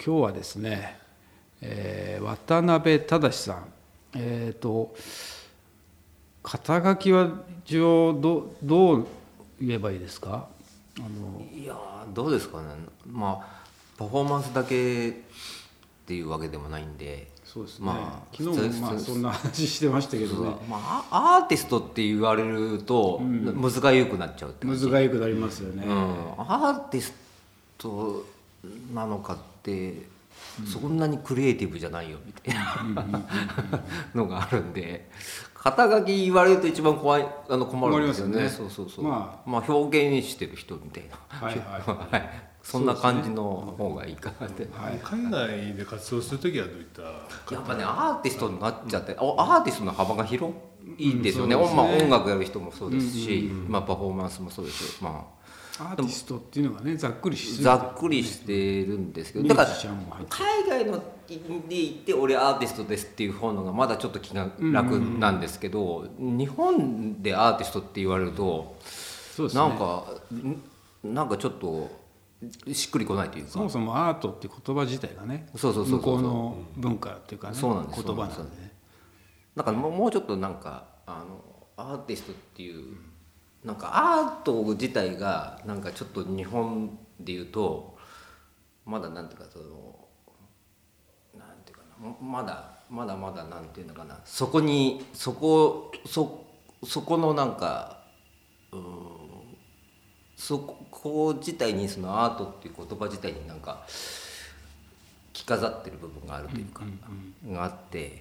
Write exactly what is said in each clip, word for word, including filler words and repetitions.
今日はですね、えー、渡辺忠さん、えーと肩書きは一応 ど, どう言えばいいですか？あのいやどうですかね、まあパフォーマンスだけっていうわけでもないんで、 そうですね、 まあ、 昨日もまあそんな話してましたけどね、 まあ、アーティストって言われるとむずがゆくなっちゃうって感じ、 むずがゆくなりますよね、 うん、アーティストなのかって、うん、そんなにクリエイティブじゃないよみたいなのがあるんで、肩書き言われると一番怖いあの困るんですよね。 ねそうそうそう、 まあ、 まあ表現してる人みたいな、 はいはいはいそんな感じの方がいいかなって、ね、 はい、海外で活動するときはどういったやっぱねアーティストになっちゃって、うん、アーティストの幅が広いんですよね、うん、そうですね、まあ、音楽やる人もそうですし、うんうんうん、まあ、パフォーマンスもそうですし、まあアーティストっていうのがねざっくりしてる、 ざっくりしてるんですけど、だから海外ので行って俺アーティストですっていう方のがまだちょっと気が楽なんですけど、うんうんうん、日本でアーティストって言われると、そうですね、なんかなんかちょっとしっくりこないというか、 そもそもアートって言葉自体がね、 そうそうそうそう、 向こうの文化っていうかね、 そうなんです、 言葉なんでね、 だからもうちょっとなんかあのアーティストっていうなんかアート自体がなんかちょっと日本でいうとまだなんていうかそのなんていうかな、まだまだまだなんていうのかな、そこにそこそそこのなんかうーんそこ自体にそのアートっていう言葉自体になんか着飾ってる部分があるというか、うんうんうん、があって、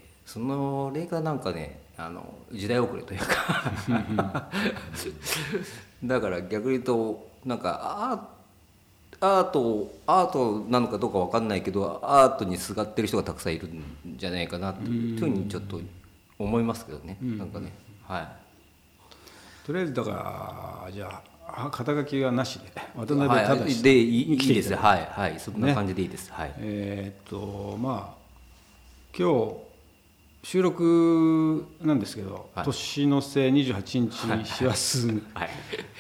その例がなんかねあの時代遅れというかだから逆に言うとなんかアートアートなのかどうか分かんないけどアートにすがってる人がたくさんいるんじゃないかなというふうにちょっと思いますけどね、うん、なんかね、はい。 とりあえずだからじゃあ肩書きはなしで渡辺忠、 はい、でいいですね、はいはいそんな感じでいいです、ね、はい。 えー、っとまあ今日収録なんですけど、はい、年の瀬にじゅうはちにち師走、はいはい、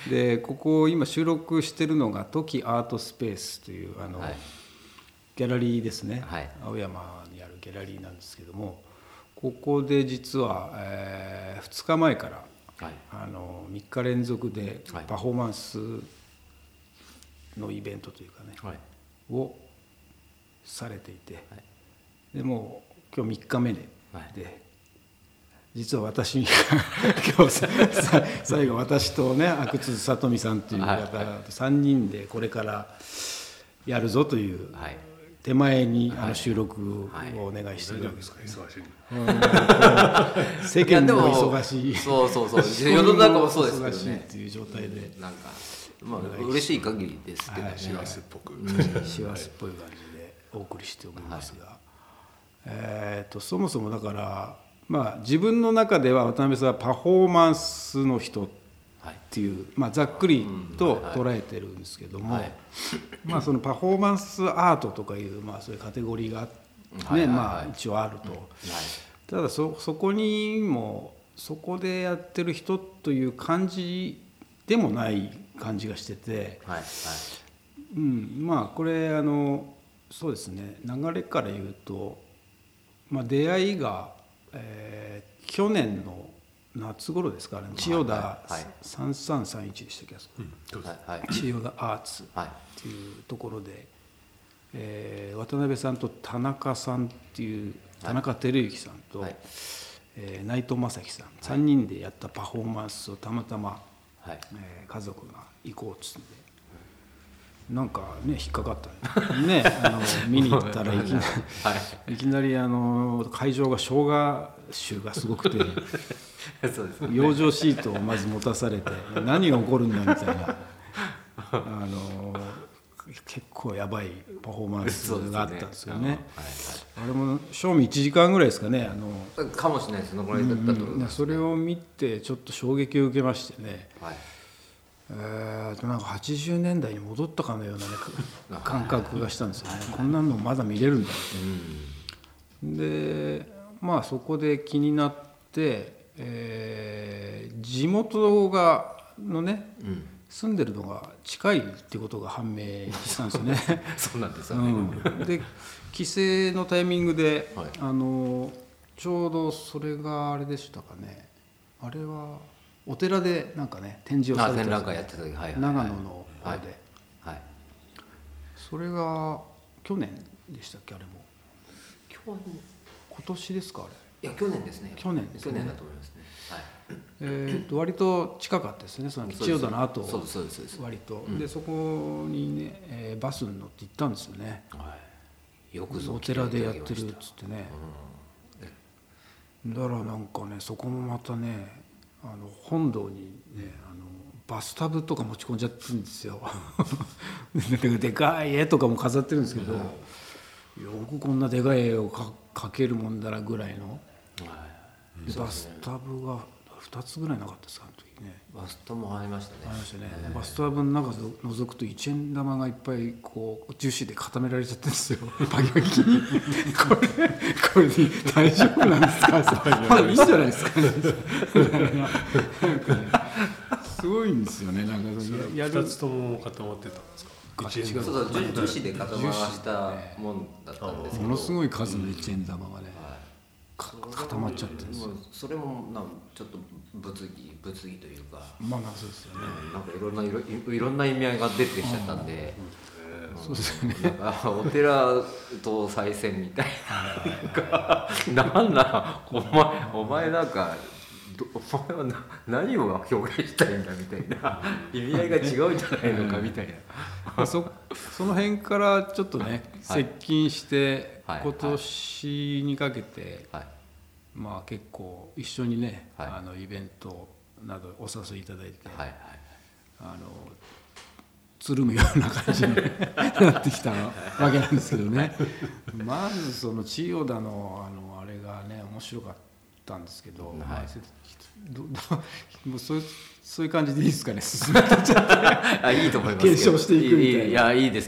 でここ今収録してるのがトキアートスペースというあの、はい、ギャラリーですね、はい、青山にあるギャラリーなんですけども、ここで実は、えー、ふつかまえから、はい、あのみっか連続でパフォーマンスのイベントというかね、はい、をされていて、はい、でもう今日みっかめでで実は私今日最後私とね阿久津里美さんという方さんにんでこれからやるぞという手前にあの収録をお願いしてるわけですからね。世間も忙しい、 そうそうそう世の中もそうですけどねっていう状態でなんかまあ嬉しい限りですけどね、 師走っぽく師走っぽい感じでお送りしておりますが。えー、とそもそもだから、まあ、自分の中では渡辺さんはパフォーマンスの人っていう、はい、まあ、ざっくりと捉えてるんですけども、はいはい、まあ、そのパフォーマンスアートとかいう、まあ、そういうカテゴリーが、ね、まあ、一応あると、はい、ただ そ, そこにもそこでやってる人という感じでもない感じがしてて、はいはい、うん、まあこれあのそうですね、流れから言うと、まあ、出会いが、えー、去年の夏頃ですからね、千代田さんさんさんいちでしたっけ、うんはい、千代田アーツっていうところで、はい、えー、渡辺さんと田中さんっていう田中照之さんと、はい、えー、内藤正樹さん、はい、さんにんでやったパフォーマンスをたまたま、はい、えー、家族が行こうっつってなんかね引っかかったねあの見に行ったらいきなり、はい、いきなりあの会場が生姜臭がすごくてそうです、ね、養生シートをまず持たされて何が起こるんだみたいなあの結構やばいパフォーマンスがあったんですよね。あれも賞味いちじかんぐらいですかね、あのかもしれないです、そのぐらいだったと思います、ね、 それを見てちょっと衝撃を受けましてね、はい、えー、なんかはちじゅうねんだいに戻ったかのような、ね、感覚がしたんですよね。こんなのまだ見れるんだって、うん、でまあそこで気になって、えー、地元がのね、 うん、 住んでるのが近いってことが判明したんですよね。 そうなんですよね、 うん、で帰省のタイミングで、 はい、 あのちょうどそれがあれでしたかね、あれはお寺でなんかね展示をされてたんですよ、はいはい、長野の方で、 はいはい、 それが去年でしたっけ、あれも去年今年ですか、あれ。 いや去年ですね。 去年ですね。 去年だと思いますね。はい。 えー、と割と近かったですね、その千代田の後、 そうですそうですそうです。 割と、 うん、 でそこにね、えー、バスに乗って行ったんですよね。 はい。よくぞお寺でやってるっつってね。うん、だからなんかね、そこもまたね、あの本堂にね、あのバスタブとか持ち込んじゃってるんですよ。でかい絵とかも飾ってるんですけど、うん、よくこんなでかい絵を描けるもんだなぐらいの。はい、バスタブがふたつぐらいなかったですか、あの時ね。 バスタブもありましたね。 ありましたね。バスタブの中覗くといちえん玉がいっぱいこう樹脂で固められちゃってるんですよ。バキバキに。これこれで大丈夫なんですか。まだいいんじゃないですかね。なんかね、すごいんですよね。なんかやるふたつとも固まってたんですか。 そうそう樹脂で固まらしたもんだったんですけど、 ものすごい数のいちえん玉がね。固まっちゃってるんですよ。 それもなんちょっと物議物議というか、 まあまあそうですよね。 なんかいろんないろいろんな意味合いが出てきちゃったんで、 そうですよね。 なんかお寺と賽銭みたいな、なんだお前お前なんかお前はな何を表現したいんだみたいな意味合いが違うんじゃないのかみたいな。 そその辺からちょっとね、はい、接近して、はい、今年にかけて、はい、まあ結構一緒にね、はい、あのイベントなどお誘いいただいて、はいはい、あのつるむような感じになってきたわけなんですけどね。まずその千代田のあのあれがね面白かったんですけど、はい、まあ、どどもうそういうそういう感じでいいですかね。進めてちゃってあいいと思います。検証していくみたいな。 いやいいです。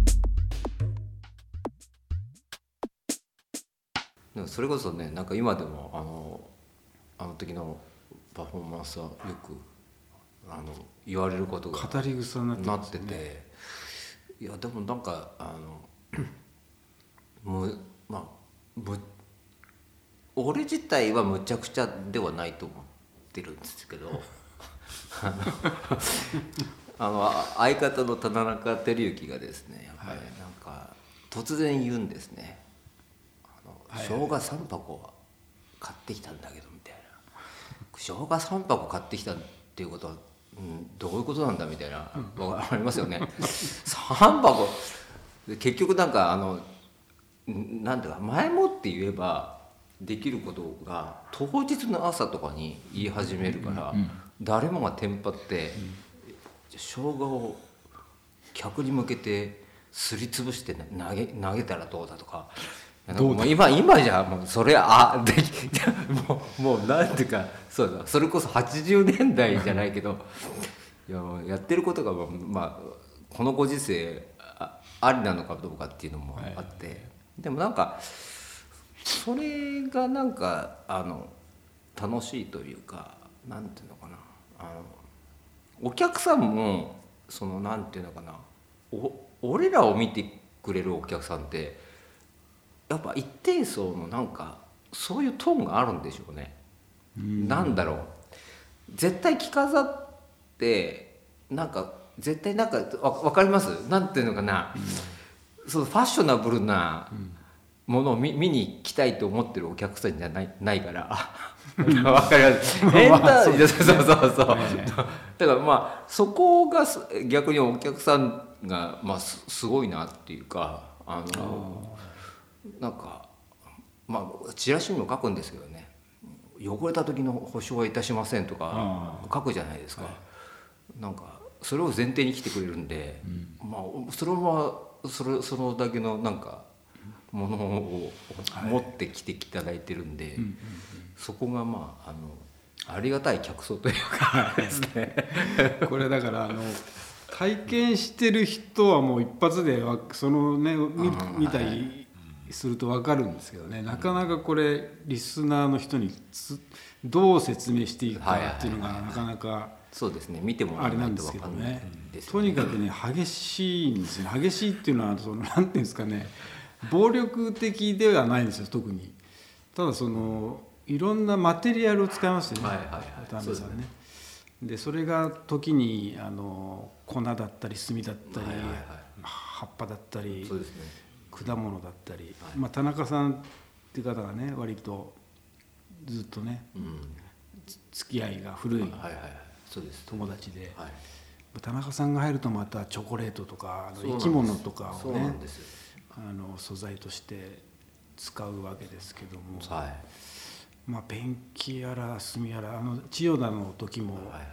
それこそね、なんか今でもあのあの時のパフォーマンスはよくあの言われることが語り草になってますね。なってて、いやでもなんかあのむまあむ俺自体はむちゃくちゃではないと思ってるんですけどあのあの相方の田中照之がですね、やっぱりなんか突然言うんですね。生姜さん箱買ってきたんだけどみたいな、生姜さん箱買ってきたっていうことは、うん、どういうことなんだみたいな、分かりますよね。さん箱結局なんかあのなんていうか前もって言えばできることが当日の朝とかに言い始めるから、誰もがテンパって生姜を客に向けてすりつぶして投げ投げたらどうだとか。もう今今じゃもうそれあできもうもうなんていうかそうだ、それこそはちじゅうねんだいじゃないけどいややってることがまあこのご時世 あ, ありなのかどうかっていうのもあって、はい、でもなんかそれがなんかあの楽しいというか、なんていうのかな、あのお客さんもそのなんていうのかな、お俺らを見てくれるお客さんってやっぱ一定層のなんかそういうトーンがあるんでしょうね。うん、なんだろう、絶対着飾ってなんか絶対なんかわかります？なんていうのかな、うん、そのファッショナブルなものを 見, 見に来たいと思ってるお客さんじゃないないからわかります。エンターそうそうそうそう。だからまあそこが逆にお客さんがまあ す, すごいなっていうか、あの。あなんかまあチラシにも書くんですけどね、汚れた時の保証はいたしませんとか書くじゃないですか、はい、なんかそれを前提に来てくれるんで、うん、まあそれはそれそのだけのなんかものを持ってきていただいてるんで、はい、そこがまああのありがたい客層というかですねこれだからあの体験してる人はもう一発でそのね見たりすると分かるんですけどね、なかなかこれリスナーの人にどう説明していいかっていうのがなかなかそうですね、見てもらわないと分かんないですよね。 とにかくね激しいんですよね。激しいっていうのはそのなんていうんですかね、暴力的ではないんですよ特に。ただそのいろんなマテリアルを使いますよね、 はいはいはい、 渡辺さんね。でそれが時にあの粉だったり炭だったり、はいはいはい、葉っぱだったり、 そうですね、 果物だったり、はい、まあ、田中さんっていう方がね割とずっとね、うん、付き合いが古い友達で、はい、田中さんが入るとまたチョコレートとか生き物とかをねあの素材として使うわけですけども、はい、まあ、ペンキやら炭やらあの千代田の時も、はい、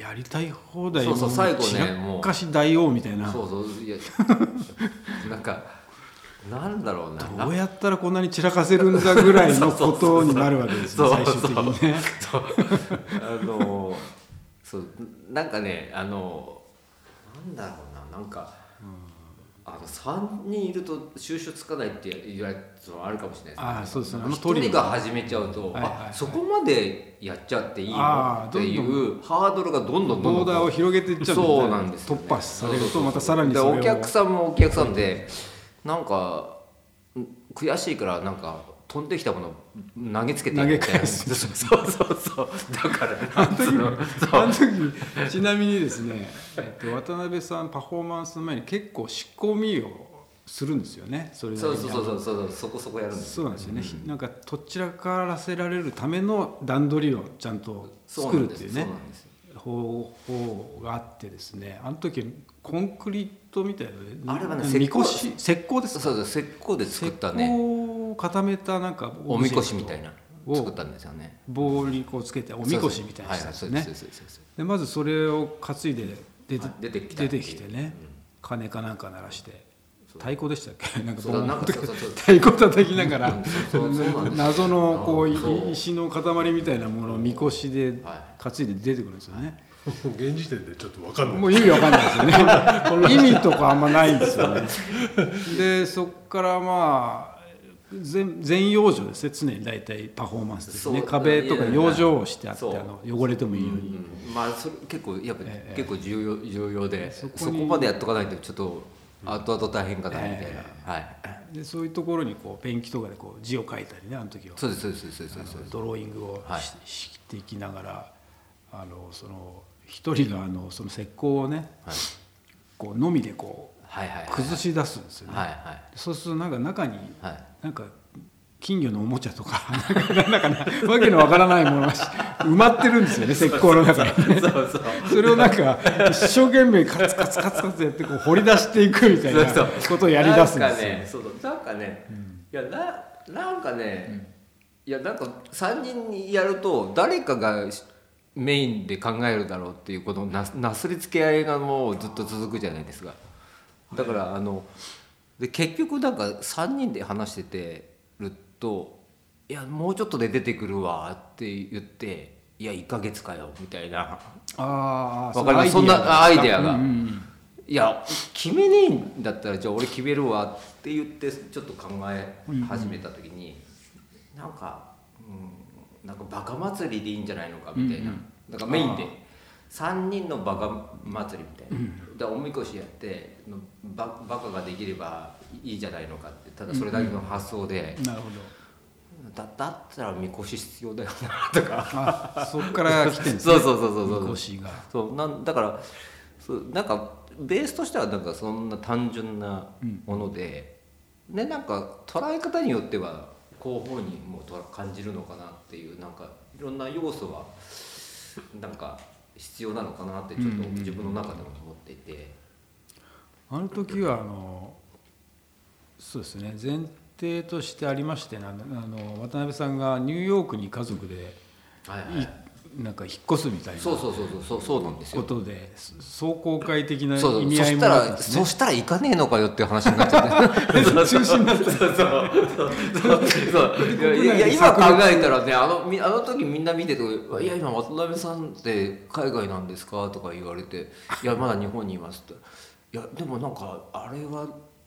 やりたい放題、 そうそう最後ね、 散らかし大王みたいな、 そうそういやなんかなんだろうな、 どうやったらこんなに散らかせるんだぐらいのことになるわけですね、最終的にね。 そうあのそうなんかね、あのなんだろうな、なんか、うん、あのさんにんいると収集つかないって言われるのはあるかもしれないですね。 ああ、そうですね。 ひとりが始めちゃうと、はいはいはい、あそこまでやっちゃっていいのっていうハードルがどんどんどんどんボーダーを広げていっちゃう、 そうなんですよね、 突破されるとまたさらにそれをお客さんもお客さんでなんか悔しいからなんか飛んできたもの投げつけて投げ返すそうそうそうだからあの時あの時ちなみにですね、えっと、渡辺さんパフォーマンスの前に結構仕込みをするんですよね。それそうそうそうそうそうそこそこやるんです。 そうなんですよね、うん、なんかとっちらからせられるための段取りをちゃんと作るっていうね方法があってですね、あの時コンクリートみたいなあれはねみこし石膏ですか。 そうそう石膏で作ったね、 石膏を固めたなんかおみこしみたいな作ったんですよね。 棒にこうつけておみこしみたいなやつですね。でまずそれを担いで出て、出てきた出てきてね、うん、鐘かなんか鳴らして太鼓でしたっけ、なんかボーンと太鼓叩きながら謎のこう石の塊みたいなものをみこしで担いで出てくるんですよね。 現時点でちょっと分かんない、 もう意味わかんないですよね意味とかあんまないんですよね。でそこからまあ全全養生ですね、常に大体パフォーマンスですね。壁とか養生をしてあってあの汚れてもいいように、 うん、まあそれ結構やっぱ、えー、結構重要重要でそこ、そこまでやっとかないとちょっと後々大変かなみたいな、えーはい、 でそういうところにこうペンキとかでこう字を書いたりね、あの時はそうですそうですそうですそうですドローイングを し,、はい、していきながら、あのその一人があのその石膏をね、はい、こうのみでこう、はいはいはい、崩し出すんですよね、はいはい、そうするとなんか中に、はい、なんか金魚のおもちゃとかなんか、ね、わけのわからないものが埋まってるんですよね、石膏の中にね。そうそうそうそれをなんか一生懸命カツカツカツカツやってこう掘り出していくみたいなことをやり出すんですよ。 なんかね、そうなんかね、うん、いや な, なんかね、うん、いやなんかさんにんやると誰かがメインで考えるだろうっていうこの な, なすりつけ合いがもうずっと続くじゃないですか。だからあので結局なんかさんにんで話しててると、いやもうちょっとで出てくるわって言って、いやいっかげつかよみたいな、 あ分かります、そんなアイデアが、うんうん、いや決めねえんだったらじゃあ俺決めるわって言ってちょっと考え始めた時に、うんうん、なんか、うん、なんかバカ祭りでいいんじゃないのかみたいな、うんうん、だからメインでさんにんのバカ祭りみたいな、うん、でおみこしやってバ, バカができればいいじゃないのかって、ただそれだけの発想で、 うんうん、なるほど、 だ, だったらみこし必要だよなとかあそっから来てるんですねそうそうそうそうそうみこしがそうなんだからそうなんかベースとしてはなんかそんな単純なもので、うん、でなんか捉え方によっては後方にも感じるのかなっていう、なんかいろんな要素はなんか必要なのかなってちょっと自分の中でも思っていて、 うんうんうん、あの時はあのそうですね、前提としてありまして、ね、あの渡辺さんがニューヨークに家族で、はいはい、なんか引っ越すみたいなそうそうそうそうそうなんですよことで壮行会的な意味合いもあったんですね。 そしたら行かねえのかよっていう話になっちゃって中止になったそうそうそういや今考えたらね、あのあの時みんな見てて「いや今渡辺さんって海外なんですか?」とか言われて「いやまだ日本にいます」って「いやでもなんかあれは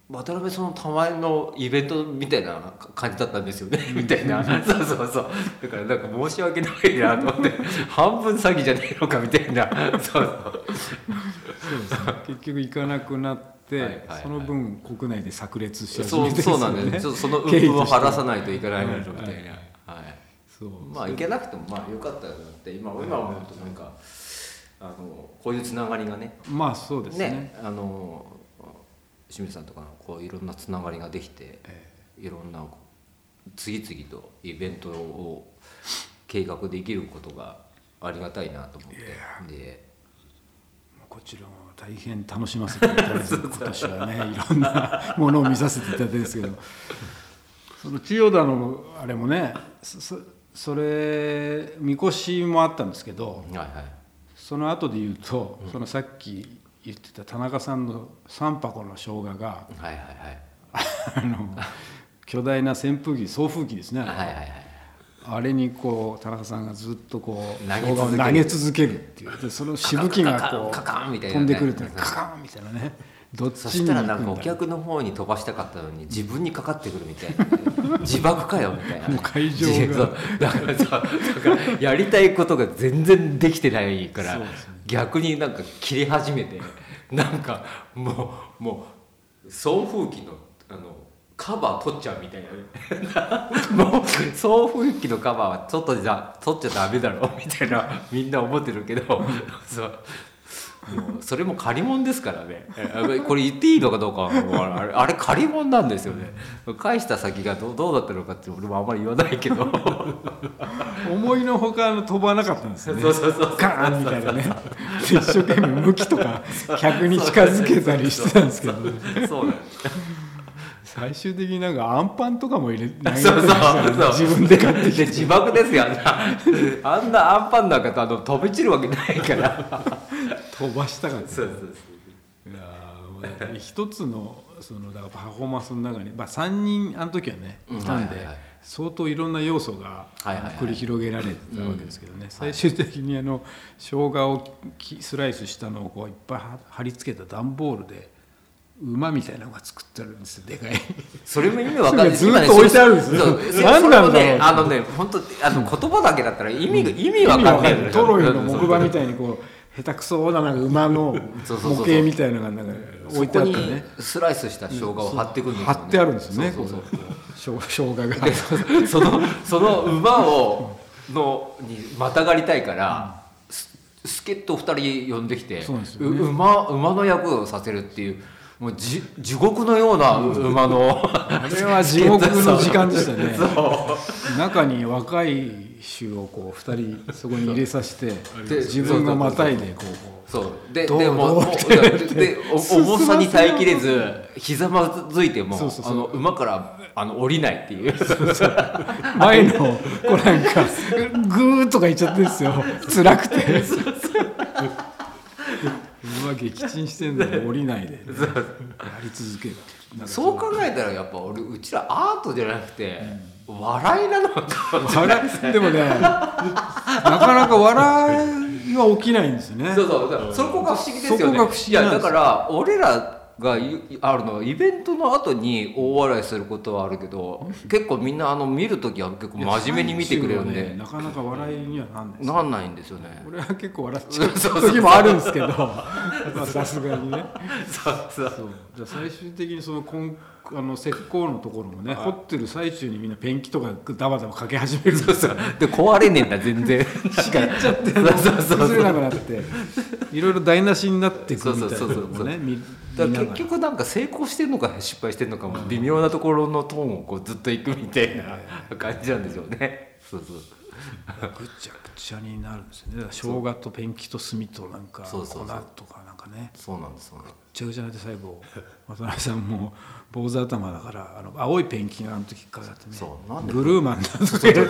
渡辺そのたまにのイベントみたいな感じだったんですよねみたいなそうそうそうだからなんか申し訳ないなと思って半分詐欺じゃねえのかみたいなそうそうそうですね、結局行かなくなって、はいはいはい、その分国内で炸裂しちゃうみたいですよね。そうそうなんです。 その運分を晴らさないといけないのみたいな、はいはいはい、 そうまあ行けなくてもまあ良かったなって今今思うとなんかあのこういうつながりがねまあそうですね、 ねあの清水さんとかのこういろんなつながりができて、えー、いろんな次々とイベントを計画できることがありがたいなと思ってでこちらも大変楽しませていただいて今年はねいろんなものを見させていただいてるんですけどその千代田のあれもね そ, それみこしもあったんですけど、はいはい、その後で言うと、うん、そのさっき言ってた田中さんの三箱の生姜が、はいはいはい、あの巨大な扇風機送風機ですね、はいはいはい、あれにこう田中さんがずっとこう生姜を投げ続けるっていうでそのしぶきがこう飛んでくるってカカンみたいなねどっちに行くんだ。そしたらなんかお客の方に飛ばしたかったのに自分にかかってくるみたいな自爆かよみたいな、ね、もう会場がだからさだからやりたいことが全然できてないから、ね、逆になんか切れ始めてなんかもうもう送風機のあのカバー取っちゃうみたいなねもう送風機のカバーは外じゃ取っちゃダメだろみたいなみんな思ってるけどそうもうそれも借り物ですからねこれ言っていいのかどうかはあれ、あれ借り物なんですよね。返した先が ど, どうだったのかって俺もあんまり言わないけど思いのほか飛ばなかったんですよね。そうそうそうガーンみたいなね一生懸命向きとか客に近づけたりしてたんですけど、ね、そうなんです最終的になんかアンパンとかも入れ投げてましたね。自分で買ってきて自爆ですよあんなアンパンなんかとあの飛び散るわけないから飛ばしたから、ね、そうそうそういや一つのそのだからパフォーマンスの中に、まあ、さんにんあの時はねいたんで、はいはいはい、相当いろんな要素が繰り広げられてたわけですけどね、はいはいはい、最終的にあの生姜をスライスしたのをこういっぱい貼り付けた段ボールで馬みたいなのが作ってあるんですよ。でかいそれも意味わかんない。 ずっと置いてあるんですよ。 何なんだろう。あのね本当あの言葉だけだったら意味が、うん、意味わかんない。 トロイの木馬みたいにこう下手くそななんか馬の模型みたいなのがなんか置いてあってね。 スライスした生姜を貼ってくるんですよね。 貼ってあるんですよね。そうそうそう生姜が。 そのその馬をのにまたがりたいから。助っ人ふたり呼んできて、ね、馬, 馬の役をさせるっていうもうじ地獄のような馬のあれは地獄の時間でしたね中に若い衆をこうふたりそこに入れさせて自分がまたいでこうそうででもで重さに耐えきれずひざまずいてもそうそうそうあの馬からあの降りないっていうそうそう前のこうなんかグーッとかいっちゃってるんですよ辛くて馬撃沈してんのに降りないで、ね、やり続ける。 そう考えたらやっぱ俺うちらアートじゃなくて、うん、笑いなのか笑いでもねなかなか笑いは起きないんですよね。 そうそうそこが不思議ですよね。そこが不思議。いやだから俺らがあるのイベントの後に大笑いすることはあるけど結構みんなあの見るときは結構真面目に見てくれるんで、ね、 なかなか笑いにはなんないですよ、なんないんですよね。 俺は結構笑っちゃう時もあるんですけどさすがにねそうそうそうじゃあ最終的にそのコンあの石膏のところもね、掘ってる最中にみんなペンキとかダバダバかけ始めるんですよ。 で壊れねえんだ全然しかっちゃって崩れなくなっていろいろ台無しになってくるみたいなのもねだから結局なんか成功してるのか失敗してるのかも微妙なところのトーンをこうずっといくみたいな感じなんでしょうね。そうそうぐちゃぐちゃになるんですよね。だから生姜とペンキと炭となんか粉とかなんかねそうなんですよね。 ぐっちゃぐちゃになって最後渡辺さんも坊主頭だからあの青いペンキがあの時からってねそうなんでブルーマンなんですけど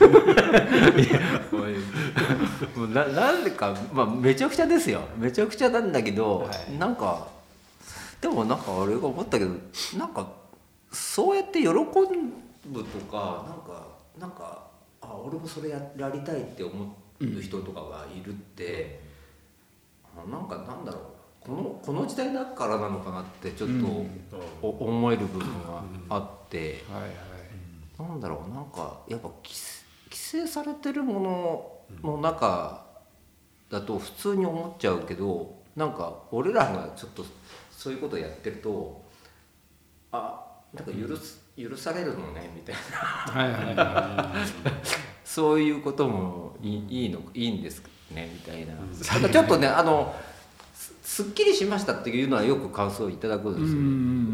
な, なんでか、まあ、めちゃくちゃですよめちゃくちゃなんだけど、はい、なんかでもなんか俺が思ったけどなんかそうやって喜ぶとかなんかなんかあ俺もそれ や, やりたいって思う人とかがいるって、うん、なんかなんだろうこのこの時代だからなのかなってちょっと、うん、思える部分があって、うんはいはい、なんだろうなんかやっぱ規制されてるものの中だと普通に思っちゃうけどなんか俺らがちょっとそういうことをやってるとあなんか許す、許されるのねみたいなはいはい、はい、そういうこともい い, い, い, のいいんですねみたいな、うん、なんかちょっとねあのすっきりしましたっていうのはよく感想をいただくんですよ、うん、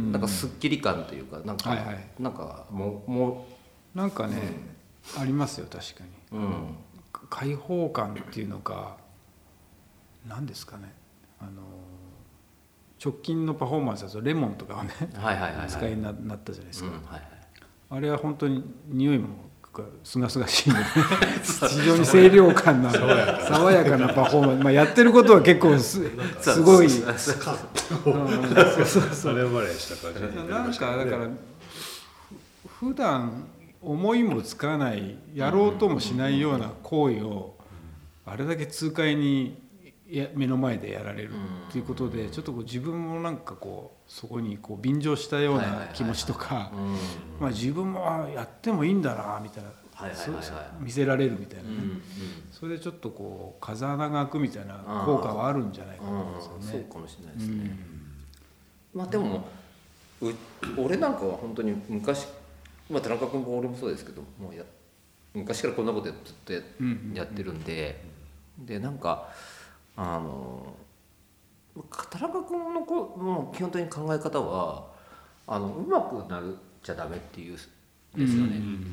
なんかすっきり感というかなんか、はいはい、なんかもうもうなんかね、うん、ありますよ確かに、うん、開放感っていうのか何ですかねあの直近のパフォーマンスだとレモンとかはね、はいはいはいはい、使いになったじゃないですか、うんはいはい、あれは本当に匂いもすがすがしいので非常に清涼感な爽やかなパフォーマンス、まあ、やってることは結構 す, すごいスカッとそれまでした感じなんかだから普段思いもつかないやろうともしないような行為をあれだけ痛快にや目の前でやられるっていうことでちょっとこう自分もなんかこうそこにこう便乗したような気持ちとかまあ自分もやってもいいんだなみたいな見せられるみたいなねそれでちょっとこう風穴が開くみたいな効果はあるんじゃないかと思うんですよね。 そうかもしれないですね。まあでも俺なんかは本当に昔まあ田中君も俺もそうですけどもうや昔からこんなことずっとやってるんででなんかあの田中君のこもう基本的に考え方はあのうまくなるちゃダメっていうんですよね、うん、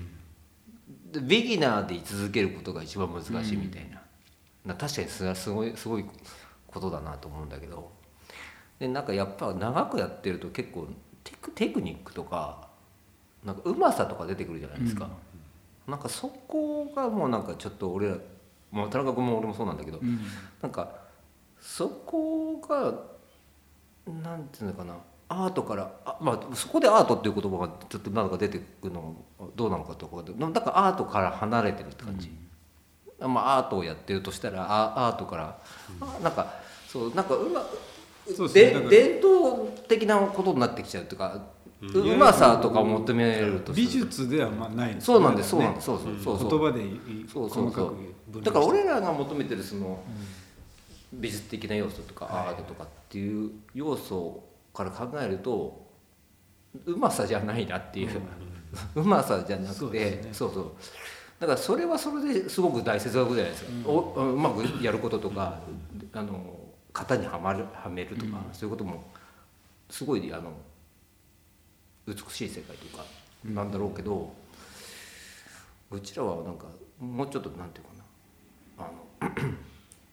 でビギナーで居続けることが一番難しいみたいな、うん、確かにそれはすごいすごいことだなと思うんだけどでなんかやっぱ長くやってると結構テク、テクニックとかなんかうまさとか出てくるじゃないですか、うん、なんかそこがもうなんかちょっと俺らまあ、田中君も俺もそうなんだけど、うん、なんかそこがなんていうのかなアートからあ、まあ、そこでアートっていう言葉がちょっとなんか出てくるのどうなのかとかでだからアートから離れてるって感じ、うんまあ、アートをやってるとしたらアアートから、うん、なんかそうなんかうまそうですね、で伝統的なことになってきちゃうというかうまさとかを求めると美術ではまあないんですね。そうなんですそうなんですそうそうそう言葉で細かく分離だから俺らが求めてるその美術的な要素とかアートとかっていう要素から考えるとうまさじゃないなっていううまさじゃなくてそうそうだからそれはそれですごく大切なことじゃないですか、うん、おうまくやることとかあの型にはまるはめるとか、うん、そういうこともすごいあの美しい世界というかなんだろうけど、うん、うちらはなんかもうちょっとなんていうかなあの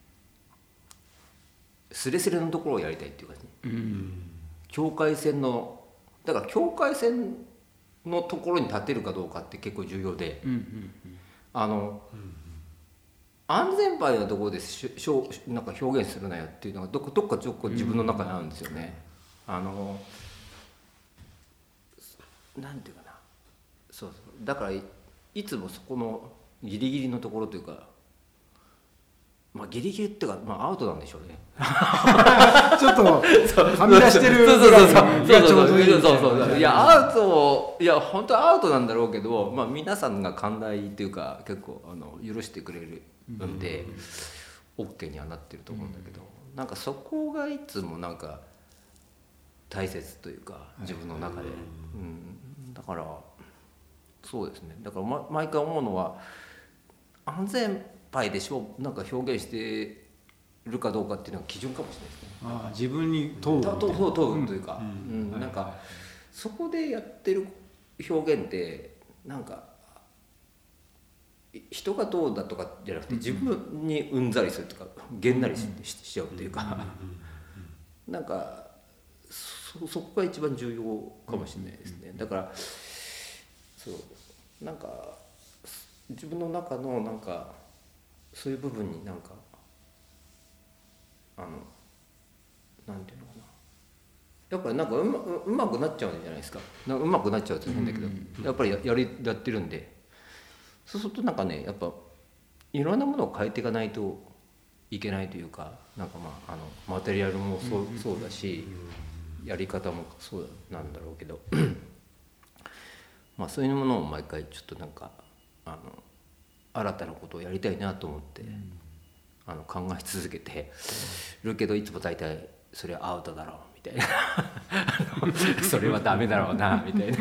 スレスレのところをやりたいっていうかね、うん、境界線のだから境界線のところに立てるかどうかって結構重要で、うんうんうん、あの、うんうん、安全牌のところでしょなんか表現するなよっていうのがどっかどっかちょっと自分の中にあるんですよね。うん、あのなんていうかなそうそうだから い, いつもそこのギリギリのところというかまあギリギリっていうか、まあ、アウトなんでしょうねちょっとはみ出してるぐらいがちょうどいいみたいな。そうそうそういやアウトいや本当アウトなんだろうけど、まあ、皆さんが寛大っていうか結構あの許してくれるんで、うん、OK にはなってると思うんだけど、うん、なんかそこがいつもなんか大切というか自分の中で、うん、だからそうですねだから、ま、毎回思うのは安全牌でしょなんか表現してるかどうかっていうのが基準かもしれないですね。 ああ自分に問う問う問うというか、うんうん、なんかそこでやってる表現ってなんか人がどうだとかじゃなくて自分にうんざりするとかげんなり し,、うん、しちゃうっていうか、うん、なんか そ, そこが一番重要かもしれないですね。だからそうなんか自分の中のなんかそういう部分になんかあのなんていうのかなやっぱりなんかう ま, うまくなっちゃうんじゃないですか。なんかうまくなっちゃうって変だけど、やっぱり や, や, りやってるんでそうするとなんかねやっぱいろんなものを変えていかないといけないというか、なんかまああのマテリアルもそう、うん、そうだし、やり方もそうなんだろうけどまあそういうものを毎回ちょっとなんかあの新たなことをやりたいなと思って、うん、あの考え続けてるけど、いつも大体それはアウトだろうみたいなそれはダメだろうなみたいな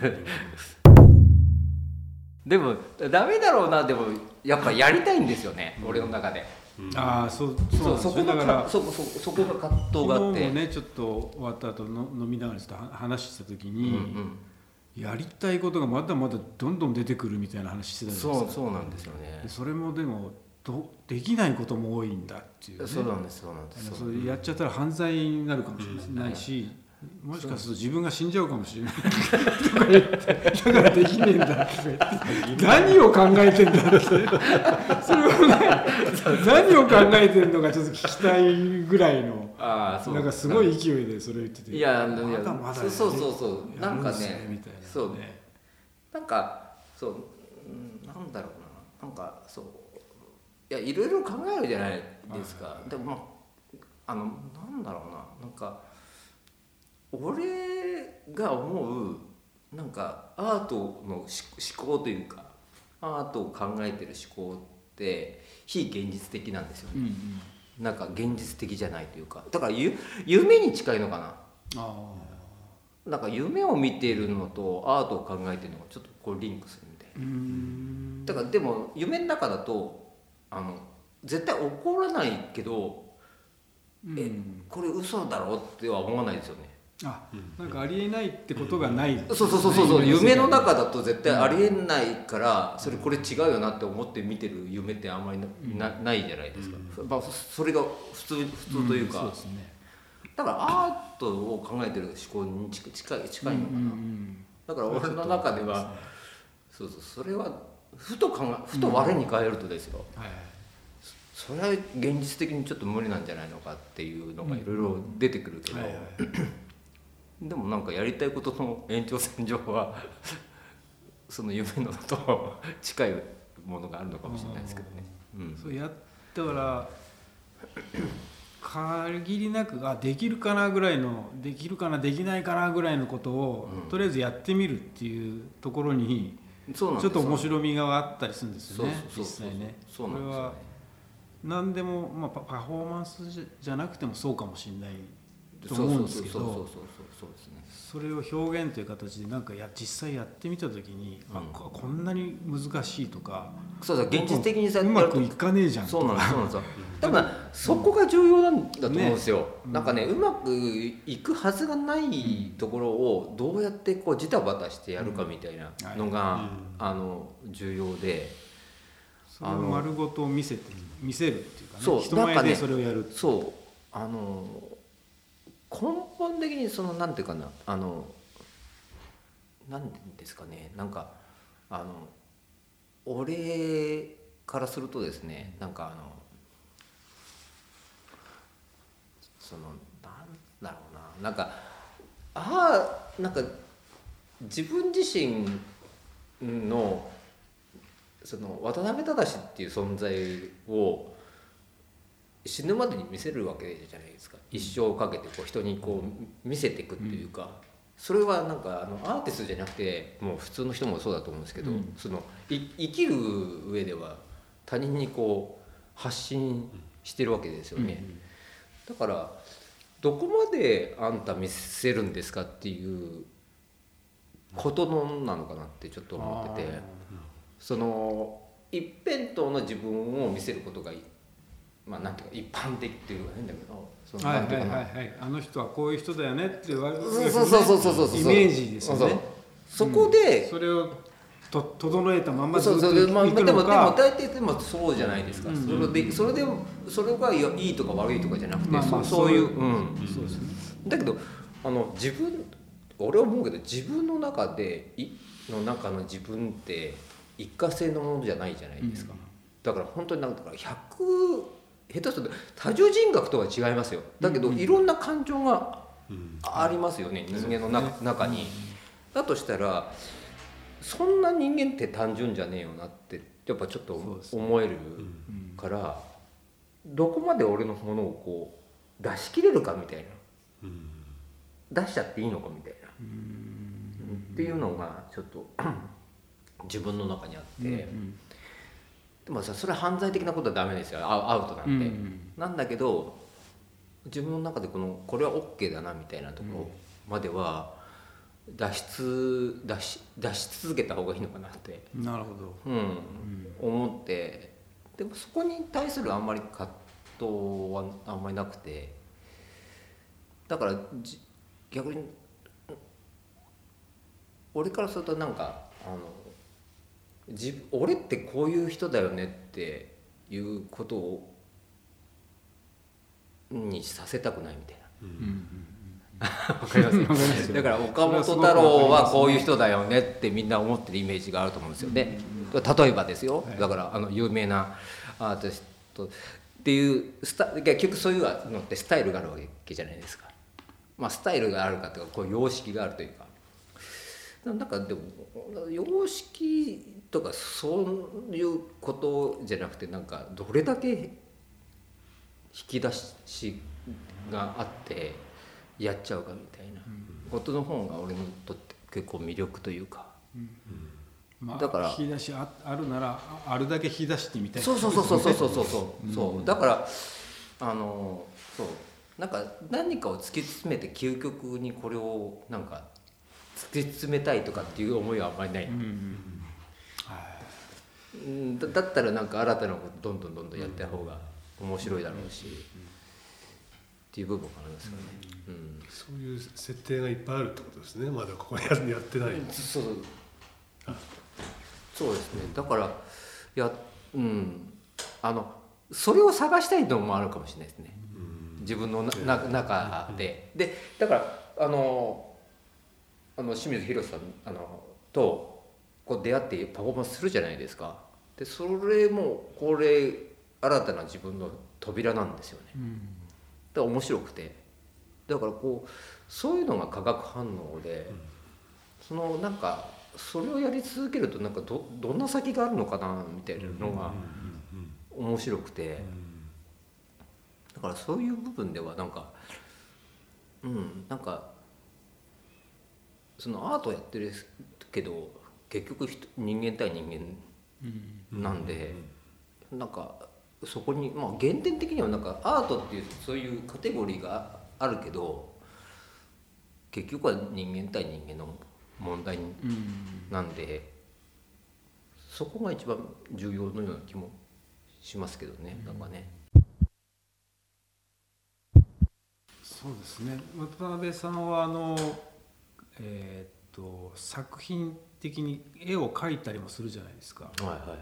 でもダメだろうな、でもやっぱやりたいんですよね、うん、俺の中で。 うん、ああそうそうそこがだからそそそこが葛藤があって、 昨日もねちょっと終わった後の飲みながらちょっと話した時に、うんうん、やりたいことがまだまだどんどん出てくるみたいな話してたじゃないですか。 そうそうなんですよね。 それもでもどできないことも多いんだっていう、ね、 そうなんですそうなんです。 それやっちゃったら犯罪になるかもしれないし、うん、もしかすると自分が死んじゃうかもしれないとか言ってだからできねえんだって何を考えてんだってそれをね何を考えてるのかちょっと聞きたいぐらいの、あそうなんかすごい勢いでそれ言ってて、 いやまだまだそうそうそうそうなんかねみたいなね、 そうなんかそうなんだろうな、なんかそういやいろいろ考えるじゃないですか。でもまああのなんだろうな、なんか俺が思うなんかアートの思考というかアートを考えてる思考って非現実的なんですよね、うんうん、なんか現実的じゃないというか、だからゆ夢に近いのかな。あなんか夢を見ているのとアートを考えているのがちょっとこうリンクするみたいな。うーんだからでも夢の中だとあの絶対起こらないけど、うん、えこれ嘘だろっては思わないですよね。 あ、なんかありえないってことがない、 うん、そうそうそうそう、夢の中だと絶対ありえないから、それこれ違うよなって思って見てる夢ってあんまり な,、うん、ないじゃないですか、うんまあ、それが普通普通というか、うんそうですね、だからアートを考えてる思考に近い近いのかな、うんうんうん、だから俺の中ではそうそうそれはふと考えふと我に返るとですよ、うんはいはい、それは現実的にちょっと無理なんじゃないのかっていうのがいろいろ出てくるけど、うんはいはいでもなんかやりたいことの延長線上はその夢のと近いものがあるのかもしれないですけどね、 うん、そうやったから限りなくあできるかなぐらいのできるかなできないかなぐらいのことを、うん、とりあえずやってみるっていうところにちょっと面白みがあったりするんですよね実際ね。これは何でも、まあ、パフォーマンスじゃなくてもそうかもしれないと思うんですけど、それを表現という形でなんかや実際やってみた時に、うん、あこんなに難しいとか、 そうそう現実的にさうまくいかねえじゃんとか、 そうなんですそうなんですよ。だからそこが重要なんだと思うんですよ、ね、なんかねうまくいくはずがないところをどうやってこうジタバタしてやるかみたいなのが、うんはい、あの重要で、 それを丸ごと見せて見せるっていうかね、そう人前でそれをやる、 ね、そうあの根本的にそのなんていうかなあのなんですかねなんかあの俺からするとですねなんかあのそのなんだろうななんかああなんか自分自身のその渡辺正っていう存在を死ぬまでに見せるわけじゃないですか。一生かけてこう人にこう見せていくっていうか、それはなんかあのアーティストじゃなくてもう普通の人もそうだと思うんですけど、うん、そのい生きる上では他人にこう発信してるわけですよね、うんうん、だからどこまであんた見せるんですかっていうことのなのかなってちょっと思ってて、その一辺倒の自分を見せることがいい、まあなんていうか一般的っていうのが変だけど、そのはいはいはいはいあの人はこういう人だよねって言われる、 そうそうそうそうそうそうイメージですよね。そうそうそこで、 うん、それをと整えたままずっといくのか。 でもでも大体でもそうじゃないですか。うん、それでそれでそれがいいとか悪いとかじゃなくて、まあまあ、そういう、うん、そうですね。だけどあの自分俺は思うけど自分の中でいの中の自分って一過性のものじゃないじゃないですか。うん、だから本当になんかひゃく下手すると多重人格とは違いますよ。だけど、うん、いろんな感情がありますよね、うん、人間のな、ね、中に。だとしたらそんな人間って単純じゃねえよなってやっぱちょっと思えるから、 どこまで俺のものをこう出し切れるかみたいな、うん、出しちゃっていいのかみたいな、うん、っていうのがちょっと自分の中にあって、うんうん、でもさそれは犯罪的なことはダメですよ、アウトなんで、うんうん、なんだけど自分の中でこのこれは OK だなみたいなところまでは出しつ出し出し続けた方がいいのかなってなるほど、 うんうん、思って、でもそこに対するあんまり葛藤はあんまりなくて、だからじ逆に俺からするとなんかあの自俺ってこういう人だよねっていうことをにさせたくないみたいな、うんうん、わかりますだから岡本太郎はこういう人だよねってみんな思ってるイメージがあると思うんですよね、うんうん、例えばですよ、だからあの有名なアーティストっていうスタ結局そういうのってスタイルがあるわけじゃないですか、まあ、スタイルがあるかというかこう様式があるというか、なんかでも様式とかそういうことじゃなくて、なんかどれだけ引き出しがあってやっちゃうかみたいなことの方が俺にとって結構魅力というか、うんうん、まあ、だから引き出し あ, あるならあるだけ引き出してみたいな、 そうそうそうそうそうそうそうそう、うん、だからあのそうなんか何かを突き詰めて究極にこれをなんか突き詰めたいとかっていう思いはあんまりない、うんうん、だ, だったらなんか新たなことどんどんどんどんやった方が面白いだろうし、うん、っていう部分がありますよね、うんうん、 そういう設定がいっぱいあるってことですね、まだここにやってない、うん、 そうそうですね、だからや、うん、あのそれを探したいのもあるかもしれないですね、うん、自分のなな中で、うん、でだからあのあの清水宏さんあのとこう出会ってパフォーマンスするじゃないですか。でそれもこれ新たな自分の扉なんですよね、うん、だから面白くて、だからこうそういうのが化学反応で、うん、そのなんかそれをやり続けるとなんか ど, どんな先があるのかなみたいなのが面白くて、だからそういう部分ではなんかうんなんかそのアートやってるけど結局人間対人間なんで、なんかそこにまあ原点的にはなんかアートっていうそういうカテゴリーがあるけど、結局は人間対人間の問題なんで、そこが一番重要のような気もしますけどね、なんかね。 そうですね。渡辺さんはあのえー、と作品的に絵を描いたりもするじゃないですか。はいはいはい、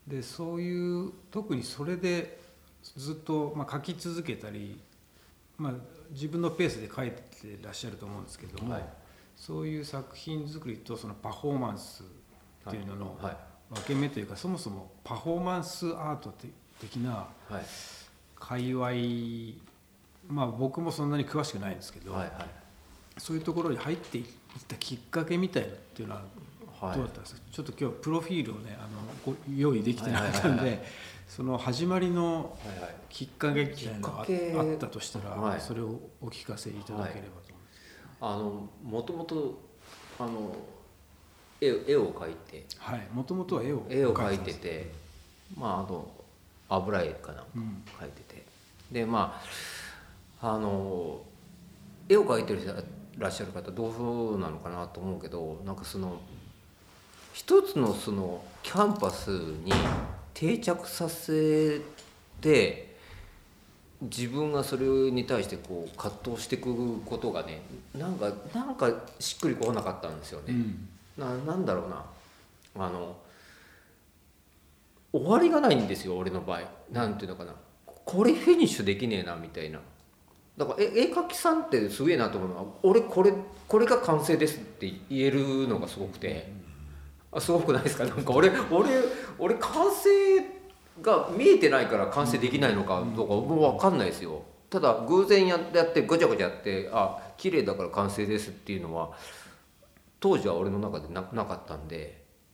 でそういう特にそれでずっと、まあ、描き続けたり、まあ、自分のペースで描いてらっしゃると思うんですけども、はい、そういう作品作りとそのパフォーマンスっていうのの分け目というか、そもそもパフォーマンスアート的な界隈、まあ僕もそんなに詳しくないんですけど、はいはい、そういうところに入っていったきっかけみたいなっていうのはどうだったんですか。はい、ちょっと今日プロフィールをねあのご用意できてなかったんで、はいはいはいはい、その始まりのきっかけみたいなのが あ, あったとしたら、はい、それをお聞かせいただければと思います。 はい、あのもともとあの 絵, 絵を描いて、 はい、もともとは絵を絵を描いてて、まああの油絵かなんか描いてて、うん、でまああの絵を描いてるらっしゃる方どうなのかなと思うけど、なんかその一つのそのキャンパスに定着させて自分がそれに対してこう葛藤していくことがね、なんかなんかしっくりこなかったんですよね。うん、な, なんだろうなあの終わりがないんですよ俺の場合。なんていうのかな、これフィニッシュできねえなみたいな。だから絵描きさんってすげえなと思うのは、俺これこれが完成ですって言えるのがすごくて、あすごくないですか。なんか俺俺俺完成が見えてないから完成できないのかどうかもう分かんないですよ。ただ偶然やってごちゃごちゃやってあ綺麗だから完成ですっていうのは当時は俺の中で な, なかったんで、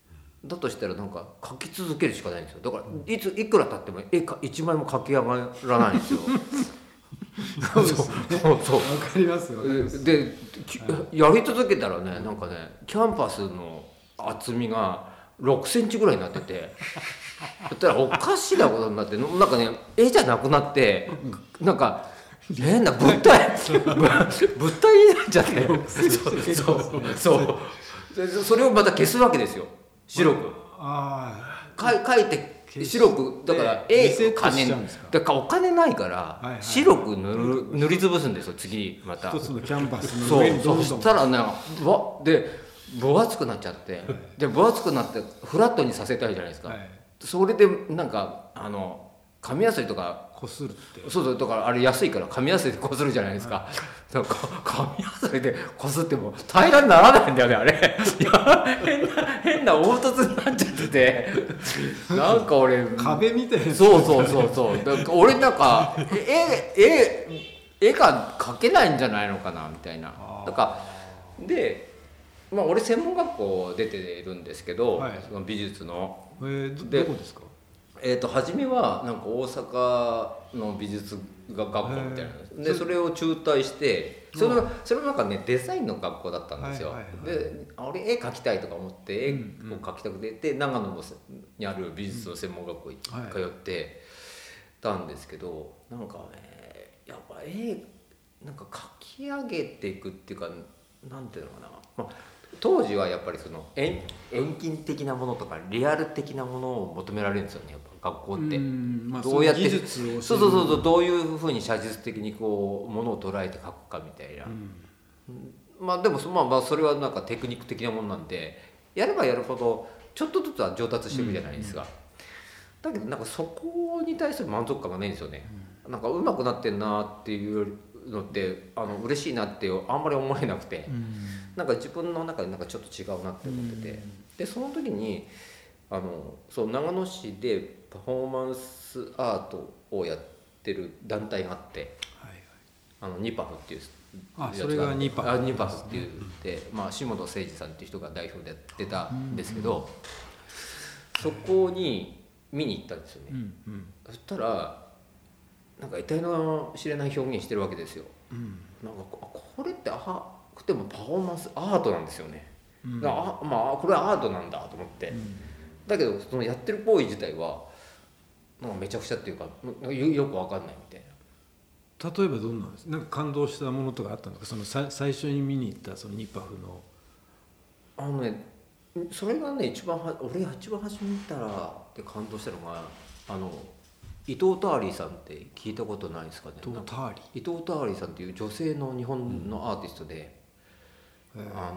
だとしたらなんか描き続けるしかないんですよ。だからいついくら経っても絵か一枚も描き上がらないんですよ。 そうですね。 そうそう。 わかりますよ。 で、やり続けたらね、なんかね、キャンパスの厚みがろくセンチぐらいになってて、そしたらおかしなことになって、なんかね、絵じゃなくなって、なんか変な物体物体になっちゃって、そうそうそうで、それをまた消すわけですよ、白く。 あか描いて白く、だから絵金だからお金ないから白く塗る塗りつぶすんですよ、次また一つのキャンバスの上にどんどん。 そう、そしたらね、わで分厚くなっちゃって、で分厚くなってフラットにさせたいじゃないですか、はい、それでなんかあの紙やすりとかこするって、 そうそう、だからあれ安いから紙やすりでこするじゃないですか、はい、なんか紙やすりでこすっても平らにならないんだよね、あれ。いや、変な変な凹凸になっちゃってて、なんか俺壁みたいな。 そうそうそうそう、だから俺なんか絵絵絵が描けないんじゃないのかなみたいな。だからで、まあ俺専門学校出てるんですけど、はい、その美術の。 えー、どこですか？ えー、と初めはなんか大阪の美術学校みたいなで、それを中退してそれはそれもなんかねデザインの学校だったんですよ、はいはいはい、で俺絵描きたいとか思って絵を描きたくて、で長野にある美術の専門学校に通ってたんですけど、なんかねやっぱ絵なんか描き上げていくっていうか、なんていうのかな、まあ当時はやっぱりその遠近的なものとかリアル的なものを求められるんですよね、やっぱ学校って。 まあ、 どうやって技術をそうそうそうそう、どういうふうに写実的にこうものを捉えて描くかみたいな、うん、まあでもまあまあそれはなんかテクニック的なものなんで、やればやるほどちょっとずつは上達していくじゃないですか、うん、だけどなんかそこに対する満足感がないんですよね、うん、なんか上手くなってんなっていうのってあの嬉しいなってあんまり思えなくて、うん、なんか自分の中でなんかちょっと違うなって思ってて、うん、でその時にあのそう長野市でパフォーマンスアートをやってる団体があって、はいはい、あのニパフっていうあそれがニパフ、 あニパフって言って、まあ、下田誠二さんっていう人が代表でやってたんですけど、うん、そこに見に行ったんですよね、うんうん、そしたらなんか得体の知れない表現してるわけですよ、うん、なんかこれってあくてもパフォーマンスアートなんですよね、うん、あまあこれはアートなんだと思って、うん、だけどそのやってる行為自体はなんかめちゃくちゃっていうか よ, よく分かんないみたいな。例えばどんななんか感動したものとかあったのか、そのさ最初に見に行ったそのニパフの。 あのねそれがね一番は俺が一番初めに見たらって感動したのがあの伊藤ターリーさんって聞いたことないですかね。 伊藤ターリー伊藤ターリーさんっていう女性の日本のアーティストで、うん、あの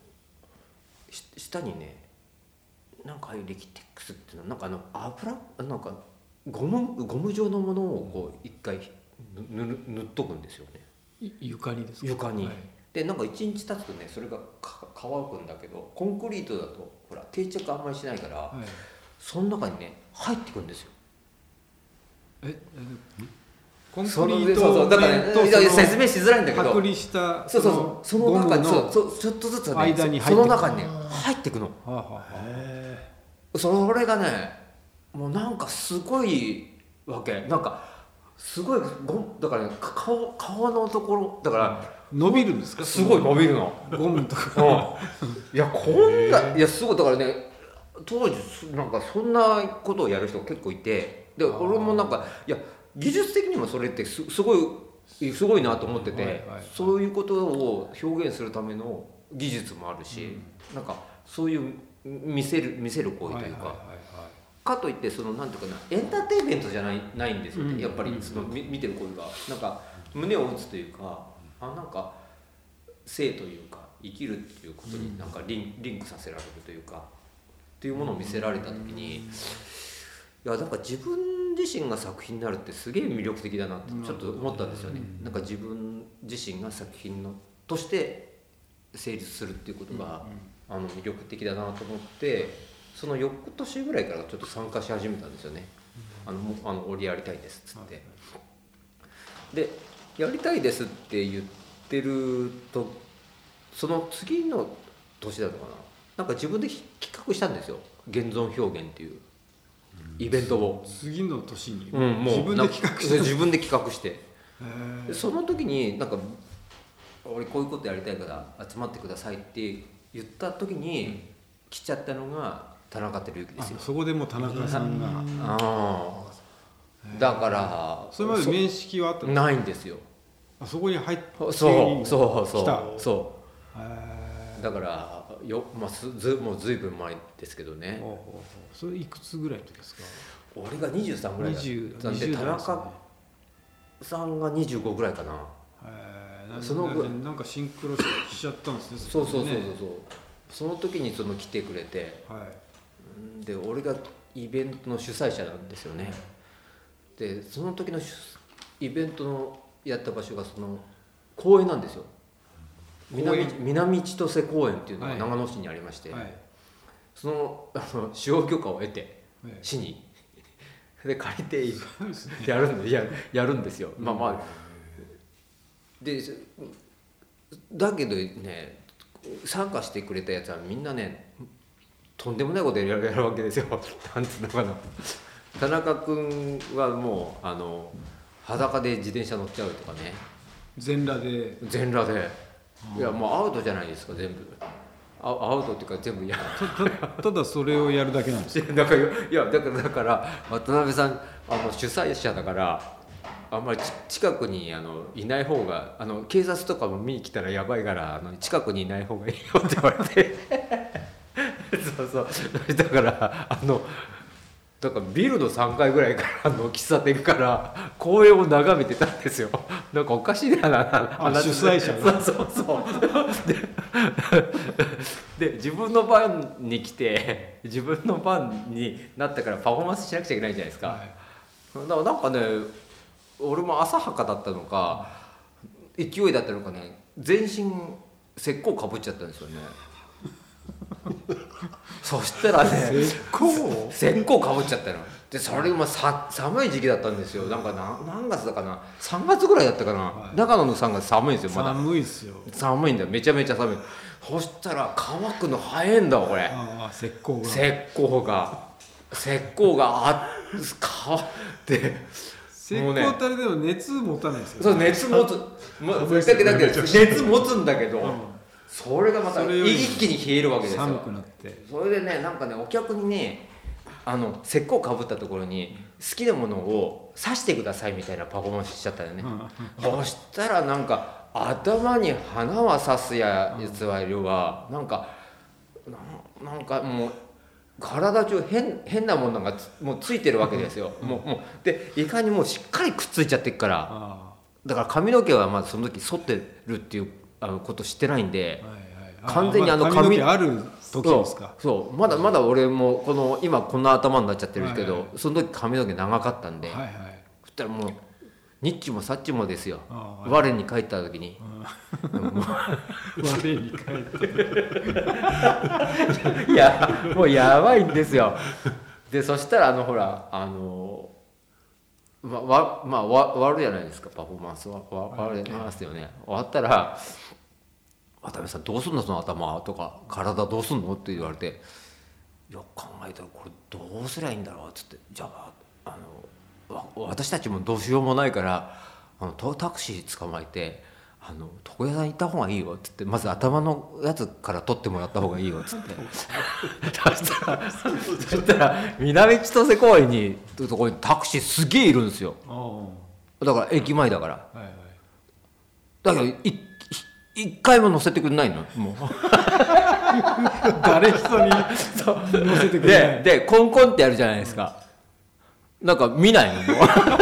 下にねなんかレキテックスっていうのはなんかあの油なんかゴムゴム状のものをこう一回塗塗っとくんですよね。 床にですか？ 床に、はい、でなんか一日経つとねそれが乾くんだけど、コンクリートだとほら定着あんまりしないから、はい、その中にね入ってくんですよ。 えコンクリートだからね説明しづらいんだけど、 剥離したそうそうそうその中にそうそうちょっとずつ、ね、間に入ってその中にね入ってくの。はあはあ、へそれがねもうなんかすごいわけ、なんかすごいゴだからね顔顔のところだから、 うん、伸びるんですか？ すごい伸びるのゴムとか、 うん、いやこんないやすごいだからね当時なんかそんなことをやる人結構いて、で俺もなんかいや技術的にもそれってすすごいすごいなと思ってて、はいはいはい、そういうことを表現するための技術もあるし、うん、なんかそういう見せる見せる行為というか、はいはいはいはい、かといってそのなんていうかなエンターテインメントじゃないないんですよね、うん、やっぱりその見見てる行為がなんか胸を打つというか、あなんか生というか生きるっていうことになんかリン、リンクさせられるというかっていうものを見せられた時に、いやなんか自分自身が作品になるってすげえ魅力的だなってちょっと思ったんですよね。なんか自分自身が作品のとして成立するっていうことが、うんうん、あの魅力的だなと思って、その翌年ぐらいからちょっと参加し始めたんですよね。あのあの俺やりたいですっつって、でやりたいですって言ってるとその次の年だったかな、なんか自分で企画したんですよ。 現存表現っていうイベントを、 次の年に、 うん、もう自分で企画して自分で企画して、 へその時になんか俺こういうことやりたいから集まってくださいって言った時に来ちゃったのが田中照之ですよ。 そこでもう田中さんが、 あだからそれまで面識はあったの？ ないんですよ。 あそこに入ってそうそうそう来た。 そうだからよ、まあ、ずずもうずいぶん前ですけどね。 ほうほうほうそれいくつぐらいの時ですか？ 俺がにじゅうさんぐらいだったんで、田中さんがにじゅうごぐらいかな。 へーそのぐなんかシンクロしちゃったんですね。 そうそうそうそうねそうその時にその来てくれて、 はい、 で俺がイベントの主催者なんですよね。でその時のイベントのやった場所がその公園なんですよ。南, 南千歳公園っていうのが長野市にありまして、はいはい、そのあの使用許可を得て、はい、市にで借りてやるんでややるんですよ。まあまあでだけどね参加してくれたやつはみんなねとんでもないことやるやるわけですよ。なんつうのかな。田中君はもうあの裸で自転車乗っちゃうとかね。 全裸で。 全裸で。いやもうアウトじゃないですか全部。アウトっていうか全部やる。 た, た, ただそれをやるだけなんですよ。 だからいやだからだから渡辺さんあの主催者だからあんまり近くにあのいない方があの警察とかも見に来たらやばいからあの近くにいない方がいいよって言われてそうそうだからあのだからビルのさんがいぐらいからの喫茶店から公園を眺めてたんですよ。なんかおかしいなあ主催者がそうそうそうで, で自分の番に来て自分の番になったからパフォーマンスしなくちゃいけないじゃないですか、はい、だからなんかね俺も浅はかだったのか勢いだったのかね全身石膏かぶっちゃったんですよねそしたらね石膏石膏かぶっちゃったのでそれもさ寒い時期だったんですよ。なんかな何月だかなさんがつぐらいだったかな、はい、長野のさんがつ寒いんですよ。まだ寒いっすよ。 寒いんだよめちゃめちゃ寒い。そしたら乾くの早いんだこれ。 ああ石膏が石膏が石膏があ変わって石膏ってあれでも熱持たないですよ、 ね、そう熱持つだけだけ熱持つんだけど、うん、それがまた一気に冷えるわけですよ。 寒くなってそれでねなんかねお客にねあの石膏かぶったところに好きなものを刺してくださいみたいなパフォーマンスしちゃったよね、うん、そしたらなんか頭に花は刺すやつはいるわ、うん、なんかななんかもう体中 変, 変なものが つ, もうついてるわけですよ、うん、もうもうでいかにもうしっかりくっついちゃってるから、あだから髪の毛はまずその時剃ってるっていうあのこと知ってないんで、はいはい、完全にあの髪, 髪の毛ある時ですか。 そうそうまだまだ俺もこの今こんな頭になっちゃってるけど、はいはい、その時髪の毛長かったんで、はいはい、そしたらもうニッチもサッチもですよ。我に帰った時に我に帰ったいやもうやばいんですよ。でそしたらあのほらあのまあわまあわ終わるじゃないですかパフォーマンスは終わりますよね。終わったら渡辺さんどうすんのその頭とか体どうすんのって言われてよく考えたらこれどうすりゃいいんだろうっつってじゃああの私たちもどうしようもないからあのタクシー捕まえてあの床屋さん行った方がいいよっつってまず頭のやつから取ってもらった方がいいよっつってそしたらそしたら南千歳公園にとこにタクシーすげえいるんですよ。だから駅前だから、はいはい、だけどい一回も乗せてくれないのもう誰人に乗せてくれない。 ででコンコンってやるじゃないですか、うん、なんか見ないのもう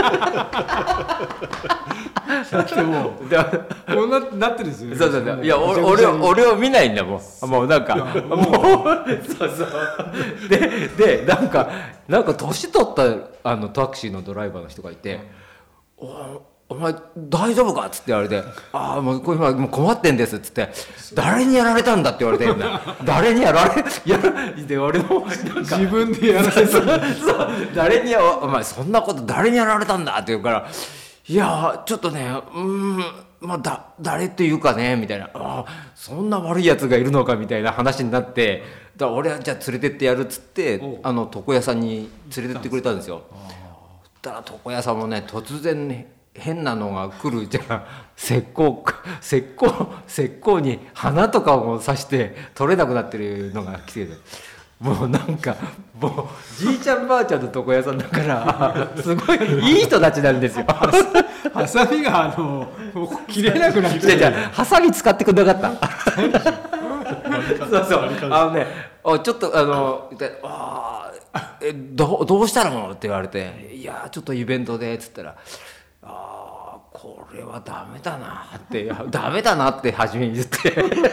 だってもうこう な, なってるんですよね。 そうそうそういや俺 俺, 俺を見ないんだもんもうなんかもうそうそうででなんかなんか年取ったあのタクシーのドライバーの人がいて、うん、おお前大丈夫かっつって言われてああもうこれ今もう困ってんですっつって誰にやられたんだって言われてるんだ誰にやられやらで俺もなんか自分でやられたんだそう誰にやお前そんなこと誰にやられたんだって言うからいやちょっとねうーんまあだ誰っていうかねみたいなあそんな悪いやつがいるのかみたいな話になってだから俺はじゃあ連れてってやるっつってあの床屋さんに連れてってくれたんですよ。そしたら床屋さんもね突然ね変なのが来るじゃん。石膏石膏石膏に花とかを刺して取れなくなってるのが来てる。もうなんかもうじいちゃんばあちゃんの床屋さんだからすごいいい人たちなんですよ。 ハサミがあの切れなくなっちゃう。 ハサミ使ってくれなかった。そうそうあのねおちょっとあのであえ ど, どうしたのって言われていやちょっとイベントでっつったらあこれはダメだなってダメだなって初めに言って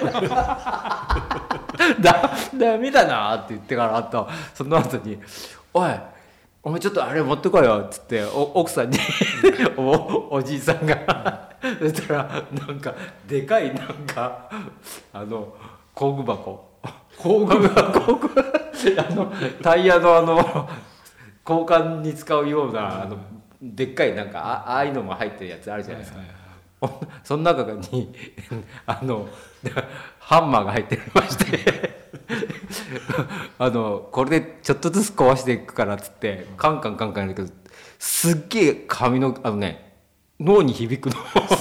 だダメだなって言ってからあとその後においお前ちょっとあれ持ってこいよっつってお奥さんにお, おじいさんがそしたらなんかでかいなんかあの工具箱工具箱あのタイヤのあの交換に使うようなあのでっかいなんか あ, ああいうのも入ってるやつあるじゃないですか、はいはいはい、その中にあのハンマーが入ってましてあのこれでちょっとずつ壊していくからっつってカンカンカンカンやるけどすっげえ髪のあのね脳に響くの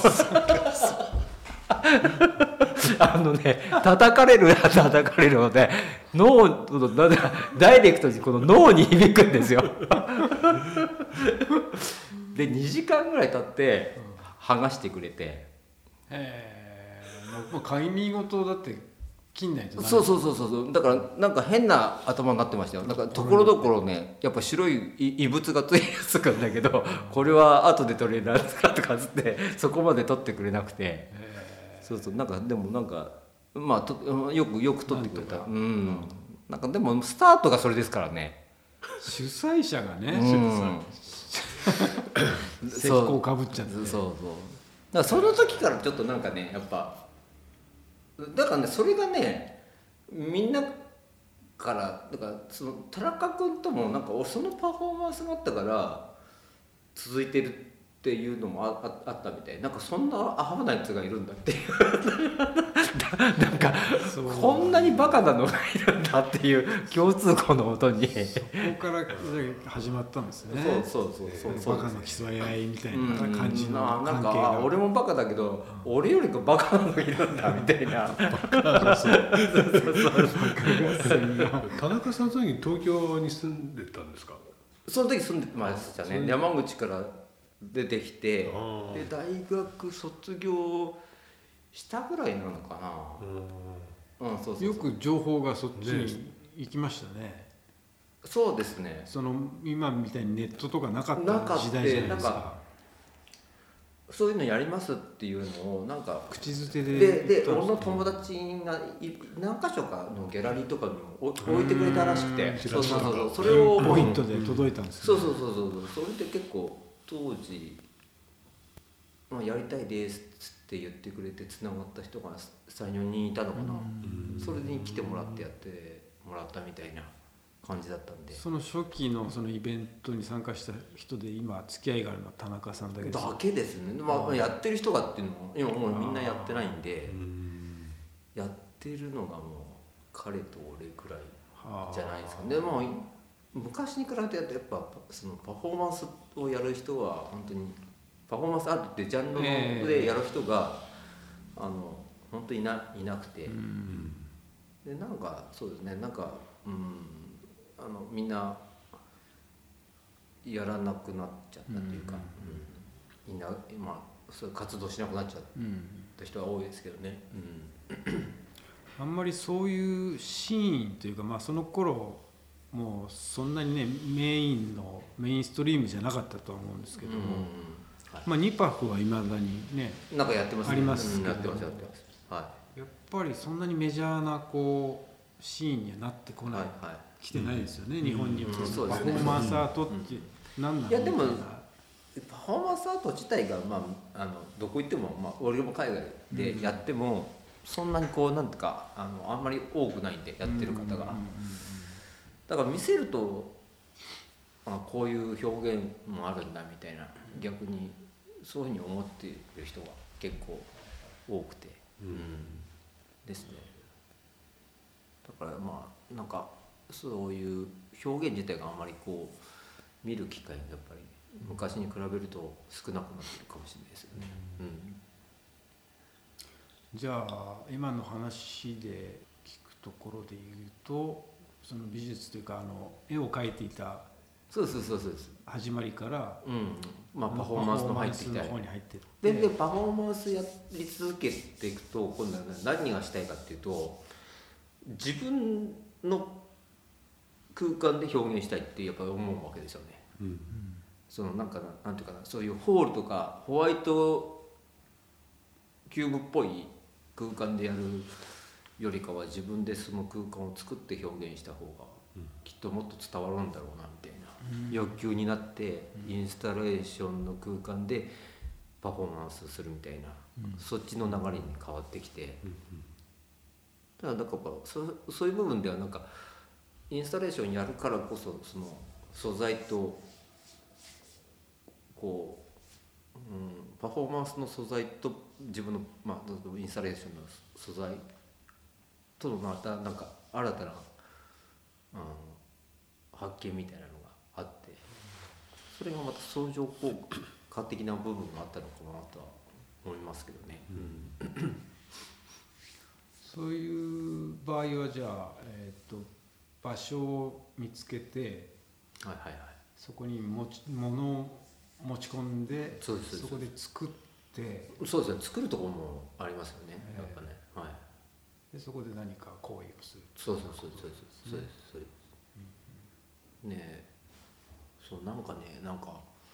あのね叩かれる叩かれるので脳のダイレクトにこの脳に響くんですよでにじかんぐらい経って剥がしてくれて、へえもう髪ごとだって切んないと。 そうそうそうそうだからなんか変な頭になってましたよ。だからところどころねやっぱ白い異物がついてるんだけどこれは後で取れなんですかとかつってそこまで取ってくれなくて、そうそうなんかでもなんかまあとよくよく取ってくれた。うんなんかでもスタートがそれですからね。 主催者がね、 うん石膏かぶっちゃって。 そうそうだからその時からちょっとなんかねやっぱだからねそれがねみんなからだからその田中君ともなんかそのパフォーマンスがあったから続いてるっていうのも あ, あ, あったみたい。なんかそんなアホなやつがいるんだっていうなんかこんなにバカなのがいるんだっていう共通項のもとにそこから始まったんですね。 そうそうそうそうバカの競い合いみたいな感じの関係が、 うん、なんか俺もバカだけど、うん、俺よりかバカなのがいるんだみたいな田中さんの時に東京に住んでたんですか？ その時住んでましたね。山口から出てきてで大学卒業したぐらいなのかな。うん、そうそうそうよく情報がそっちに行きましたね。 そうですね。 その今みたいにネットとかなかった時代じゃないですか。なんかそういうのやりますっていうのをなんか口づてででで俺の友達が何か所かのギャラリーとかにも置いてくれたらしくて、そうそうそうそれをポイントで届いたんですよ、ね、そうそうそうそうそれで結構当時、まあ、やりたいですって言ってくれてつながった人がさんよにんいたのかな。それに来てもらってやってもらったみたいな感じだったんで、 その初期のそのイベントに参加した人で今付き合いがあるのは田中さんだけです。 だけですね。まあ、やってる人がっていうのも今もうみんなやってないんで、やってるのがもう彼と俺くらいじゃないですか。でも昔に比べてやっぱそのパフォーマンスをやる人は本当にパフォーマンスアートってジャンルでやる人が、えー、あの本当にいな、いなくて、でなんかそうですねなんかうんあのみんなやらなくなっちゃったというか、うん、みんなまあそういう活動しなくなっちゃった人は多いですけどね、うん、 あんまりそういうシーンというか、まあ、その頃もうそんなにねメインのメインストリームじゃなかったとは思うんですけども、うんはいまあ、ニパフはいまだにねなんかやってますね、 ありますけど、 うん、やってますやってます、はい、 やっぱりそんなにメジャーなこうシーンにはなってこない、はいはい来てないですよね、うん、日本にも、うん、パフォーマンスアートって何なの、うん、いやでもパフォーマンスアート自体が、まあ、あのどこ行っても、まあ、俺も海外でやっても、うん、そんなにこうなんとかあのあんまり多くないんでやってる方が、だから見せるとあこういう表現もあるんだみたいな逆にそういうふうに思っている人が結構多くて、うん、ですね。 だからまあなんかそういう表現自体があまりこう見る機会がやっぱり昔に比べると少なくなっているかもしれないですよね。うんうん、じゃあ今の話で聞くところで言うと、その美術というかあの絵を描いていたそうそうそうそうです始まりから、 うんまあ、パフォーマンスの入ってきたり方に入ってって、 ででパフォーマンスやり続けていくと今度は何がしたいかっていうと、自分の空間で表現したいってやっぱり思うわけですよね。うん、そのなんかなんていうかな、そういうホールとかホワイトキューブっぽい空間でやるよりかは自分でその空間を作って表現した方がきっともっと伝わるんだろうなみたいな欲求になって、インスタレーションの空間でパフォーマンスするみたいな、そっちの流れに変わってきて、だからなんかそそういう部分ではなんかインスタレーションやるからこそその素材とこう、うん、パフォーマンスの素材と自分の、まあ、インスタレーションの素材とのまたなんか新たな、うん、発見みたいなのがあって、それがまた相乗効果的な部分があったのかなとは思いますけどね。うん、 そういう場合はじゃあ、えー、と場所を見つけて、 はいはいはい、 そこに持ち物を持ち込んで、そこで作って、 そうですね、作るところもありますよね、えー、やっぱね、はい、 でそこで何か行為をする。 そうそうそうそうそうですそうです、うん、ねえ、そうなんかね、なんか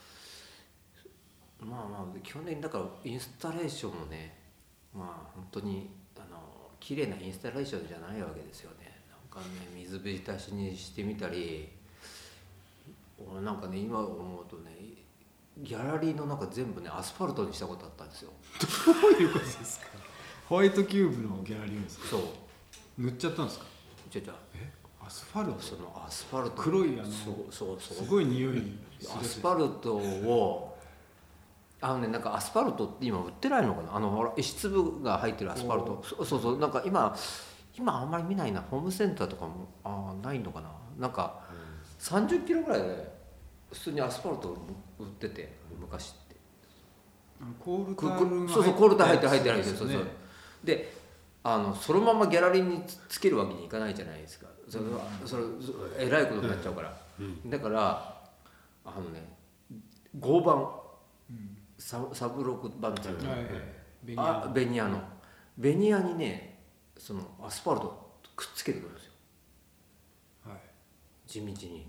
まあまあ基本的にだからインスタレーションもね、まあ本当にあの綺麗なインスタレーションじゃないわけですよね。なんかね、水浸しにしてみたり、俺なんかね今思うとね、ギャラリーの中全部ねアスファルトにしたことあったんですよ。 どういうことですか？ホワイトキューブのギャラリーですか？ そう。 塗っちゃったんですか？ ちゃちゃ。 え？アスファルト？ そのアスファルト。 黒いあの。 そうそうそう。 すごい匂い。 アスファルトをあのね、なんかアスファルトって今売ってないのかな、あのほら石粒が入ってるアスファルト、そうそうそう、なんか今今あんまり見ないな、ホームセンターとかもあないのかな、なんかさんじゅっキロぐらいで普通にアスファルト売ってて、昔ってコールターそうそう、コールター入って入ってないですよ、そうそうで、あのそのままギャラリーにつけるわけにいかないじゃないですか、それはそれえらいことになっちゃうから、だからあのね合板、サ, サブロック板っていうの、はいはい、ベニヤあベニヤのベニヤにね、そのアスファルトくっつけてくるんですよ、はい、地道に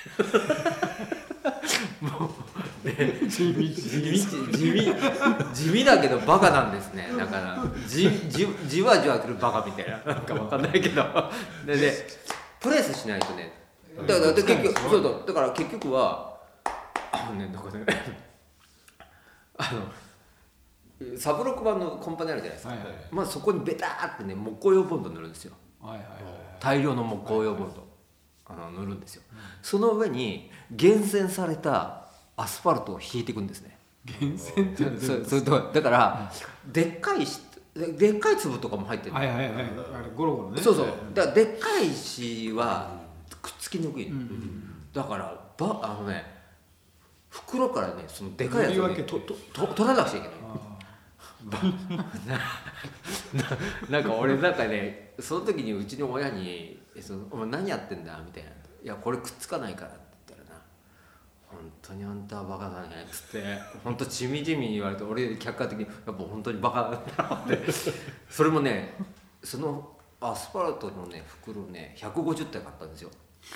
もう、ね、地味地味地味地味だけどバカなんですね。だからじじじわじわくるバカみたいな、なんかわかんないけどででプレスしないとね、だからで結局そうだだから結局はあのねなんかねあのサブロック版のコンパネあるじゃないですか、はいはいはい、まずそこにベターってね木工用ボンド塗るんですよ、はいはいはい、大量の木工用ボンド、はいはい、あの塗るんですよ、うん、その上に厳選されたアスファルトを引いていくんですね。 厳選っていうのそそれとだから、うん、でっかいでっかい粒とかも入ってる、 はいはいはい、ゴロゴロね、 そうそう、だからでっかい石はくっつきにくい、うんうん、だからばあのね袋からね、そのでかいやつを、ね、ととと取らなくちゃいけないな, なんか俺なんかね、その時にうちの親にその「お前何やってんだ?」みたいな「いやこれくっつかないから」って言ったらな「本当にあんたはバカだね」っつって本当ちみじみに言われて、俺客観的にやっぱ本当にバカだなってそれもね、そのアスファルトのね袋ねひゃくごじゅってん買ったんですよ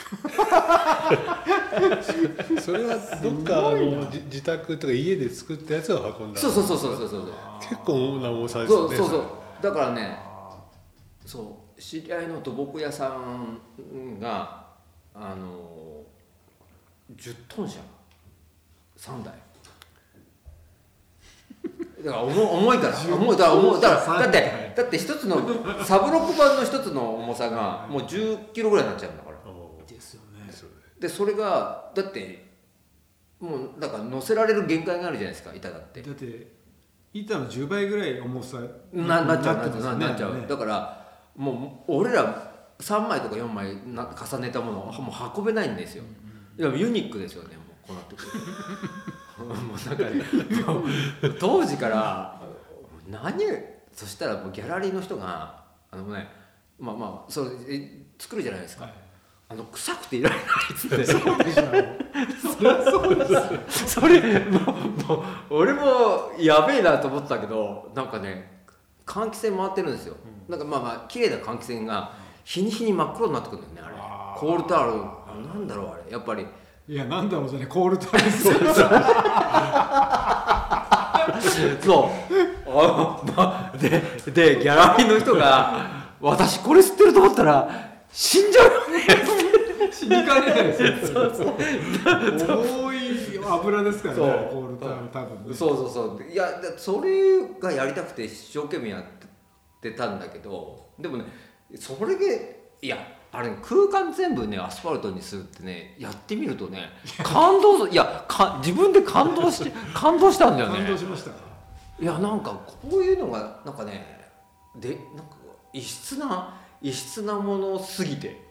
それはどっかあの自宅とか家で作ったやつを運んだ。 そうそうそうそうそうそう。 結構な重さですね。 そうそうそう。だからね、そう知り合いの土木屋さんがあのじゅっトン車さんだい。だから重重いから重いだから重いだからだってだって一つのサブロック板の一つの重さがもうじゅっキロぐらいになっちゃうんだから。 ですよね。 でそれがだってもうだから乗せられる限界があるじゃないですか、板だって。 だって板のじゅうばいぐらい重さななっちゃうなっちゃうなっちゃう、ね、だからもう俺らさんまいとかよんまいな重ねたものをもう運べないんですよ。いやユニークですよね、もうこうなってくるもうなんかねもう当時から何そしたらもうギャラリーの人があのねまあまあそれ作るじゃないですか、はい、あの臭くていられないっつってそうでしょそれそうですそれもうもう俺もやべえなと思ったけどなんかね換気扇回ってるんですよ、うん、なんかまあまあ綺麗な換気扇が日に日に真っ黒になってくるんだよね、あれあコールタオルなんだろうあれやっぱりいやなんだろうじゃねコールタオルそうそうあ、まあ、で, でギャラリーの人が私これ吸ってると思ったら死んじゃうよね死にかねないですよそうそう重い油ですからねコールタオル多分ねそうそうそういやそれがやりたくて一生懸命やってたんだけどでもねそれでいやあれ、ね、空間全部ねアスファルトにするってねやってみるとね感動いやか自分で感動して感動したんだよね感動しましたいやなんかこういうのがなんかねでなんか異質な異質なものすぎて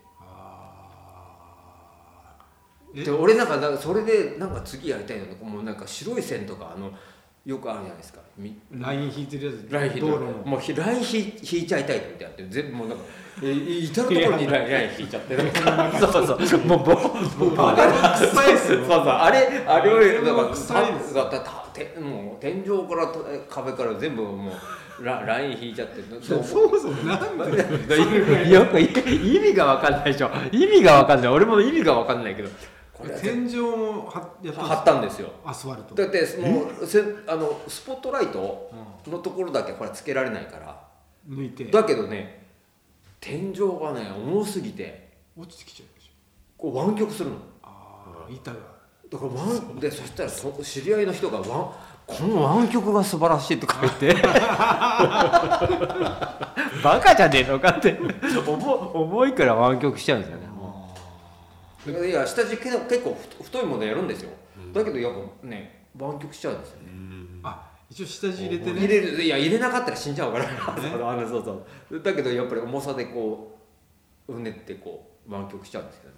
あで俺なんかそれでなんか次やりたいのもうなんか白い線とかあのよくあるじゃないですかライン引いてるやつライン引いてるもうライン引いちゃいたいってやって全部もうなんかえ至るところにライン引いちゃってるそうそうそうもうもうバカ臭いですよそうそうあれあれよりだから臭いですだたもう天井から壁から全部もうラライン引いちゃってそうそうそうなんでよく意味が分かんないでしょ意味が分かんない俺も意味が分かんないけど天井もやった貼ったんですよアスファルトだってもうせあのスポットライトのところだけこれつけられないから抜いてだけどね天井がね重すぎて落ちてきちゃうでしょこう湾曲するのああ板がだからワンでそしたらそ知り合いの人がワンこの湾曲が素晴らしいとか言ってバカじゃねえのかって重いから湾曲しちゃうんですよねいや下地結構太いものやるんですよ、うん、だけどやっぱね湾曲しちゃうんですよね、うん、 あ一応下地入れてね入れるいや入れなかったら死んじゃうから、ね、そうそうだけどやっぱり重さでこううねってこう湾曲しちゃうんですよね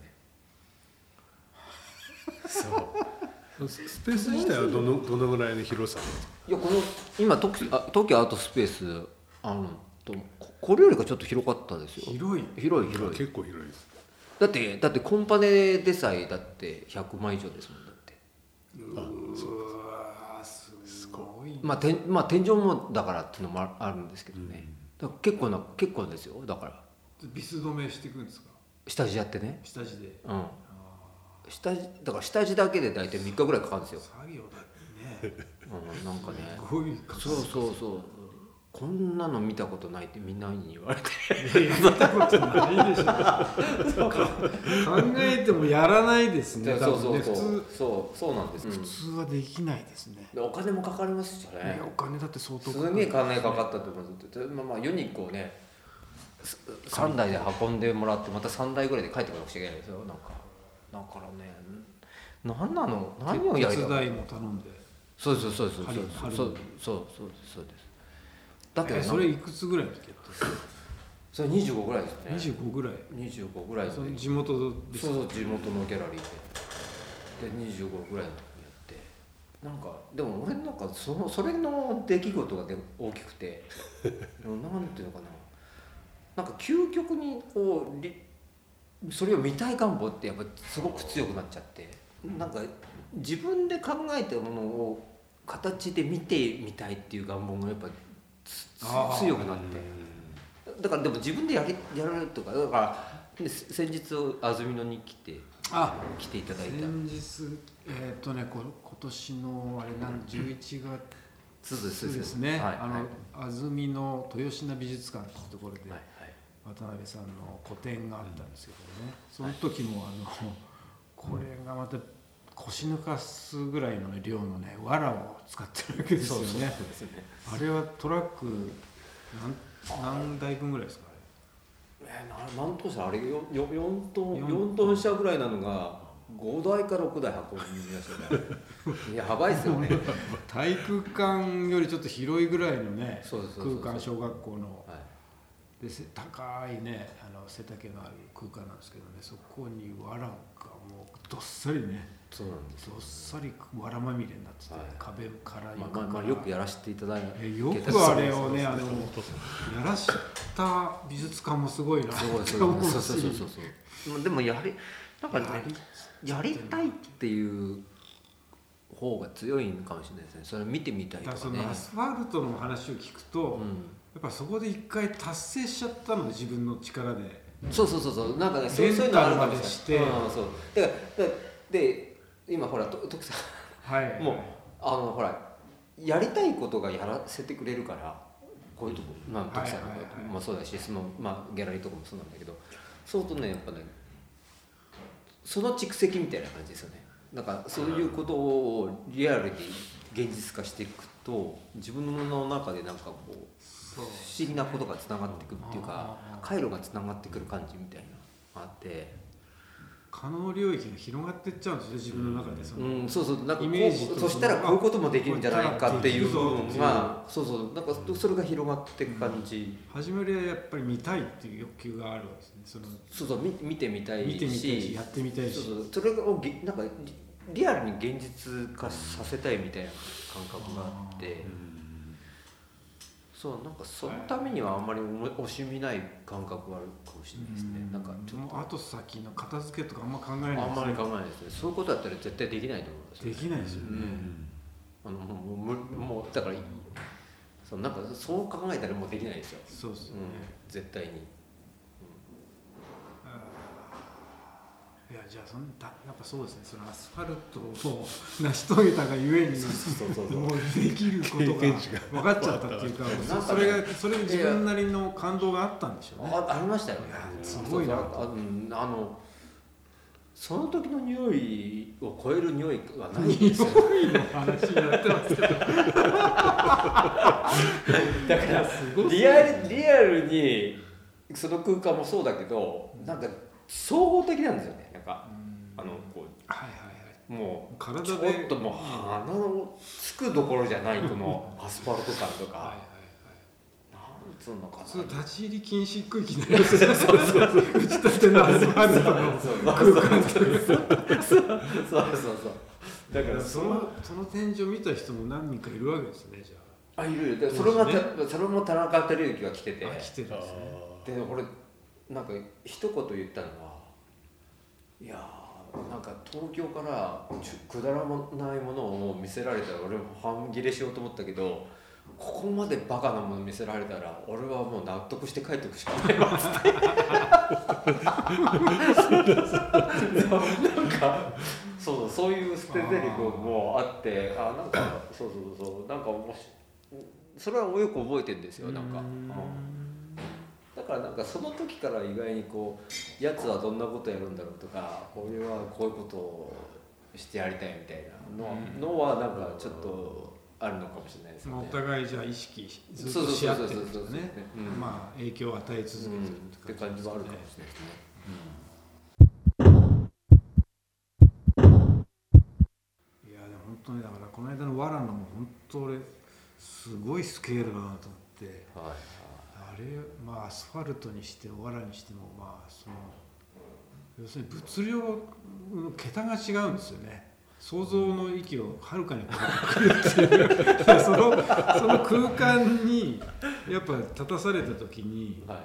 そうスペース自体はどのどのぐらいの広さいやこの今東京アートスペースあのとこれよりかちょっと広かったですよ広い広い広い結構広いですだってだってコンパネでさえだってひゃくまい以上ですもんだってうわすごいまあ天まあ天井もだからっていうのもあるんですけどね、うん、だから結構な結構ですよだからビス止めしていくんですか下地やってね下地でうん下地だから下地だけで大体みっかぐらいかかるんですよ作業だってね、 うん、なんかねすごいそうそうそうこんなの見たことないってみんなに言われて見たことないでしょ考えてもやらないですねそうそうそうそうそうそうなんです、 普通はできないですねお金もかかりますしねお金だって相当すげえ金かかったと思うまあまあユニックをねさんだいで運んでもらってまたさんだいぐらいで帰ってこなくちゃいけないですよなんかだからね何なの何をやりたい手伝いも頼んでそうそうそうそうそうそうそうそうそうですだけどそれいくつぐらいの時やったんですかそれにじゅうごぐらいですねにじゅうごぐらいにじゅうごぐらいでその地元ですそうそう地元のギャラリーででにじゅうごぐらいの時にやってなんかでも俺なんかそのそれの出来事がで大きくてなんていうのかななんか究極にこうそれを見たい願望ってやっぱすごく強くなっちゃってなんか自分で考えたものを形で見てみたいっていう願望がやっぱ強くなってだからでも自分でやりやられるとかだから先日安曇野に来てあ来ていただいた先日えっ、ー、とねこ今年のあれなんじゅういちがつですね、はい、あの、はい、安曇野豊品美術館っていうところで、はいはい、渡辺さんの個展があったんですけどね、うん、その時もあのこれがまた腰抜かすぐらいの、ね、量のね藁を使ってるわけですよね。そうそうですね。あれはトラック何何台分ぐらいですかあれ？えー、何トン車あれよよんトンよんトン車ぐらいなのがごだいかろくだい運びましたね。いややばいですよね。 体育館よりちょっと広いぐらいのねそうそうそうそう空間小学校の、はい、 で高いねあの背丈のある空間なんですけどね、そこに藁がもうどっさりね、 そうなんですどっさり藁まみれになってて、はい、壁から床から、 まあまあ、よくやらせていただいて、 よくあれをね、あれをやらした美術館もすごいなって思うし、そうそうそうそうでもやりなんかねやりたいっていう方が強いのかもしれないですね。それ見てみたいとかね。 そのアスファルトの話を聞くと、うん、やっぱそこで一回達成しちゃったので自分の力で。 そうそうそうそうなんかねそういうのあるかもしれない。うん、そうだからで今ほら徳さん、はい、もうあのほらやりたいことがやらせてくれるからこういうとこまあ徳さんもそうだし、そのまあギャラリーとかもそうなんだけど、そうするとねやっぱねその蓄積みたいな感じですよね。なんかそういうことをリアルに現実化していくと自分の中でなんかこう不思議なことがつながっていくっていうか回路がつながってくる感じみたいなのがあって、 可能領域が広がっていっちゃうんですよ自分の中で。その、 うん、そうそうなんかイメージそしたらこういうこともできるんじゃないかっていう部分がそうそうなんかそれが広がっていく感じ、 うん、始まりはやっぱり見たいっていう欲求があるわけですね。そのそうそう見見てみたいし見てみたいしやってみたいし、 そうそうそれをなんかリアルに現実化させたいみたいな感覚があって、そうなんかそのためにはあんまり惜しみない感覚があるかもしれないですね。なんかちょっと後先の片付けとかあんま考えないですね。 あんまり考えないですね。そういうことだったら絶対できないと思います、 ね。できないですよね。うん、 あのもうもうだからそうなんかそう考えたらもうできないですよ。 そうですね、うん。 絶対に。 いやじゃあそんだやっぱそうですね。そのアスファルトを成し遂げたがゆえにもうできることが分かっちゃったっていうか、それがそれに自分なりの感動があったんでしょうね。 あ, ありましたよね。 すごいな。あ, あのその時の匂いを超える匂いはないですよ。 匂いの話になってますけど。 だからリアルリアルにその空間もそうだけど、なんか総合的なんですよね。なんかあのこう、 はいはいはい、 もう体でちょっともう鼻のつくどころじゃないこのアスファルト感とか。はいはいはい、なんつうのかな。 それ立ち入り禁止区域になりますよね。そうそうそう。打ち立てのアスファルトの空間という。そうそうそう。 だからそのその展示を見た人も何人かいるわけですね。じゃあ。あいる。でそれがそれも田中照之が来てて。 来てたんですね。 で俺なんか一言言ったのは。いやーなんか東京からくだらないものを見せられたら俺も半切れしようと思ったけど、ここまでバカなもの見せられたら俺はもう納得して帰ってくしかないわっつってなんかそうそういう捨て台詞もあって、あなんかそうそうそうなんかもしそれはよく覚えてるんですよ。なんかだからなんかその時から意外にこうやつはどんなことやるんだろうとか、俺はこういうことをしてやりたいみたいな の,、のはなんかちょっとあるのかもしれないですね。 お互いじゃあ意識ずっとし合ってるんですね。まあ影響を与え続けてるって感じはあるかもしれないですね。 いやでも本当にだからこの間のワラのも本当俺すごいスケールだなと思って。はい。あれまあアスファルトにして藁にしてもまあその要するに物量の桁が違うんですよね。想像の域をはるかに超えてくるっていうそのその空間にやっぱ立たされた時に、はいはい、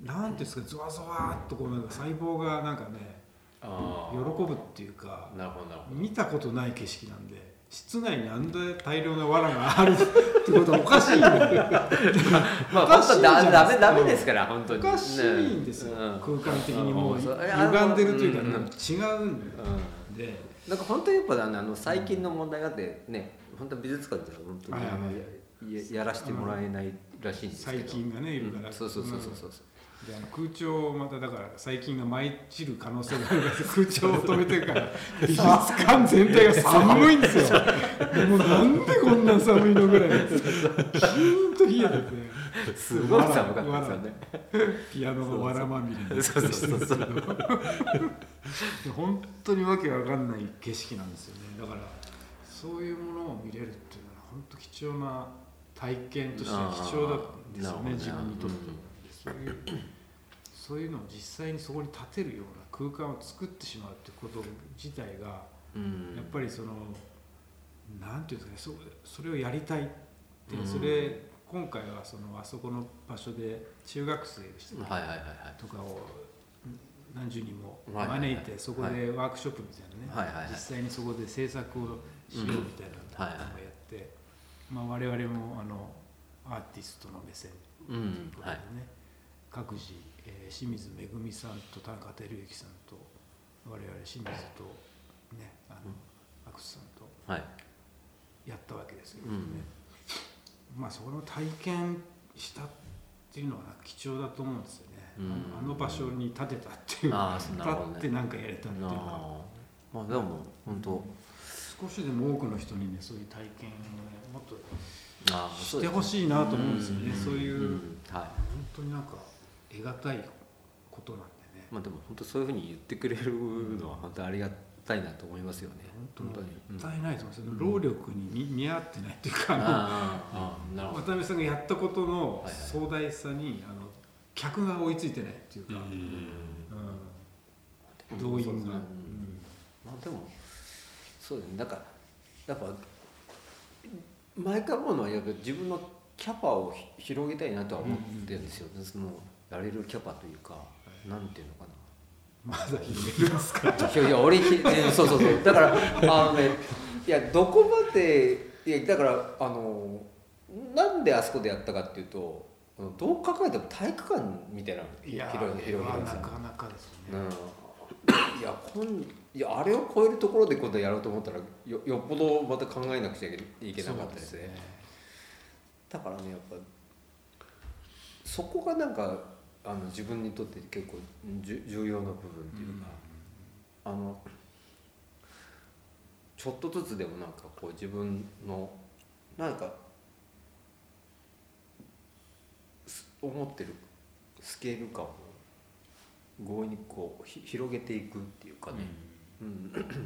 なんていうんですかゾワゾワっとこうなんか細胞がなんかね喜ぶっていうか、 なるほどなるほど、 見たことない景色なんで。室内にあんな大量な藁があるってことはおかしいんだよ。 まあ本当だダメダメですから本当に。 おかしいんですよ。うん、空間的にもう歪んでるというか、うん、違うんで、 うん。なんか本当にやっぱあの最近の問題があってね、本当美術館では本当に、はいはい、や, やらせてもらえないらしいんですけど。 細菌がねいるから。うん、 そうそうそうそうそう。 であの空調まただから細菌が舞い散る可能性があるから空調を止めてるから美術館全体が寒いんですよ。もうなんでこんな寒いのぐらいキーンと冷えててすごい寒かったですよね。 ピアノのわらまみれになってるんですけど本当にわけわかんない景色なんですよね。だからそういうものを見れるっていうのは本当貴重な体験として貴重だったんですよね、自分にとって。そそういうそういうのを実際にそこに立てるような空間を作ってしまうってこと自体が、うん、やっぱりそのなんていうんですかね、そ, それをやりたいって、うん、それ今回はそのあそこの場所で中学生でした、はいはいはいはい、とかを何十人も招いてそこでワークショップみたいなね、はいはいはい、実際にそこで制作をしようみたいなのをやって、うんはいはいまあ、我々もあのアーティストの目線ということでね、うんはい、各自、えー、清水めぐみさんと田中照之さんと我々清水とねあの、うん、阿久津さんとやったわけですけどね、うん、まあその体験したっていうのは貴重だと思うんですよね、うん、あの、あの場所に立てたっていう、あー、立ってなんかやれたっていうのは、 まあでも本当少しでも多くの人にねそういう体験をねもっとしてほしいなと思うんですよね。そういう、うんはい、本当になんか得難いことなんでね。 まあでも本当そういうふうに言ってくれるのは本当ありがたいなと思いますよね。 本当にもったいないと思いますよ、うん、労力に見合ってないっていうか、あの渡辺さんがやったことの壮大さにあの客が追いついてないっていうか、うん、動員が、うん、 まあでもそうですね。なんかやっぱ毎回思うのはやっぱ自分のキャパを広げたいなとは思ってるんですよ、うんうん、そのやれるキャパというか、なんていうのかな、 まだ広げるんですかいやいや俺そうそうそうだからあのねいやどこまでいやだからあのなんであそこでやったかっていうとどう考えても体育館みたいなの広げ広げるんですよ。 なかなかですね、 うん、いやこんいやあれを超えるところで今度やろうと思ったら よ, よっぽどまた考えなくちゃいけなかったですね。ですねだからねやっぱそこがなんかあの自分にとって結構重要な部分っていうか、うん、あのちょっとずつでもなんかこう自分のなんか思ってるスケール感を強引にこう広げていくっていうかね、うんうん、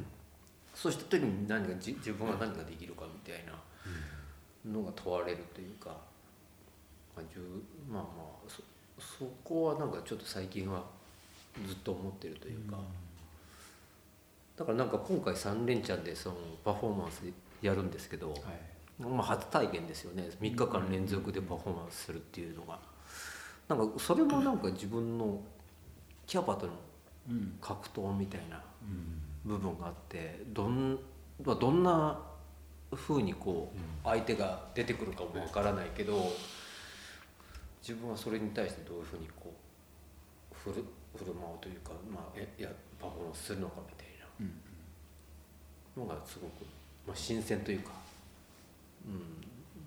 そうした時に何が自分が何ができるかみたいなのが問われるというか、まあまあまあ そ, そこはなんかちょっと最近はずっと思ってるというか、だからなんか今回さん連チャンでそのパフォーマンスやるんですけど、はいまあ、初体験ですよね。みっかかん連続でパフォーマンスするっていうのがなんかそれもなんか自分のキャパとの格闘みたいな部分があって、どん、どんな風にこう相手が出てくるかもわからないけど、自分はそれに対してどういう風にこう振る振る舞うというか、まあ、やパフォーマンスするのかみたいなのがすごく、まあ、新鮮というか、うん、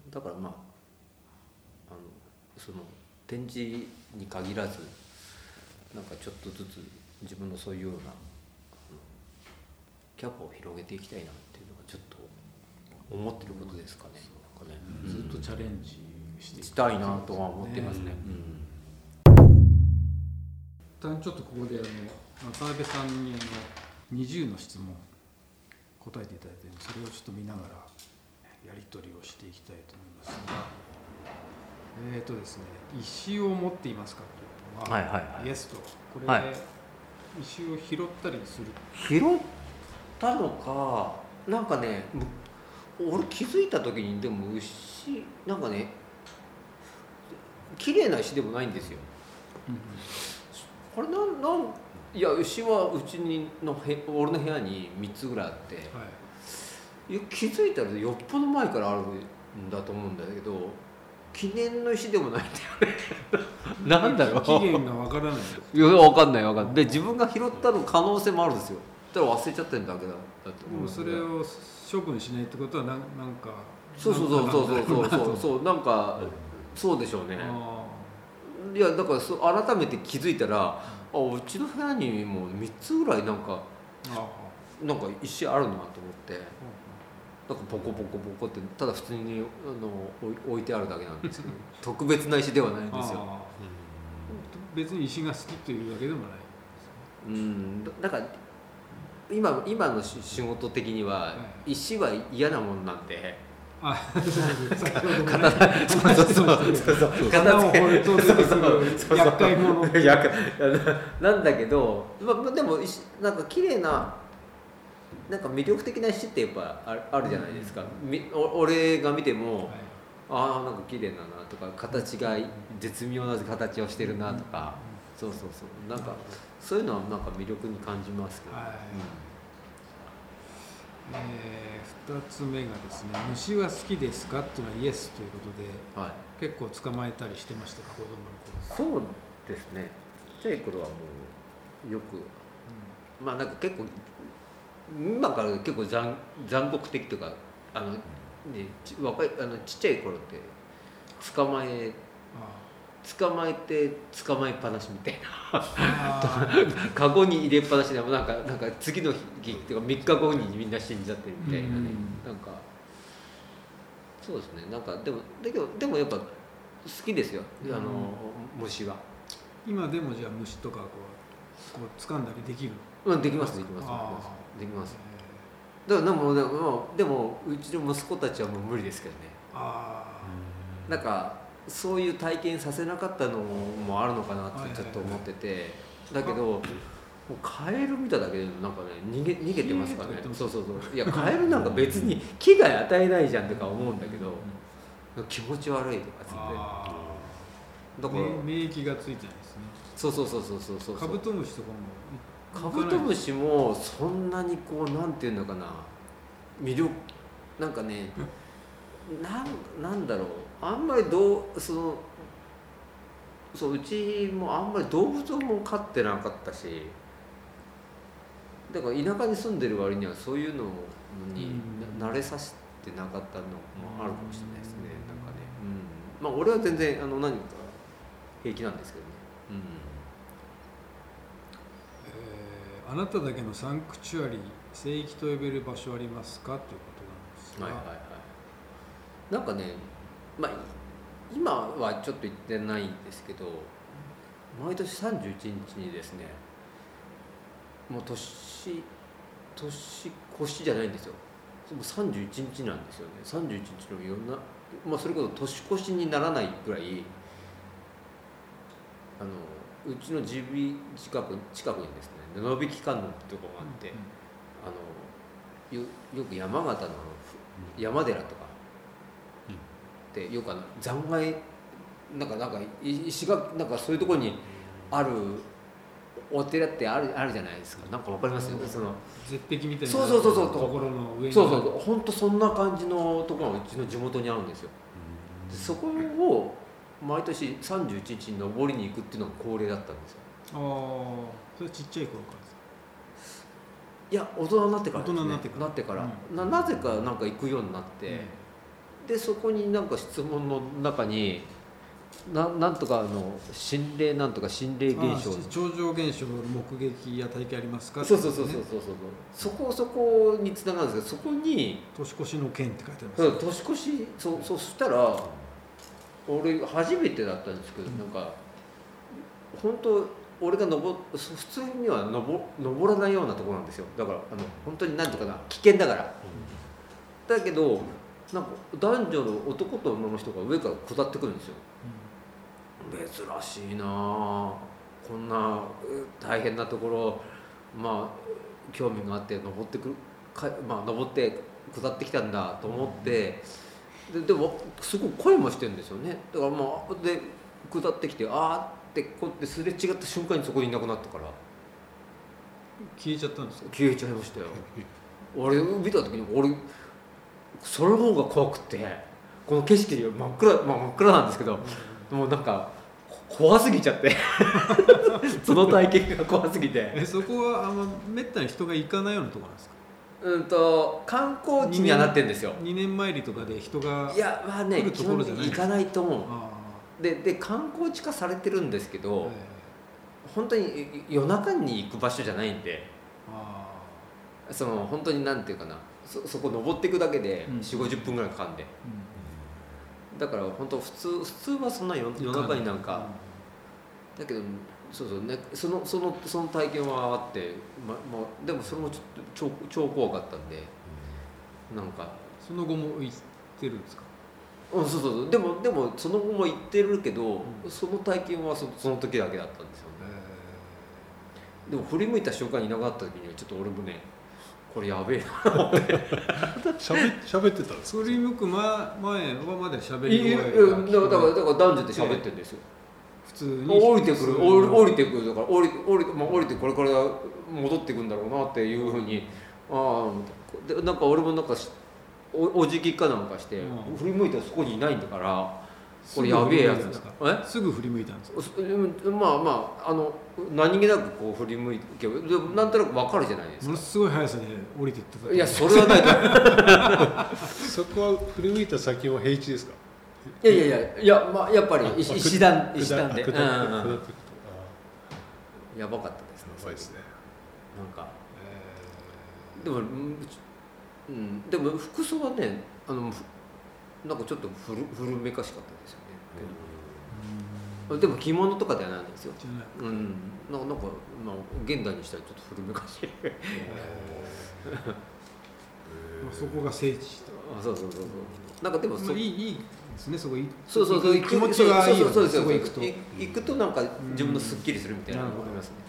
だからまああのその展示に限らずなんかちょっとずつ自分のそういうようなキャパを広げていきたいなっていうのがちょっと思ってることですかね。なんかね、 うん、ずっとチャレンジしてしたいなとは思ってますね。 一旦ちょっとここであの渡辺さんにあのにじゅうの質問答えていただいて、それをちょっと見ながらやり取りをしていきたいと思いますが、えーとですね、石を持っていますかというのは、はいはいはい、イエスと、これ、はい、石を拾ったりする。 拾ったのか、なんかね、俺気づいた時にでも石なんかね、綺麗な石でもないんですよ。うんうん、これなんなんいや石はうちにのへ俺の部屋にみっつぐらいあって、はい、いや気づいたらよっぽど前からあるんだと思うんだけど。記念の石でもないんだよねなんだろう期限がわからない。 いやわかんないわかんない。で自分が拾ったの可能性もあるんですよ。だから忘れちゃってるんだけど。だってもうそれを処分しないってことはなんなんかそうそうそうそうそうそうそうそうなんかそうでしょうね。いやだからそ改めて気づいたら、あうちの部屋にもうみっつぐらいなんかなんか石あるなと思って。なんかボコボコボコってただ普通にあの置いてあるだけなんですけど特別な石ではないんですよ。 別に石が好きというわけでもない。 うんだから今今の仕事的には石は嫌なもんなんで、 あ先ほどもね刀そうそうそうそうそう刀を掘ると出てくる厄介者厄介なんだけど、まあ、でもなんか綺麗ななんか魅力的な石ってやっぱある、あるじゃないですか、うん、み俺が見ても、はい、ああなんか綺麗だなとか形が絶妙な形をしてるなとか、うん、そうそうそうなんかそういうのはなんか魅力に感じますけど、はいうんえー、ふたつめがですね虫は好きですかっていうのはイエスということで、はい、結構捕まえたりしてましたか子供の頃。そうですねちっちゃい頃はもうよく、うん、まあなんか結構今から結構 残, 残酷的というかあの、ね、ち若いあのちっちゃい頃って捕まえ捕まえて捕まえっぱなしみたいなカゴに入れっぱなしでもなんかなんか次の日っていうかみっかごにみんな死んじゃってるみたいなね、うん、なんかそうですねなんかでもだけどでもやっぱ好きですよ、うん、あの虫は。 今でもじゃあ虫とかこうこう掴んだりできる？ うんできますできますできますだからでもでもでもうちの息子たちはもう無理ですけどね。あなんかそういう体験させなかったのもあるのかなってちょっと思ってて、だけどもうカエル見ただけでなんかね逃げ逃げてますからね。そうそうそういやカエルなんか別に危害与えないじゃんとか思うんだけど気持ち悪いとかつってだから免疫がついてないですね。 そうそうそうそうそうそうカブトムシとかもカブトムシもそんなにこうなんていうのかな魅力なんかねなんなんだろうあんまりどうそのそううちもあんまり動物も飼ってなかったしだから田舎に住んでる割にはそういうのに慣れさせてなかったのもあるかもしれないですねなんかね、うん、まあ俺は全然あの何か平気なんですけどね、うんえー、あなただけのサンクチュアリー聖域と呼べる場所ありますかということなんですが、はいはいはいなんかね、まあ、今はちょっと行ってないんですけど毎年さんじゅういちにちにですねもう年年越しじゃないんですよもうさんじゅういちにちなんですよねさんじゅういちにちのいろんな、まあ、それこそ年越しにならないぐらいあのうちの耳鼻近く近くにですね布引観音ってとこがあって、うんうん、あの よ, よく山形の山寺とかでよくあの残骸なんかなんか石がなんかそういうところにあるお寺ってあるあるじゃないですかなんかわかりますよその絶壁みたいなそうそうそうそうところの上にそうそう本当そんな感じのところがうちの地元にあるんですよでそこを毎年さんじゅういちにちに登りに行くっていうのが恒例だったんですよああそれちっちゃい頃からですかいや大人になってからですね大人になってから、 なってから、うん、な, なぜかなんか行くようになって、うんでそこになんか質問の中に な, なんとかの心霊なんとか心霊現象超常現象の目撃や体験ありますかそうそうそうそうそうそうそこそこにつながるんですけどそこに年越しの件って書いてあります、 ね、年越しそそしたら俺初めてだったんですけど、うん、なんか本当俺が登普通には 登, 登らないようなところなんですよだからあの本当に何とかな危険だから、うん、だけどなんか男女の男と女の人が上から下ってくるんですよ、うん、珍しいなこんな大変なところまあ興味があって登ってくるか、まあ、登って下ってきたんだと思って、うん、で, でもすごい声もしてるんですよねだからまあで下ってきてあーってこうやってすれ違った瞬間にそこにいなくなったから消えちゃったんですか消えちゃいましたよ俺見た時に俺その方が怖くてこの景色真っ暗、まあ、真っ暗なんですけど、うん、もうなんか怖すぎちゃってその体験が怖すぎてえそこはあんまめったに人が行かないようなところなんですかうんと観光地にはなってるんですよにねん参りとかで人がいやまあね基本的に行かないと思うでで観光地化されてるんですけど、はい、本当に夜中に行く場所じゃないんであその本当になんていうかな そ, そこ登っていくだけで よんじゅうごじゅっぷんぐらいかかんで、うん、だから本当普通普通はそんな 夜, 夜中になんか、うん、だけどそうそうねそのそのその体験はあって、ままあ、でもそれもちょっと 超, 超怖かったんで、うん、なんかその後もてるんですか？ うん、そうそうそう。でもでもその後も行ってるけど、うん、その体験は そ, その時だけだったんですよね。でも振り向いた瞬間にいなくなった時にはちょっと俺もね、これやべえなと思って喋ってたんですか？ 振り向く前はまで喋り声がだからだから男女で喋ってるんですよ。 普通に降りてくる降りてくるだから降り降り、まあ、降りてこれから戻ってくるんだろうなっていうふうに、ああでなんか俺もなんかおお辞儀かなんかして、うん、振り向いたらそこにいないんだからこれやべえやつですか？ えすぐ振り向いたんですか？ まあまああの何気なくこう振り向いてなんとなく分かるじゃないですか。 ものすごい速さで降りていった。 いやそれはないそこは振り向いた先は平地ですか？ いやいやいやいや、まあ、やっぱり石石段石段で、うんうん、やばかったですね。 やばいですね。 なんか、えー、でも、うん、でも服装はね、あのなんかちょっと古古めかしかったですよね。うん、でも着物とかではないんですよ。うん、なんかなんか、まあ、現代にしたらちょっと古めかしい。 そこが聖地と。 あ、そうそうそうそう。なんかでもそ、 まあ、いいいいですね、そこいそうそうそう気持ちがいいよね。 そうそうそうそう行くと行くとなんか自分のすっきりするみたいなのがありますね。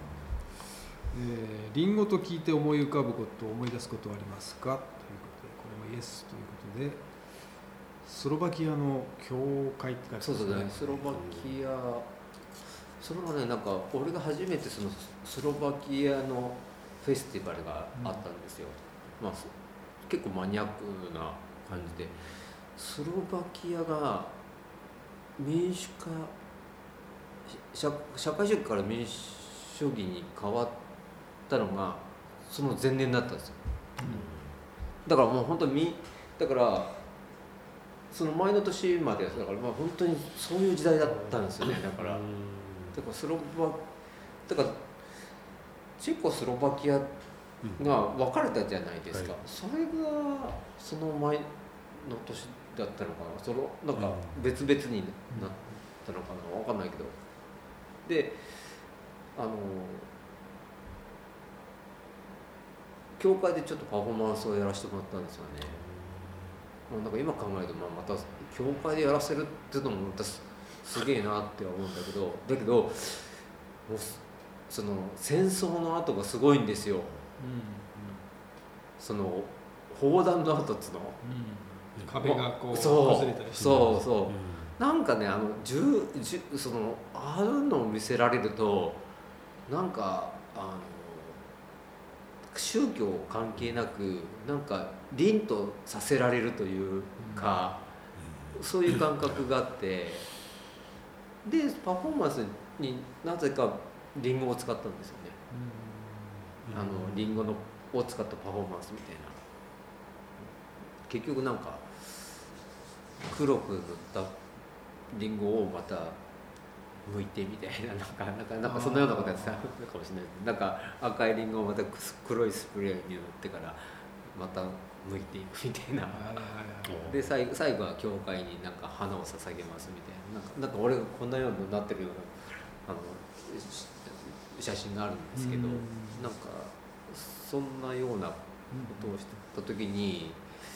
えー、リンゴと聞いて思い浮かぶこと思い出すことはありますかということで、これもイエスということで、スロバキアの教会って書いてますね。 そうそうね、スロバキア、それはね、なんか俺が初めてそのスロバキアのフェスティバルがあったんですよ。うん、まあ結構マニアックな感じで、スロバキアが民主化、社, 社会主義から民主主義に変わったのがその前年だったんですよ。うん、だからもう本当にだからその前の年までだからまあ本当にそういう時代だったんですよね。だからだからスロバだからチェコスロバキアが分かれたじゃないですか。はい、それがその前の年だったのかな。そのなんか別々になったのかな、分かんないけど。で、あの教会でちょっとパフォーマンスをやらせてもらったんですよね。なんか今考えると、まあ、また教会でやらせるっていうのもまた す, すげえなって思うんだけど、だけどもうその戦争の跡がすごいんですよ。うんうん、その砲弾の跡っつうの、 うん、壁がこう崩れたりして、 そうそう、うん、なんかね、あの銃銃そのああいうのを見せられるとなんかあの宗教関係なくなんか凛とさせられるというか、うん、そういう感覚があって、でパフォーマンスになぜかリンゴを使ったんですよね。うん、あのリンゴのを使ったパフォーマンスみたいな。結局なんか黒く塗ったリンゴをまた剥いてみたいな、なんかなんかなんかそんなようなことやってたかもしれない。なんか赤いリンゴをまた黒いスプレーに塗ってからまた剥いていくみたいな。で最後最後は教会になんか花を捧げますみたいな。なんかなんか俺がこんなようになってるようなあの写真があるんですけど、なんかそんなようなことをしてた時に、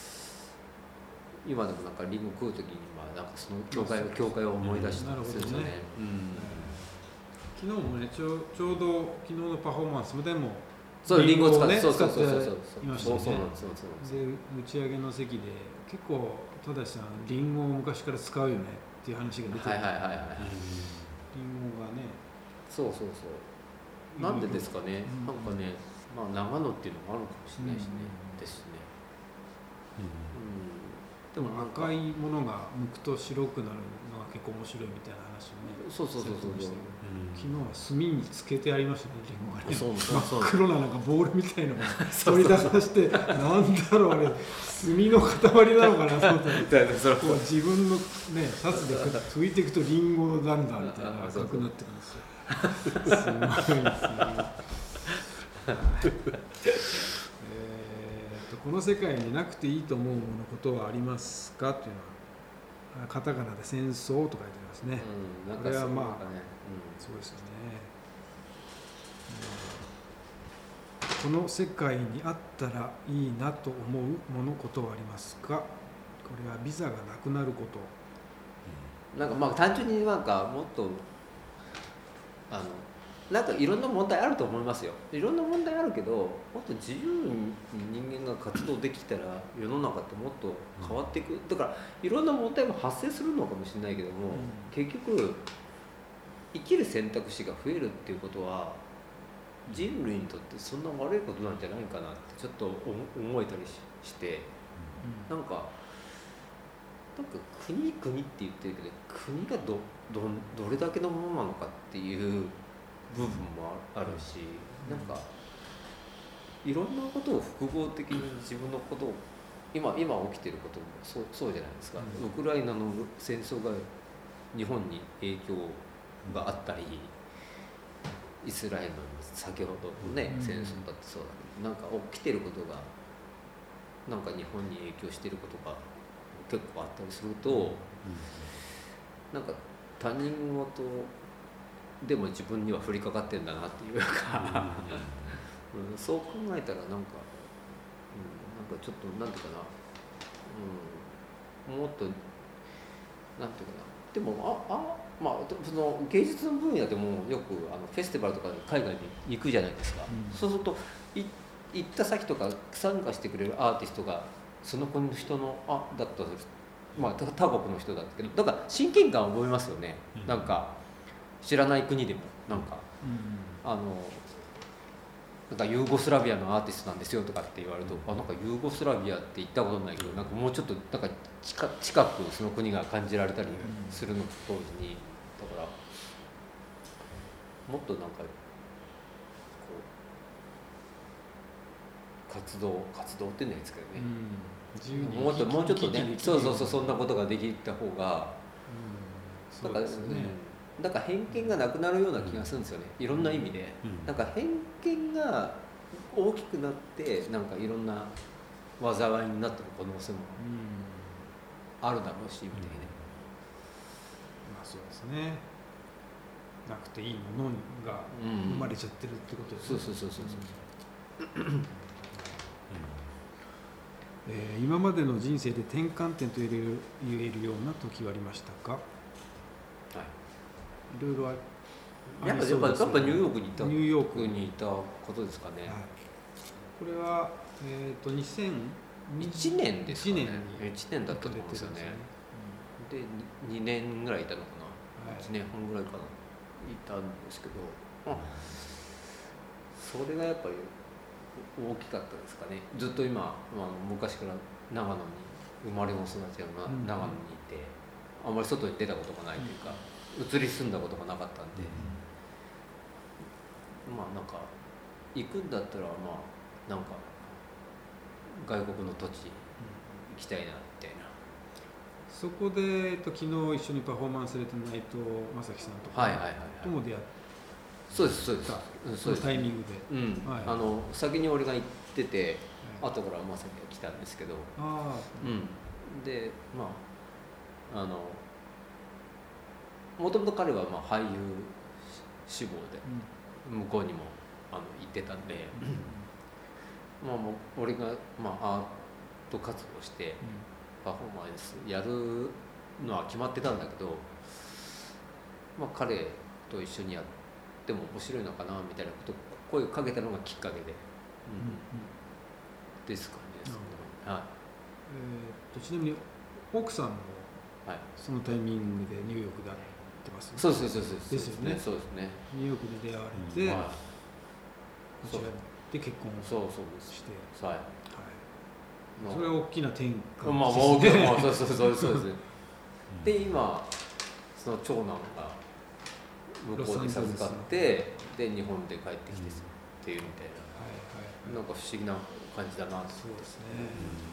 今でもなんかリンゴ食う時にまあなんかその教会教会を思い出したんですよね。 昨日もねちょうちょうど昨日のパフォーマンスでもそうリンゴを使って使っていましたね。 で打ち上げの席で結構正さんリンゴを昔から使うよねっていう話が出てる。 はいはいはいはい。リンゴがね。 そうそうそう。なんでですかね。なんかね、まあ長野っていうのもあるかもしれないしね。ですね。 でも赤いものが剥くと白くなるのが結構面白いみたいな話をね。 そうそうそうそう。 昨日は炭につけてありましたね、リンゴがね。 そうそうそう。 真っ黒ななんかボールみたいなのを取り出させて、なんだろうあれ、炭の塊なのかなと思ったら、こう自分のねシャツで拭いていくとリンゴなんだみたいな赤くなってくるんですよ。すごいですね。この世界になくていいと思うものことはありますかというのはカタカナで戦争と書いてありますね。うん、これはまあ、うん、そうですよね、うん。この世界にあったらいいなと思うものことはありますか。 これはビザがなくなること、 なんかまあ単純になんかもっとあのなんかいろんな問題あると思いますよ。いろんな問題あるけど、もっと自由に人間が活動できたら世の中ってもっと変わっていく。だからいろんな問題も発生するのかもしれないけども、うん、結局生きる選択肢が増えるっていうことは人類にとってそんな悪いことなんじゃないかなってちょっと思えたりして、うん、なんかなんか国国って言ってるけど、国が ど, ど, どれだけのものなのかっていう部分もあるし、なんかいろんなことを複合的に自分のことを 今, 今起きてることも そ, うそうじゃないですか、うん、ウクライナの戦争が日本に影響があったり、イスラエルの先ほどのね、うん、戦争だってそうだけど、なんか起きてることがなんか日本に影響してることが結構あったりすると、うん、なんか他人事でも自分には降りかかってんだなっていうか、うんうん、そう考えたらなんか、うん、なんかちょっとなんていうかな、うん、もっとなんていうかな、でもああまあその芸術の分野でもよくあのフェスティバルとか海外に行くじゃないですか、うん、そうするとい行った先とか参加してくれるアーティストがその国の人のあだったら、まあ、他国の人だったけど、だから親近感を覚えますよね、うん、なんか知らない国でもなんか、うん、あのなんかユーゴスラビアのアーティストなんですよとかって言われると、うん、あなんかユーゴスラビアって行ったことないけど、なんかもうちょっとなんか 近, 近くその国が感じられたりするのと同時に、だからもっとなんかこう活動活動って言うんですけどね、うん、もっともうちょっとね、そうそうそう、そんなことができた方が、うん、そうですね。なんか偏見がなくなるような気がするんですよね、いろんな意味で、うん、なんか偏見が大きくなってなんかいろんな災いになってる可能性もあるだろうしみたいな、うん、 まあそうですね、なくていいものが生まれちゃってるってことですね、うん、そうそうそうそうそう、うんえー、今までの人生で転換点と言える、言えるような時はありましたか？いろいろあやっぱやっぱやっぱニューヨークにいたニューヨークにいたことですかね。はい、 これはえっ、ー、とにせんいちねんですかね。 いちねんだったと思うんですよね。でにねんぐらいいたのかな。はい、いちねんはんぐらいかな、いたんですけど、まあ、それがやっぱり大きかったですかね。ずっと今、まあ、昔から長野に生まれも育ちが長野にいて、あんまり外に出たことがないというか。うん移り住んだことがなかったんで、うん、まあなんか行くんだったらまあなんか外国の土地行きたいなみたいな。 そこで、えっと、昨日一緒にパフォーマンスされた内藤正樹さんとかとも出会って、 そうですそうです、 そのタイミングで、 うんはい、あの先に俺が行ってて、はい、後から正樹が来たんですけど、あ、うん、でまああのもともと彼はまあ俳優志望で向こうにもあの行ってたんで、うん、まあもう俺がまあアート活動してパフォーマンスやるのは決まってたんだけど、まあ彼と一緒にやっても面白いのかなみたいなことを声をかけたのがきっかけで、うんうん、ですかね。はい。 えー、とちなみに奥さんもそのタイミングでニューヨークで会ってます、ね、 そうそうそうそうですよね。 そうですね。 ニューヨークで出会われて、うん、はい、こちらで結婚そうそうして、はい、はい、 それは大きな転換、 まあ大きな、まあそうそうそうそうですね。で今その長男が向こうに授かって、で日本で帰ってきてっていうみたいな、なんか不思議な感じだなと。 そうですね。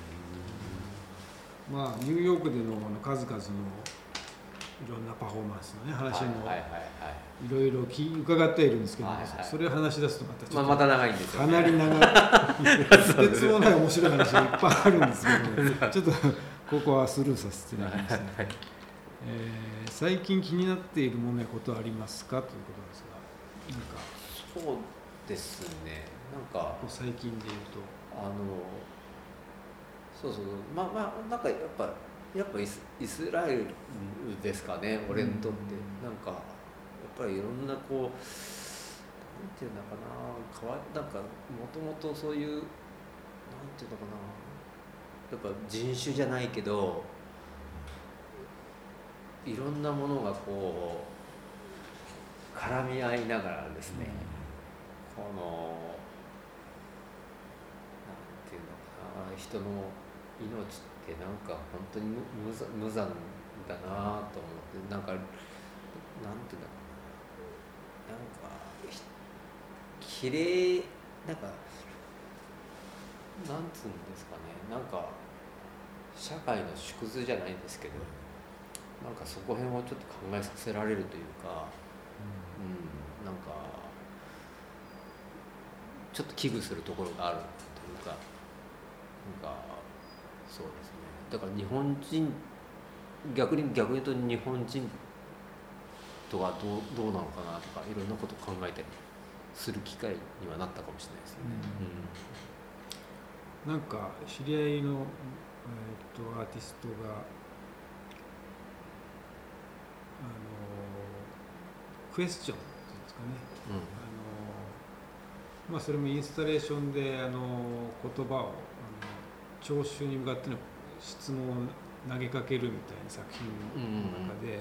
うん、まあニューヨークでの数々のいろんなパフォーマンスのね話もいろいろ伺っているんですけど、はいはい、それを話し出すとまたちょっと、 まあ、また長いんですよ、ね、 かなり長いとてつもない面白い話がいっぱいあるんですけどちょっとここはスルーさせていただきますね、はい、えー、最近気になっているものやことはありますかということですが、なんかそうですね、なんか最近でいうとあのそうそうまあまあなんかやっぱやっぱイス、イスラエルですかね俺にとって、うん、なんかやっぱりいろんなこうなんていうんだかなかわなんかもともとそういうなんていうのかなやっぱ人種じゃないけどいろんなものがこう絡み合いながらですね、うん、このなんていうのかな人の命ってなんか本当に 無, 無残だなと思ってなんかなんていうんだろうなんかきれいなんかなんつうんですかねなんか社会の縮図じゃないですけどなんかそこへんをちょっと考えさせられるというか、うんうん、なんかちょっと危惧するところがあるというかなんかそうですねだから日本人逆に逆に言うと日本人とはどう、どうなのかなとかいろんなことを考えたりする機会にはなったかもしれないですね、 うんうん、なんか知り合いの、えー、っとアーティストがあのクエスチョンっていうんですかね、うん、あのまあ、それもインスタレーションであの言葉をあの聴衆に向かっての質問を投げかけるみたいな作品の中で、うんうん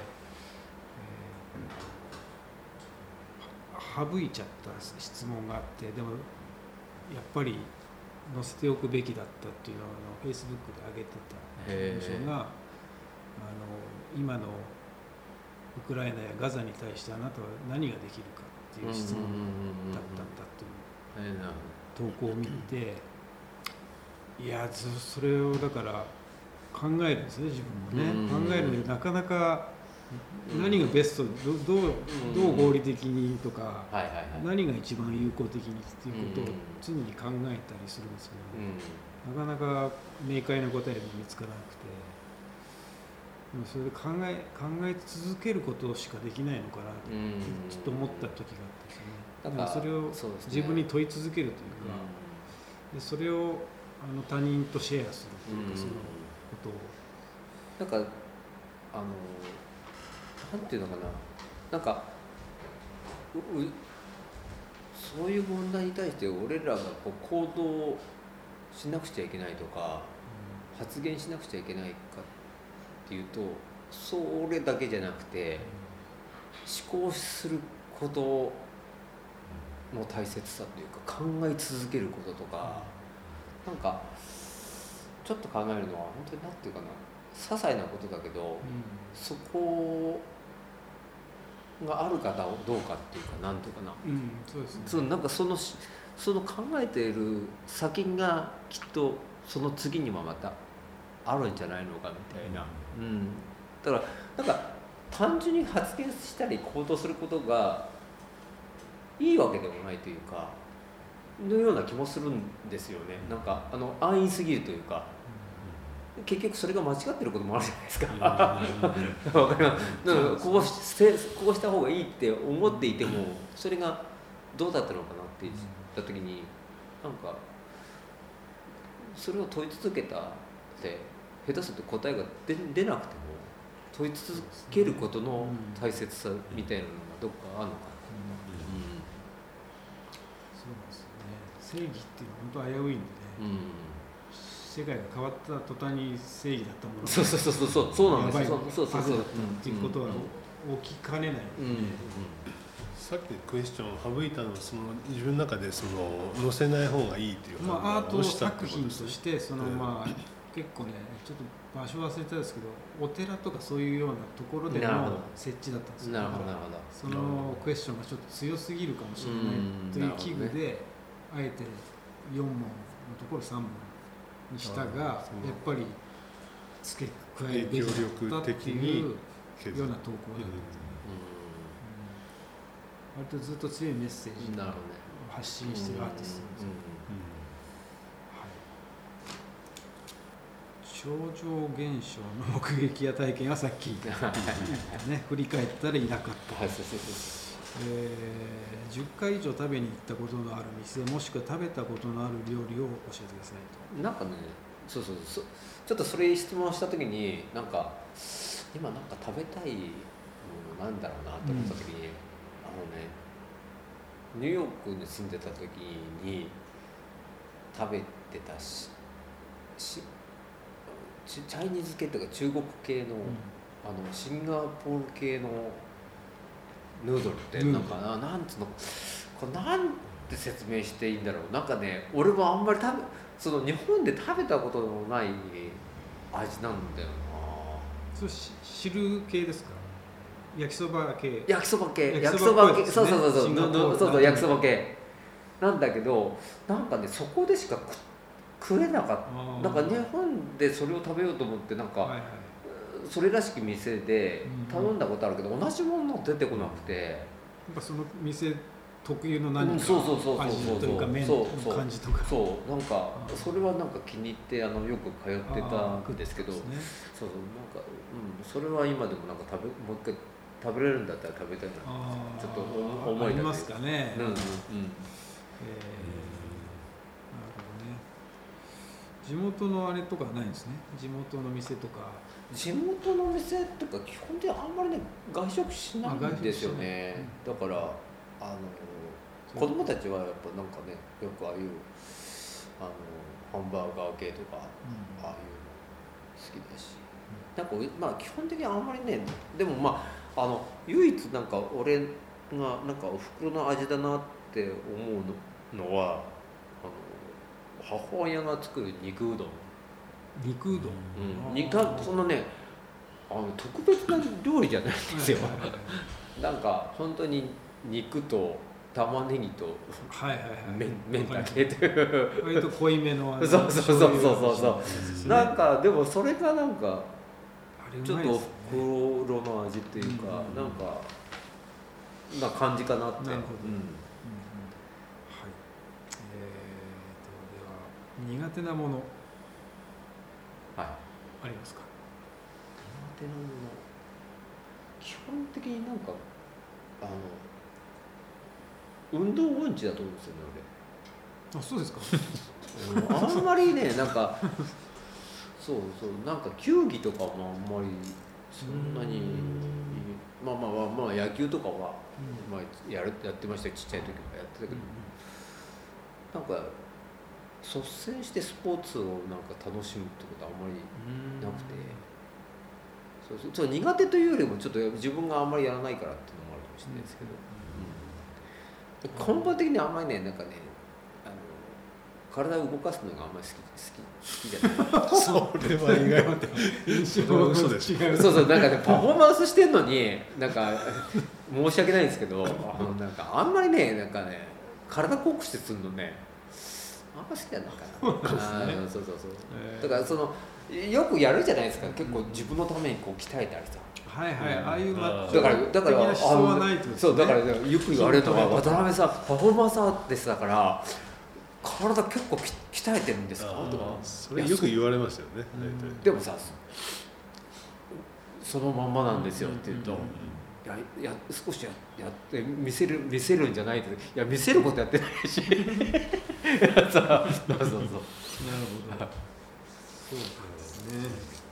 えー、省いちゃった質問があってでもやっぱり載せておくべきだったっていうのをフェイスブックで上げてた文章があの今のウクライナやガザに対してあなたは何ができるかっていう質問だったんだっていう投稿を見ていやそれをだから考えるんですね自分もね考えるのになかなか何がベストどどうどう合理的にとか何が一番有効的にっていうことを常に考えたりするんですけどなかなか明快な答えが見つからなくてでもそれで考え考え続けることしかできないのかなとちょっと思った時があったんですよね。だからそれを自分に問い続けるというかでそれをあの他人とシェアするというかそのことをなんかあのなんていうのかななんかううそういう問題に対して俺らがこう行動しなくちゃいけないとか、うん、発言しなくちゃいけないかっていうとそれだけじゃなくて、うん、思考することの大切さというか考え続けることとか、うん、なんかちょっと考えるのは本当に何ていうかな些細なことだけど、うん、そこがあるかどうかっていうかなんていうかな、 うん、そうですね、 そのなんかそのその考えている先がきっとその次にもまたあるんじゃないのかみたいな、うん、だからなんか単純に発言したり行動することがいいわけでもないというかのような気もするんですよね。なんかあの安易すぎるというか。結局それが間違ってることもあるじゃないですか。わかります。だからこうしてこうした方がいいって思っていてもそれがどうだったのかなって言った時になんかそれを問い続けたって下手すると答えが 出, 出なくても問い続けることの大切さみたいなのがどっかあるのかな。 そうですね。正義っていうのは本当危ういんでね。うん世界が変わった途端に正義だったものがそうそうそうそうそうなんですよ。 そうそうそうっていうことは起きかねない、ねうんうんうん、 さっきクエスチョンを省いたのはその自分の中でその載せない方がいいというか、 まあ、アート作品としてその、まあ、結構ねちょっと場所忘れたんですけどお寺とかそういうようなところでの設置だったんですよ。 なるほどなるほど。 そのクエスチョンがちょっと強すぎるかもしれないという危惧で、あえてよん問のところさん問にしたがやっぱり付け加えるべきだったっていうような投稿だったんです、うん、割とずっと強いメッセージを発信しているアーティストですよ、うんうんはい、超常現象の目撃や体験はさっきね振り返ったらいなかったえー、じゅっかい以上食べに行ったことのある店もしくは食べたことのある料理を教えてくださいと。 なんかねそうそうそう、ちょっとそれ質問した時になんか今なんか食べたいものなんだろうなと思った時に、うん、あのねニューヨークに住んでた時に食べてたししチャイニーズ系とか中国系の、うん、あのシンガポール系のヌードルってなんかな、なんつうのこれなんて説明していいんだろう、なんかね俺もあんまり食べその日本で食べたことのない味なんだよな。 それ汁系ですか？焼きそば系。 焼きそば系。焼きそば系。そうそうそうそう。そうそう焼きそば系。なんだけど、なんかねそこでしか食えなかった。なんか日本でそれを食べようと思ってなんか、はいはい、それらしき店で頼んだことあるけど、同じもの出てこなくて。やっぱその店特有の何か味というか麺の感じとか。 そうなんかそれはなんか気に入ってあのよく通ってたんですけど、そうそうなんかうんそれは今でもなんか食べもう一回食べれるんだったら食べたいなちょっと思いがありますかね。 うんうん。えー、なるほどね。 地元のあれとかないんですね。地元の店とか。 地元の店とか基本的にあんまりね外食しないんですよね。だからあの子供たちはやっぱなんかねよくああいうあのハンバーガー系とか、うん、ああいうの好きだし、なんかまあ基本的にあんまりねでもまああの唯一なんか俺がなんかお袋の味だなって思うのはあの母親が作る肉うどん。 肉うどん。 うん、肉そのねあの特別な料理じゃないんですよ。なんか本当に肉と玉ねぎと麺だけという割と濃いめのそうそうそうそうそうそうなんかでもそれがなんかちょっと袋の味っていうかなんかな感じかなって。なるほど。 苦手なもの、 はい、 ありますか？ 苦手なもの基本的になんかあの運動音痴だと思うんですよね俺。あ、そうですか。 あんまりねなんかそうそうなんか球技とかもあんまりそんなにまあまあまあまあ野球とかは、まあ、やるやってましたよちっちゃい時はやってたけど、なんか率先してスポーツをなんか楽しむってことはあんまりなくて、そうそうそう苦手というよりもちょっと自分があんまりやらないからっていうのもあるかもしれないですけど、うん、根本的にあんまりねなんかねあの体を動かすのがあんまり好き好き好きじゃないそれは意外と印象は嘘です。 そうそうなんかねパフォーマンスしてんのになんか申し訳ないんですけどあのなんかあんまりねなんかね体酷使するのねあんま好きじゃないかな。そうですね。そうそうそう。えー、だからそのよくやるじゃないですか。結構自分のためにこう鍛えたりさ。 はいはい。ああいうマッチョだからだから的な思想はないと、ね。 そうだからよく言われるのは渡辺さんパフォーマンスアーティストだから体結構鍛えてるんですかとか。 それよく言われますよね。 でもさそのまんまなんですよって言うと。いやいや少し や, やって見せる見せるんじゃないといや見せることやってないしそうそうそうなるほどそうですね、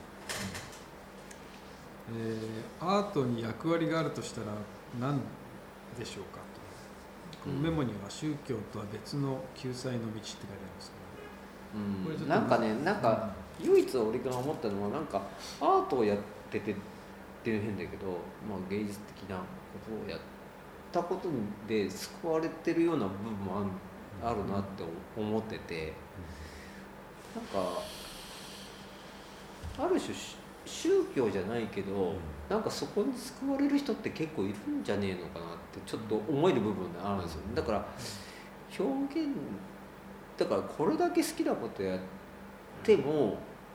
えー、アートに役割があるとしたら何でしょうかとこのメモには宗教とは別の救済の道って書いてありますけど、うん、なんかねなんか唯一俺が思ったのはなんかアートをやっててっていう変だけど、まあ、芸術的なことをやったことで救われてるような部分もあるなって思ってて、なんかある種宗教じゃないけどなんかそこに救われる人って結構いるんじゃねえのかなってちょっと思える部分があるんですよね。だから表現だからこれだけ好きなことやっても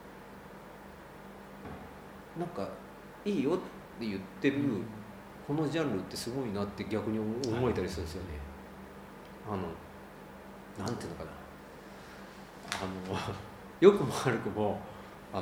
なんかいいよって言ってるこのジャンルってすごいなって逆に思えたりするんですよね。あのなんていうのかなあのよくも悪くもあの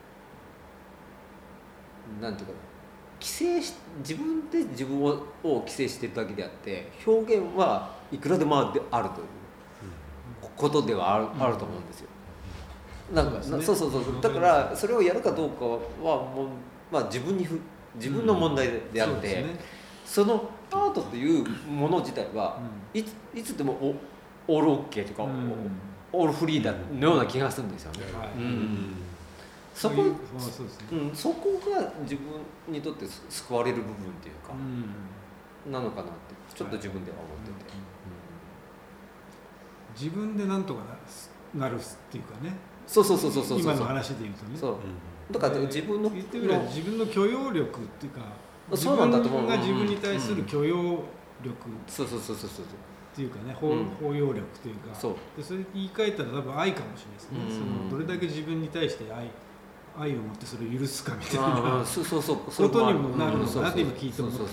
なんていうかな規制し自分で自分を規制してるだけであって表現はいくらでもあるということではある、あると思うんですよ。 なんかそうそうそうそうだからそれをやるかどうかはもう、まあ、自分にふ自分の問題であって、うん そ, ね、そのアートというもの自体は、うん、い, ついつでもオールオッケーとか、うん、オールフリーだのような気がするんですよね。うんうん、そこ、そうですね、うん、そこが自分にとって救われる部分っていうか、うん、なのかなってちょっと自分では思ってて、 うん、自分でなんとかなるっていうかね。 そうそうそうそうそう今の話で言うとね。 そうだから自分の言ってみれば自分の許容力っていうか、自分が自分に対する許容力っていうかね、包容力というか、そうでそれ言い換えたら多分愛かもしれないですね。そのどれだけ自分に対して愛愛を持ってそれを許すかみたいなことにもなるのかなって今聞いて思ってましたけどね。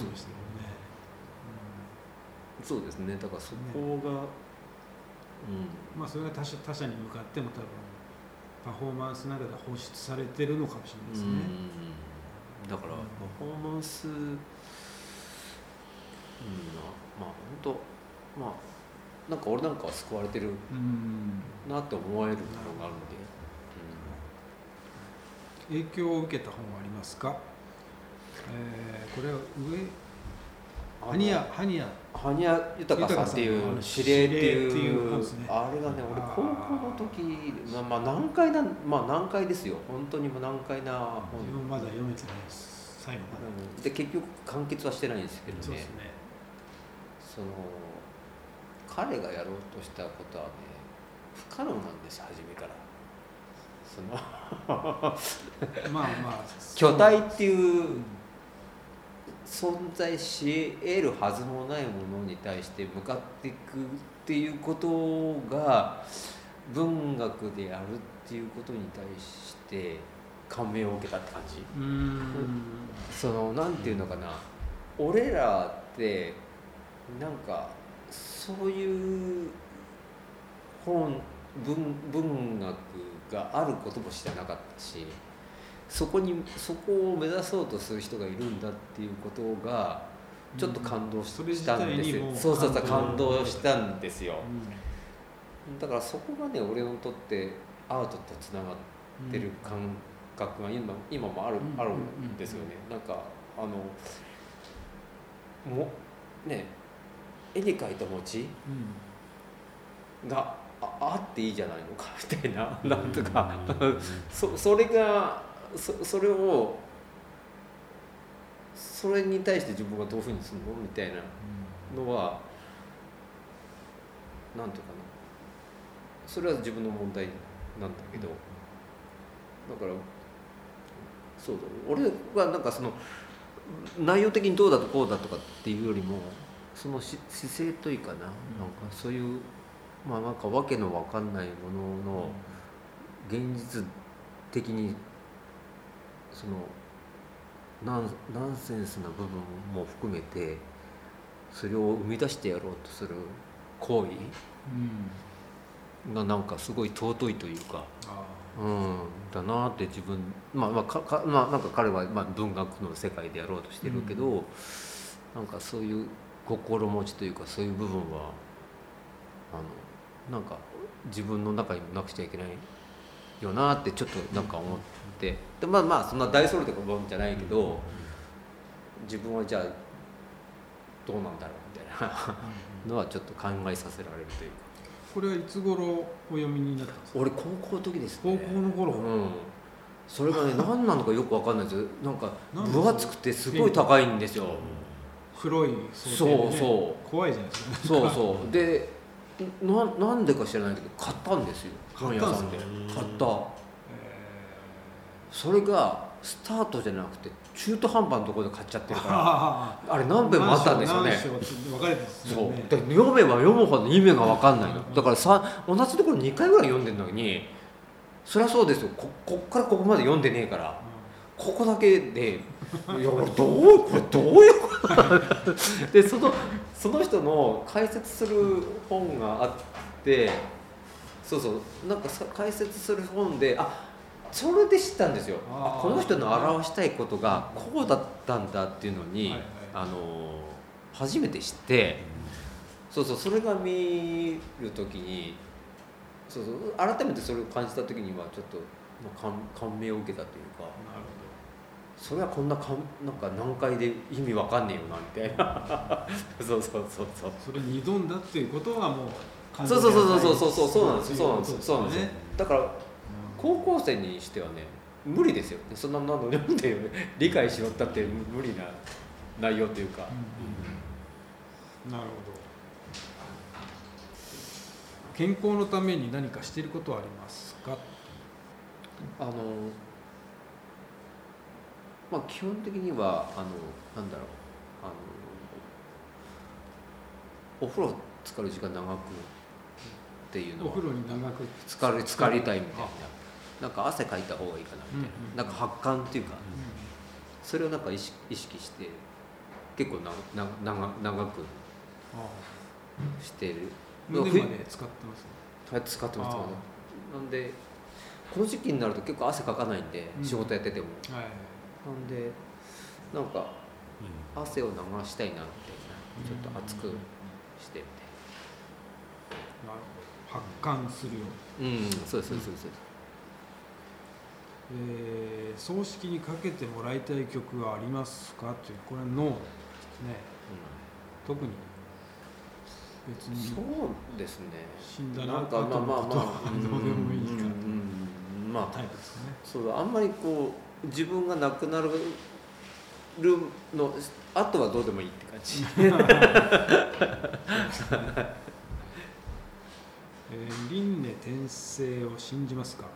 そうですね。だからそこが、うん、 まあそれが他者他者に向かっても多分パフォーマンスの中で放出されてるのかもしれないですね。 うんだからパフォーマンス、うん、まあ本当まあなんか俺なんかは救われてるなって思えるところがあるので。 影響を受けた本はありますか？えー、これは上ハニヤハニヤハニヤ豊さんっていう指令っていう、ね、あれがね俺高校の時まあ何回なまあ何回ですよ本当にも何回な本自分まだ読めてないです最後まで、うん、で結局完結はしてないんですけどね。 そうですね。 その彼がやろうとしたことはね不可能なんですよ初めから。そのまあまあ巨体っていう存在し得るはずもないものに対して向かっていくっていうことが文学であるっていうことに対して感銘を受けたって感じ。うーんそのなんていうのかな、俺らってなんかそういう本 文, 文学があることも知らなかったし、そこにそこを目指そうとする人がいるんだっていうことがちょっと感動 し,、うん、したんですよ。そうそうそう感動したんですよ、うん、だからそこがね俺にとってアートとつながってる感覚が 今, 今もあ る,、うん、あるんですよね。なんかあのもね絵に描いた餅があっていいじゃないのかみたいな、なんとかそ, それが そ, それをそれに対して自分がどういうふうにするのみたいなのはなんていうかな、それは自分の問題なんだけど、だからそうだ俺はなんかその内容的にどうだとこうだとかっていうよりもその姿勢というかな、なんかそういうまあなんかわけのわかんないものの現実的にそのナ ン, ナンセンスな部分も含めてそれを生み出してやろうとする行為がなんかすごい尊いというか、うん、だなって自分まあまあかかまあなんか彼はまあ文学の世界でやろうとしてるけど、うん、なんかそういう心持ちというかそういう部分はあのなんか自分の中にもなくちゃいけないよなってちょっとなんか思って、でまあまあそんな大それたことじゃないけど、自分はじゃあどうなんだろうみたいなのはちょっと考えさせられるというか。 これはいつ頃お読みになったんですか？ 俺高校の時ですね。 高校の頃、 うん、それがね何なのかよく分かんないですよ。なんか分厚くてすごい高いんですよ。 黒い、ね、 そうそう怖いじゃないですか。 そうそうで な, なんでか知らないけど買ったんですよ。 本屋さんで買った、えー、それがスタートじゃなくて中途半端のところで買っちゃってるからあれ何遍もあったんですよね。 分かれてますよね。 そうで読めば読むほど意味が分かんないのだからさ同じところにかいぐらい読んでるのにそりゃそうですよ こ, こっからここまで読んでねえからここだけでいや俺どうこれどういうことでそのその人の解説する本があってそうそうなんか解説する本であそれで知ったんですよ。あこの人の表したいことがこうだったんだっていうのに、はいはい、あの初めて知って、うん、そうそうそれが見るときにそうそう改めてそれを感じた時にはちょっと感感銘を受けたというか、 なるそれはこんなかんなんか難解で意味わかんねえよなみたいなそうそうそうそうそれに挑んだっていうことはもう感そうそうそうそうそうそうそうなんですそうなんですそうなんですよ。だからうん高校生にしてはね無理ですよ。そんな何度読んで理解しろったって無理な内容というか、 うんなるほど。健康のために何かしていることはありますか？ あのまあ基本的にはあのなんだろうあのお風呂浸かる時間長くっていうのはお風呂に長く浸かり浸かりたいみたいな、なんか汗かいた方がいいかなみたいな、 うんうんなんか発汗っていうか、 うそれをなんか意識意識して結構なな長長くんあしてる。 あ胸まで使ってますね。 はい使ってますあね。なんでこの時期になると結構汗かかないんで、 うん仕事やっててもはいなんでなんか汗を流したいなみたいな、ちょっと熱くしてみなるほど。発汗するように。 たいな。うんそうですそうですそうです。 えー葬式にかけてもらいたい曲はありますかという、これはノーですね。特に別にそうですね。 死んだなん後のかまあまあことはまあどうでもいいかうんうんうんまあタイプですね。 そうだあんまりこう自分が亡くなるのあとはどうでもいいって感じ。 えー輪廻転生を信じますか？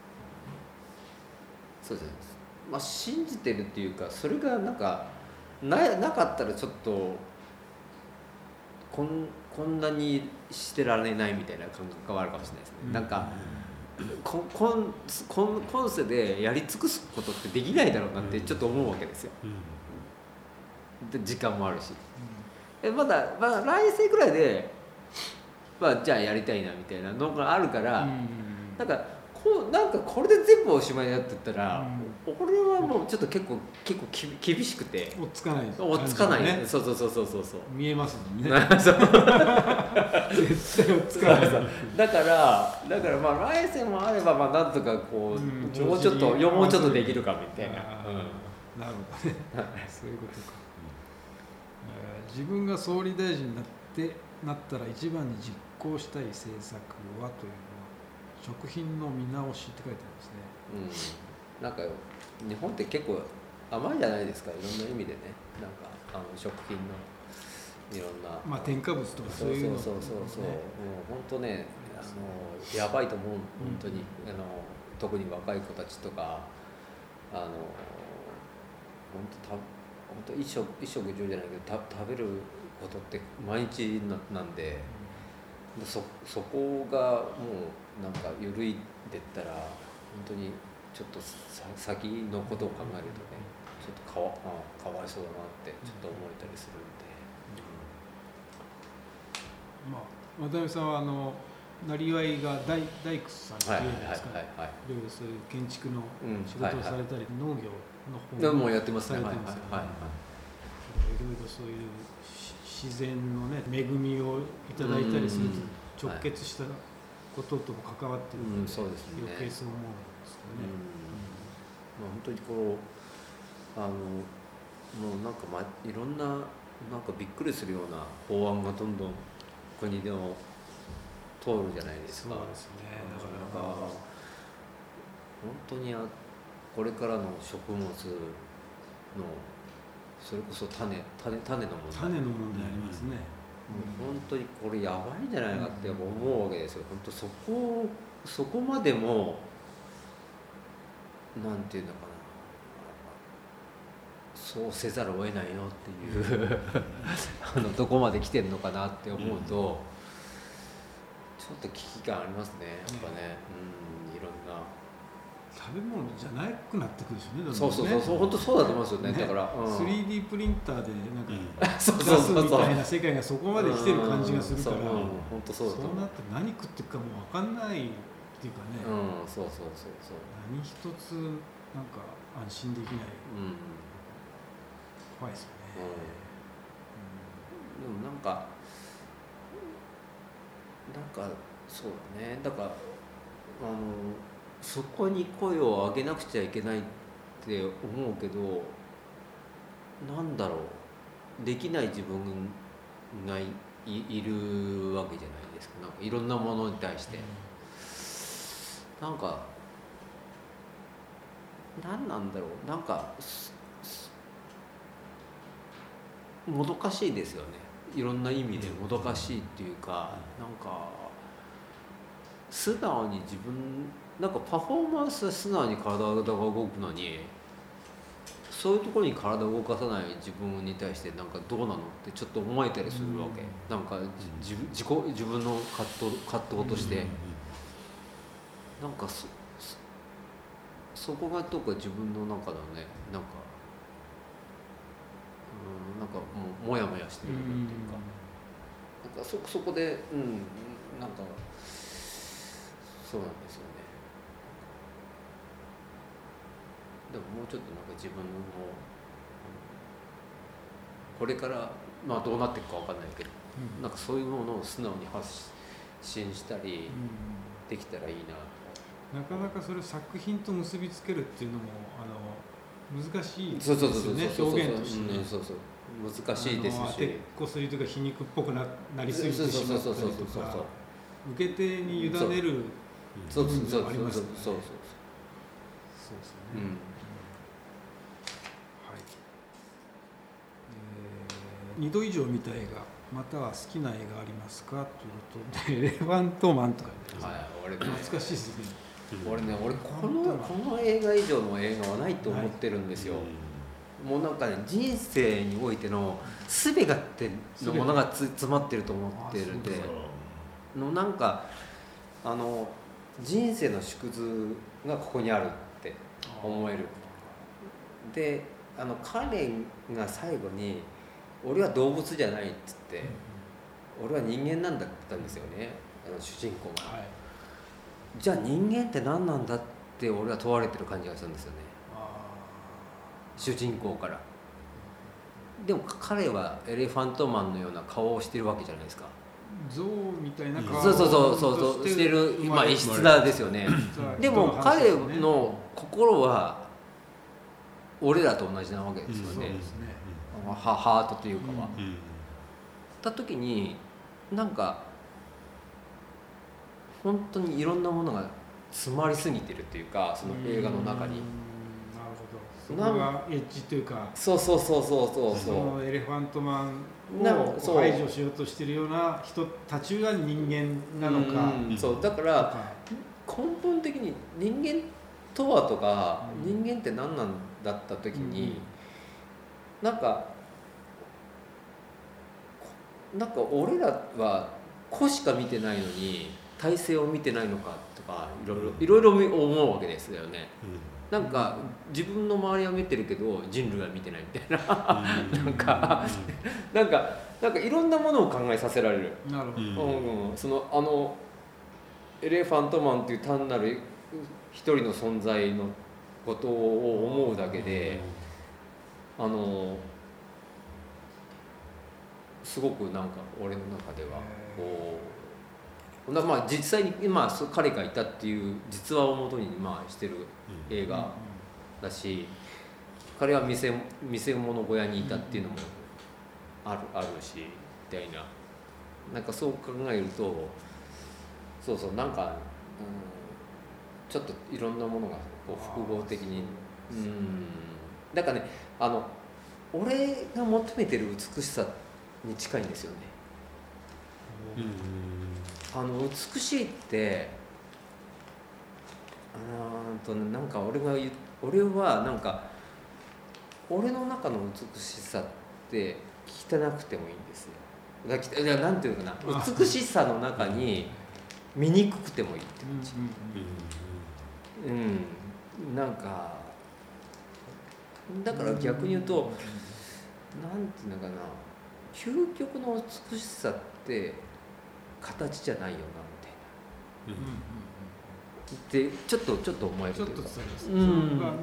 そうですね。まあ信じてるっていうかそれがなんかななかったらちょっとこんこんなにしてられないみたいな感覚があるかもしれないですね。 うんなんかここんこん今世でやり尽くすことってできないだろうなってちょっと思うわけですよ。で時間もあるし。えまだまだ来世ぐらいで、まあじゃあやりたいなみたいなのがあるから、 うんなんかこうなんかこれで全部おしまいだって言ったら、 う俺はもうちょっと結構結構き厳しくて。 追っつかない追っつかない、 ね。 そうそうそうそうそうそう。 見えますもんね。 そう絶対追っつかない。 だからだからまあ来世もあればまあなんとかこう、 うんもうちょっと調子にもうちょっとできるかみたいな。 あーうんなるほどね。そういうことか。えー自分が総理大臣になってなったら一番に実行したい政策はというのは食品の見直しって書いてありますね。 うん、なんか日本って結構甘いじゃないですか、いろんな意味でね。なんかあの食品のいろんなまあ添加物とかそそうういうのそうそうそうそう、 ねもう本当ねあのやばいと思う本当に、あの特に若い子たちとかあの本当た本当一食一食一食じゃないけどた食べることって毎日ななんで、でそそこがもうなんか緩いでったら本当にちょっとさ先のことを考えるとねちょっとかわ、まあ、かわいそうだなってちょっと思えたりするんで。 まあ、渡辺さんはあのなりわいが大大工さんっていうじゃないですか。 はいはいはいはいいろいろそういう建築のうん仕事をされたり、農業の方でもやってますね。 されてますよね。 はいはいいろいろそういうし自然のね恵みをいただいたりすると直結したこととも関わってるので、 うんそうですね余計そう思うんですけどね。 まあ本当にこうあのもうなんかまいろんななんかびっくりするような法案がどんどん国でも通るじゃないですか。 そうですね。だかだからら本当にあこれからの食物のそれこそ種種種の問題種の問題ありますね。 もう本当にこれやばいんじゃないかって思うわけですよ。本当そこそこまでもなんていうのかな、そうせざるを得ないよっていうあのどこまで来てるのかなって思うと、ちょっと危機感ありますね。やっぱね、うん、いろんな。 食べ物じゃなくなってくるでしょうね。どんどんねそうそうそうそう本当そうだと思いますよね。 ねだから、うん、 スリーディー プリンターでなんかそう出そうそうそうすみたいな世界がそこまで来てる感じがするから、 うんそううん本当そうだと思う。 そうなって何食ってるかもう分かんないっていうかね、 うん、そうそうそうそう。 何一つなんか安心できない、 うん、 怖いですよね。 うん、でもなんかなんかそうだね。だからあのそこに声を上げなくちゃいけないって思うけど、なんだろう、できない自分が い, い, いるわけじゃないですか。なんかいろんなものに対して、なんか何なんだろう、なんかもどかしいですよね。いろんな意味でもどかしいっていうか、なんか素直に自分、なんかパフォーマンスは素直に体が動くのに、そういうところに体を動かさない自分に対してなんかどうなのってちょっと思えたりするわけ、うん、なんか自分、自己自分の葛藤、葛藤として、うん、なんか そ, そこがどうか自分の中だね、なんか、うん、なんかもうモヤモヤしてるっていうか、うん、なんか そ, そこで、うん、なんかそうなんですよね。でももうちょっとなんか自分のこれからまあどうなっていくか分かんないけど、うん、なんかそういうものを素直に発信したりできたらいいなと、 うん、なかなかそれを作品と結びつけるっていうのもあの難しいですよね、 表現としてね。 そうそう難しいですし、 当てっこすりというか皮肉っぽく な, なりすぎてしまったりとか、受け手に委ねる部分がありますよね。そうそうそうそうそうですね。うん、 にど以上見た映画または好きな映画ありますかというと、エレファントマンとか言って、はい、俺ね、懐かしいですね。 俺ね、俺このこの映画以上の映画はないと思ってるんですよ。もうなんかね、人生においての全てのものがつ詰まってると思ってるんで、のなんかあの人生の縮図がここにあるって思える。で、あの彼が最後に俺は動物じゃないっつって、うん、俺は人間なんだって言ったんですよね、あの主人公が、はい、じゃあ人間って何なんだって俺は問われてる感じがするんですよね、主人公から。でも彼はエレファントマンのような顔をしてるわけじゃないですか。 象みたいな顔をそうそうそうそうしてる、まあ異質なですよねでも彼の心は俺らと同じなわけですよね、うん、ハ, ハートというかは、うん、た時になんか本当にいろんなものが詰まりすぎてるっていうか、その映画の中に。 そこがエッジというか、 そうそうそうそうそう、 そのエレファントマンを排除しようとしているような人たちが人間なのか、 うん、そうだから根本的に人間とはとか、うん、人間って何なんだった時に、うん、なんかなんか俺らは個しか見てないのに体制を見てないのかとかいろいろいろいろ思うわけですよね。うんなんか自分の周りは見てるけど人類は見てないみたいななんかなんかなんかいろんなものを考えさせられる。 なるほど。 うん、そのあのエレファントマンっていう単なる一人の存在のことを思うだけで、あのすごくなんか俺の中ではこう。まあ実際に今彼がいたっていう実話をもとにまあしてる映画だし、彼は見せ見せ物小屋にいたっていうのもあるあるしみたいな、なんかそう考えるとそうそうなんか、うん、ちょっといろんなものがこう複合的に、うん、だからね、あの俺が求めてる美しさに近いんですよね。うんあの美しいってあとなんか俺が言俺はなんか俺の中の美しさって汚くてもいいんですよ。だきいやなんていうかな、美しさの中に醜くてもいいって感じ。うん、うんうん、なんかだから逆に言うと、なんていうのかな、究極の美しさって形じゃないよなみたいな、うんうんうん、でちょっとちょっと思えるというか、ちょっと伝わります、うん、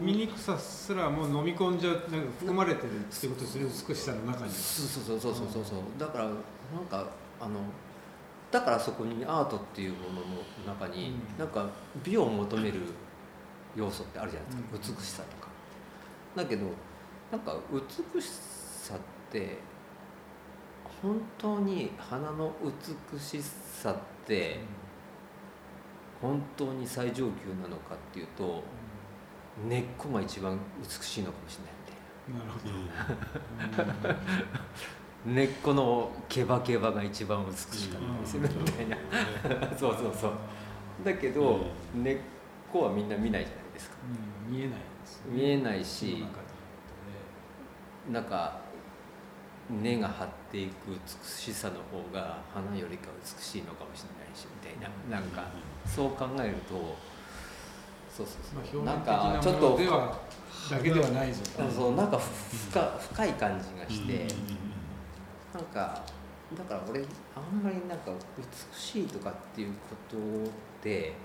醜さすらもう飲み込んじゃう、なんか含まれてるってことする美しさの中に、 そうそうそうそうそうそう、だからなんかあのだからそこにアートっていうものの中に、うん、なんか美を求める要素ってあるじゃないですか、うん、美しさとか。だけどなんか美しさって本当に花の美しさって本当に最上級なのかっていうと、うん、根っこが一番美しいのかもしれないみたいな。なるほど。根っこのケバケバが一番美しかったりするみたいな。そうそうそう。だけど、うん、根っこはみんな見ないじゃないですか。 うん、見えないですね。 見えないし、なんか根が張っていく美しさの方が花よりか美しいのかもしれないしみたいな、なんかそう考えると、そうそうそう、なんかちょっとだけではないぞ。 そうなんか深深い感じがして、なんかだから俺あんまりなんか美しいとかっていうことで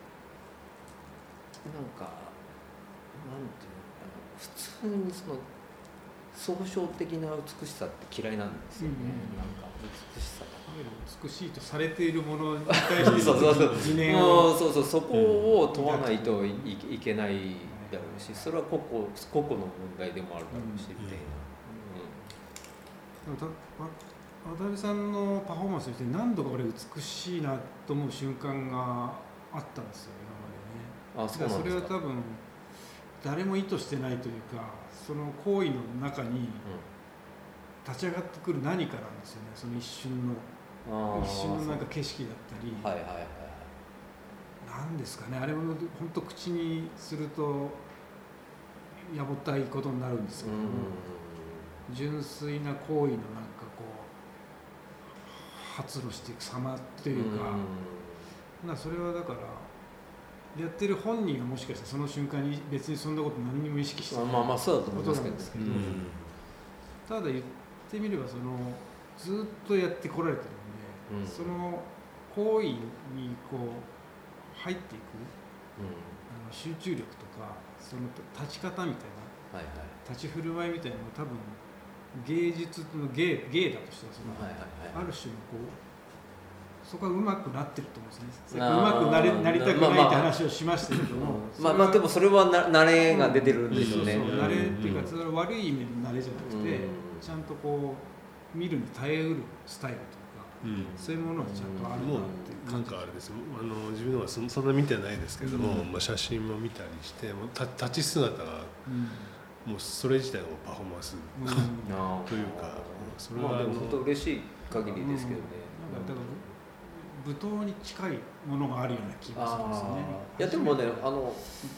なんかなんていうのかな、普通にその総称的な美しさって嫌いなんですよね。うんうん、なんか美しさ美しいとされているものに対してそうそうそう疑念をそうそうそこを問わないと い,、うん、いけないだろうし、それは個々個々の問題でもあるだろうし、うん、みたいな。うん、渡辺さんのパフォーマンスとして何度か俺美しいなと思う瞬間があったんですよ今までね。あ、そうなんですか。それは多分誰も意図してないというか、その行為の中に立ち上がってくる何かなんですよね。その一瞬の一瞬のなんか景色だったり、 はいはいはい、 なんですかね、あれも本当口にするとやぼったいことになるんですけども、純粋な行為のなんかこう発露していく様というか、なそれはだからやってる本人はもしかしたらその瞬間に別にそんなこと何にも意識してないことなんですけど、ただ言ってみればそのずっとやってこられてるんで、うん、その行為にこう入っていく、うん、あの集中力とかその立ち方みたいな、はいはい、立ち振る舞いみたいなのが多分芸術の芸、芸だとしたらその、はいはいはい、ある種のこうそこは上手くなってると思うんですね。上手くなれなりたくないって話をしましたけども、 まあまあでもそれはな慣れが出てるんですよね。 そうそう慣れっていうか、それは悪い意味の慣れじゃなくて、ちゃんとこう見るに耐えうるスタイルというか、うん、そういうものがちゃんとあるなっていう感じ。なんかあれですよ。あの自分のはそそんな見てないですけども、うん、まあ写真も見たりして、もうた立ち姿が、うん、もうそれ自体がパフォーマンス、うん、というか、 それはまあでも本当嬉しい限りですけどね。 うん、だから舞踏に近いものがあるような気がするんですよね。 いやでもね、あの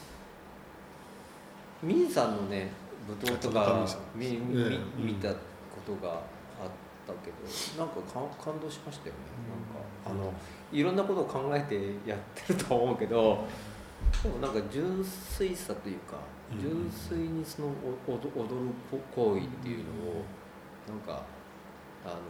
ミンさんのね舞踏とか見、見、見たことがあったけど、なんか感動しましたよね。なんかあのいろんなことを考えてやってると思うけど、でもなんか純粋さというか、純粋にその踊る行為っていうのをなんかあの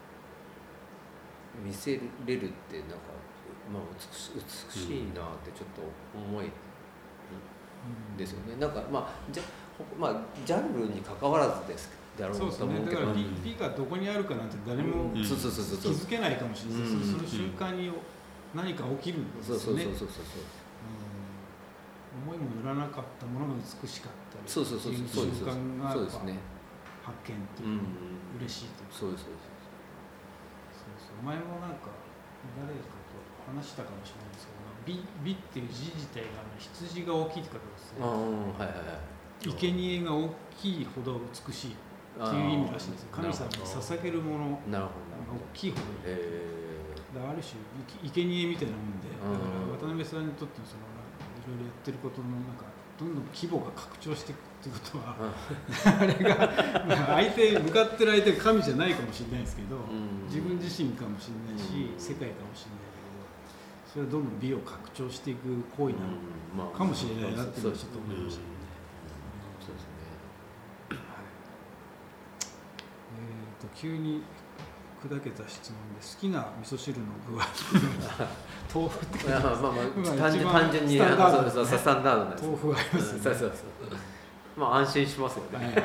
見せれるってなんか、まあ、美し、美しいなってちょっと思えるんですよね。なんかまあじゃ、まあ、ジャンルに関わらずですだろうと思うけど、 そうですね。だから 美, 美がどこにあるかなんて誰も気づけないかもしれないです。その瞬間に何か起きるんですよね。そうそうそうそうそう。思いもよらなかったものが美しかったり、そうそうそうそういう瞬間がやっぱ発見っていうか嬉しいというか。そうですそうです。前もなんか誰かと話したかもしれないですけど、美, 美っていう字自体が羊が大きいってことですね。はいはいはい、生贄が大きいほど美しいっていう意味らしいんですよ。神様に捧げるものが大きいほどいい。ある種生贄みたいなもんで、だから渡辺さんにとってのそのいろいろやってることのなんかどんどん規模が拡張していくっていうことは、あれが相手向かってる相手が神じゃないかもしれないですけど、自分自身かもしれないし、世界かもしれないけど、それはどんどん美を拡張していく行為なのかもしれないなっていうのはちょっと思いましたね。そうですね。えっと急に砕けた質問で、好きな味噌汁の具は豆腐ってまあまあまあ単純にスタンダードスタンダードなんです。 豆腐がありますね。 そうそうそう。まあ安心しますよね。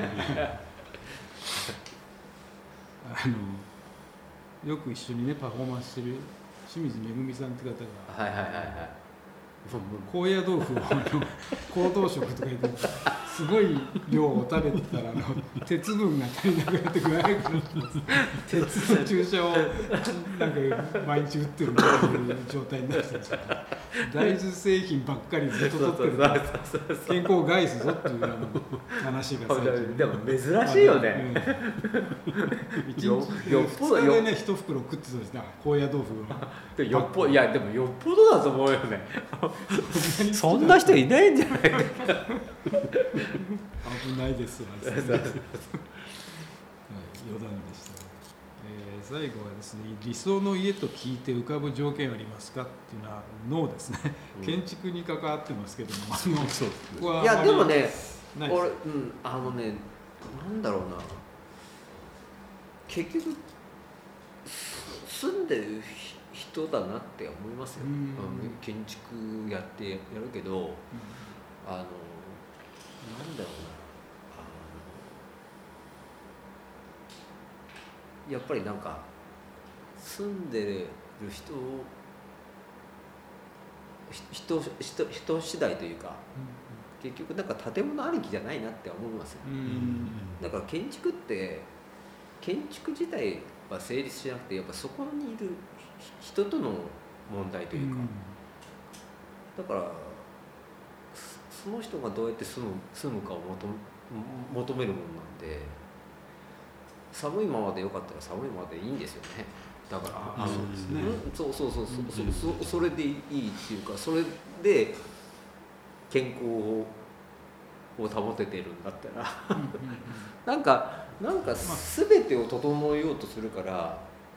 あのよく一緒にねパフォーマンスしてる清水めぐみさんって方が、 はいはいはいはい高野豆腐を高等食とか言ってすごい量を食べてたらあの鉄分が足りなくなって具合が悪くなって鉄の注射をなんか毎日打ってる状態になってたんですけど、大豆製品ばっかりずっと取ってると健康を害すぞっていうあの話が最近でも珍しいよね。 一日よっぽどでね一袋食ってたんですね、高野豆腐が。よっぽいやでもよっぽどだと思うよね。そんな人いないんじゃないか。 危ないですわ、ね。はい、余談でした。えー、最後はですね、理想の家と聞いて浮かぶ条件ありますかっていうのはノーですね。うん、建築に関わってますけども、あのそうここはいやでもね、俺うんあのねなんだろうな、結局住んでる人だなって思いますよ。建築やってやるけど、うん、あのなんだろうな、やっぱりなんか住んでる人人人人次第というか、うん、結局なんか建物ありきじゃないなって思いますよ。うん、だから建築って建築自体は成立しなくて、やっぱそこにいる人との問題というか、うん、だからその人がどうやって住む、住むかを求め、求めるものなんで、寒いままでよかったら寒いままでいいんですよね。だからあの、そうですね、そうそうそうそう、うん、そ, それでいいっていうか、それで健康を保ててるんだったらなんかなんか全てを整えようとするから、なん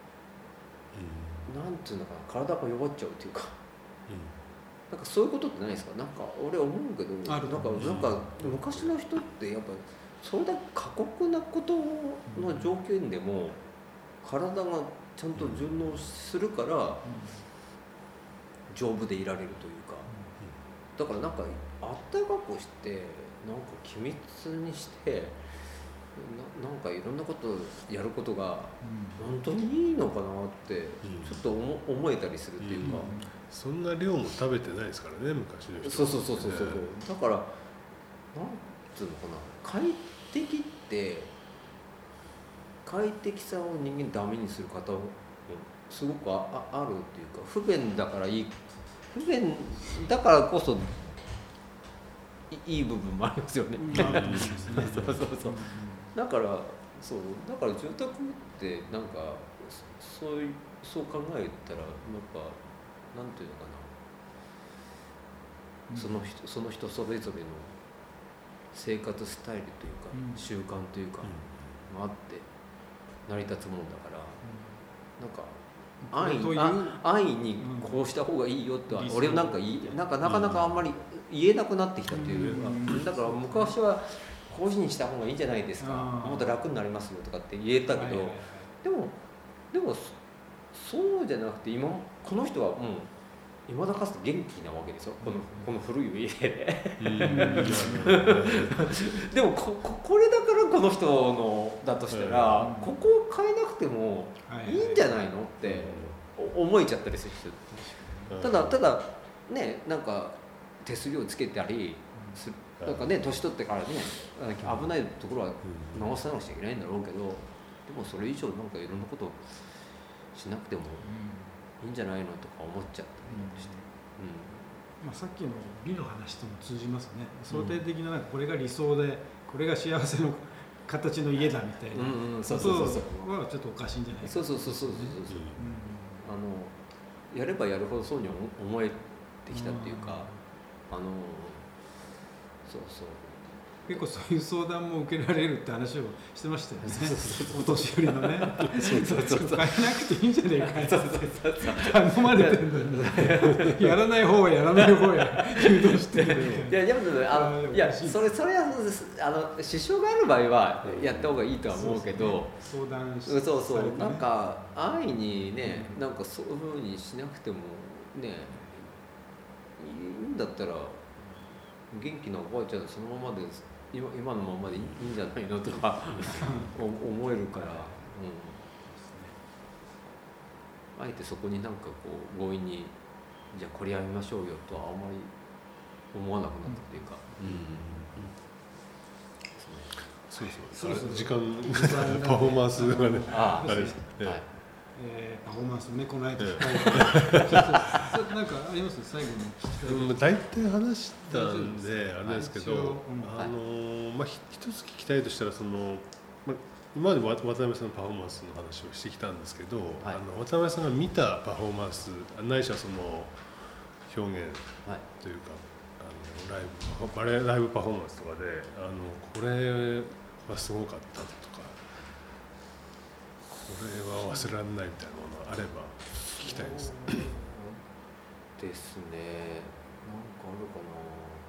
ていうのかな、体が弱っちゃうっていうか、なんかそういうことってないですか？なんか俺思うけど、なんかなんか昔の人ってやっぱそれだけ過酷なことの条件でも体がちゃんと順応するから丈夫でいられるというか、だからなんかあったかくしてなんか機密にしてな, なんかいろんなことをやることが本当にいいのかなってちょっと 思, 思えたりするっていうか、うん、 そんな量も食べてないですからね、昔の人。 そうそうそうそうそう、だからなんつうのかな、快適って快適さを人間ダメにする方もすごく あ, あ, あるっていうか、不便だからいい、不便だからこそいい部分もありますよね。そうそうそう。だからそうだから住宅ってなんかそういうそう考えたらやっぱなんていうのかな、その人その人それぞれの生活スタイルというか、うん、習慣というか、うん、があって成り立つもんだから、うん、なんか安易にこうした方がいいよっては、うん、俺なんかいなんかなかなかあんまり言えなくなってきたというか、うん、だから昔はこういうふうにした方がいいんじゃないですか、もっと楽になりますよとかって言えたけど、はいはいはい、でもでもそうじゃなくて、今この人はもう未だかつて元気なわけですよ、この、この古い家ででも こ, これだからこの人のだとしたら、ここを変えなくてもいいんじゃないのって思えちゃったりする。ただただね、なんか手すりをつけたりする、なんかね、年取ってからね危ないところは直さなくちゃいけないんだろうけど、でもそれ以上なんかいろんなことしなくてもいいんじゃないのとか思っちゃったりして、 うんうん、まあ、さっきの美の話とも通じますね。相対的な、なんかこれが理想でこれが幸せの形の家だみたいなことはちょっとおかしいんじゃないか。 そうそうそうそうそうそう、あのやればやるほどそうに思えてきたっていうか、あのそうそう、 結構そういう相談も受けられるって話をしてましたよね。お年寄りのね、そうそうそう、変えなくていいんじゃねえかって頼まれてるのにやらない方はやらない方や誘導してる。 いやでもあのいやそれそれはあの支障がある場合はやった方がいいとは思うけど、 相談して、 そうそうなんか安易にね、なんかそういう風にしなくてもね、いいんだったら元気なおばあちゃんそのままで。今, 今のままでいいんじゃないのとか思えるから、うん、 あえてそこになんかこう強引にじゃあこれやめましょうよとはあんまり思わなくなったというか、うんうんうん、 そうそうそう、時間パフォーマンスがね、 ああれです、 はい、えー、パフォーマンスをねこの間聞かれて、なんかあります最後に。 うん、大体話したんであれですけど、はい、あのまあ一つ聞きたいとしたらその、まあ、今まで渡辺さんのパフォーマンスの話をしてきたんですけど、はい、あの渡辺さんが見たパフォーマンスないしはその表現というか、はい、あのライブバレライブパフォーマンスとかであのこれはすごかったとかこれは忘れられないみたいなものあれば聞きたいです。 ですね。なんかあるかな。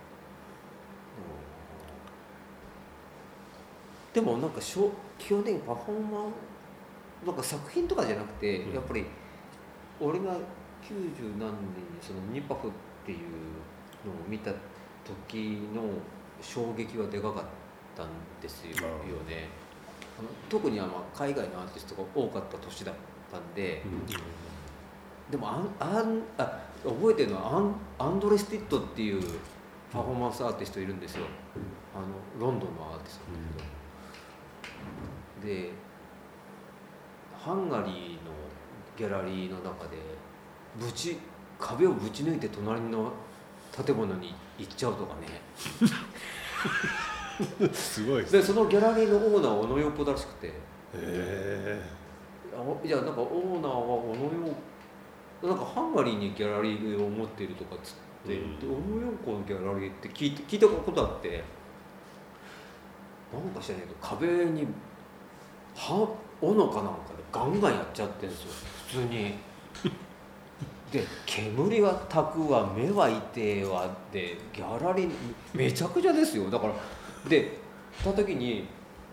でもなんか基本的にパフォーマンスなんか作品とかじゃなくて、うん、やっぱり俺がきゅうじゅう何年にそのニパフっていうのを見た時の衝撃はでかかったんですよね。あの特にあの海外のアーティストが多かった年だったんで、うん、でもあんあんあ覚えてるのはアン、アンドレ・スティットっていうパフォーマンスアーティストいるんですよ。あのロンドンのアーティストなんですけど、でハンガリーのギャラリーの中でぶち壁をぶち抜いて隣の建物に行っちゃうとかねすごいでそのギャラリーのオーナーは小野洋子らしくて、 へーいやなんかオーナーは小野洋なんかハンガリーにギャラリーを持っているとかっつって、うん、で小野洋子のギャラリーって聞いて聞いたことあって、なんか知らないけど壁には斧かなんかでガンガンやっちゃってるんですよ普通にで煙はたくわ目は痛えわでギャラリーめちゃくちゃですよ。だからでた時に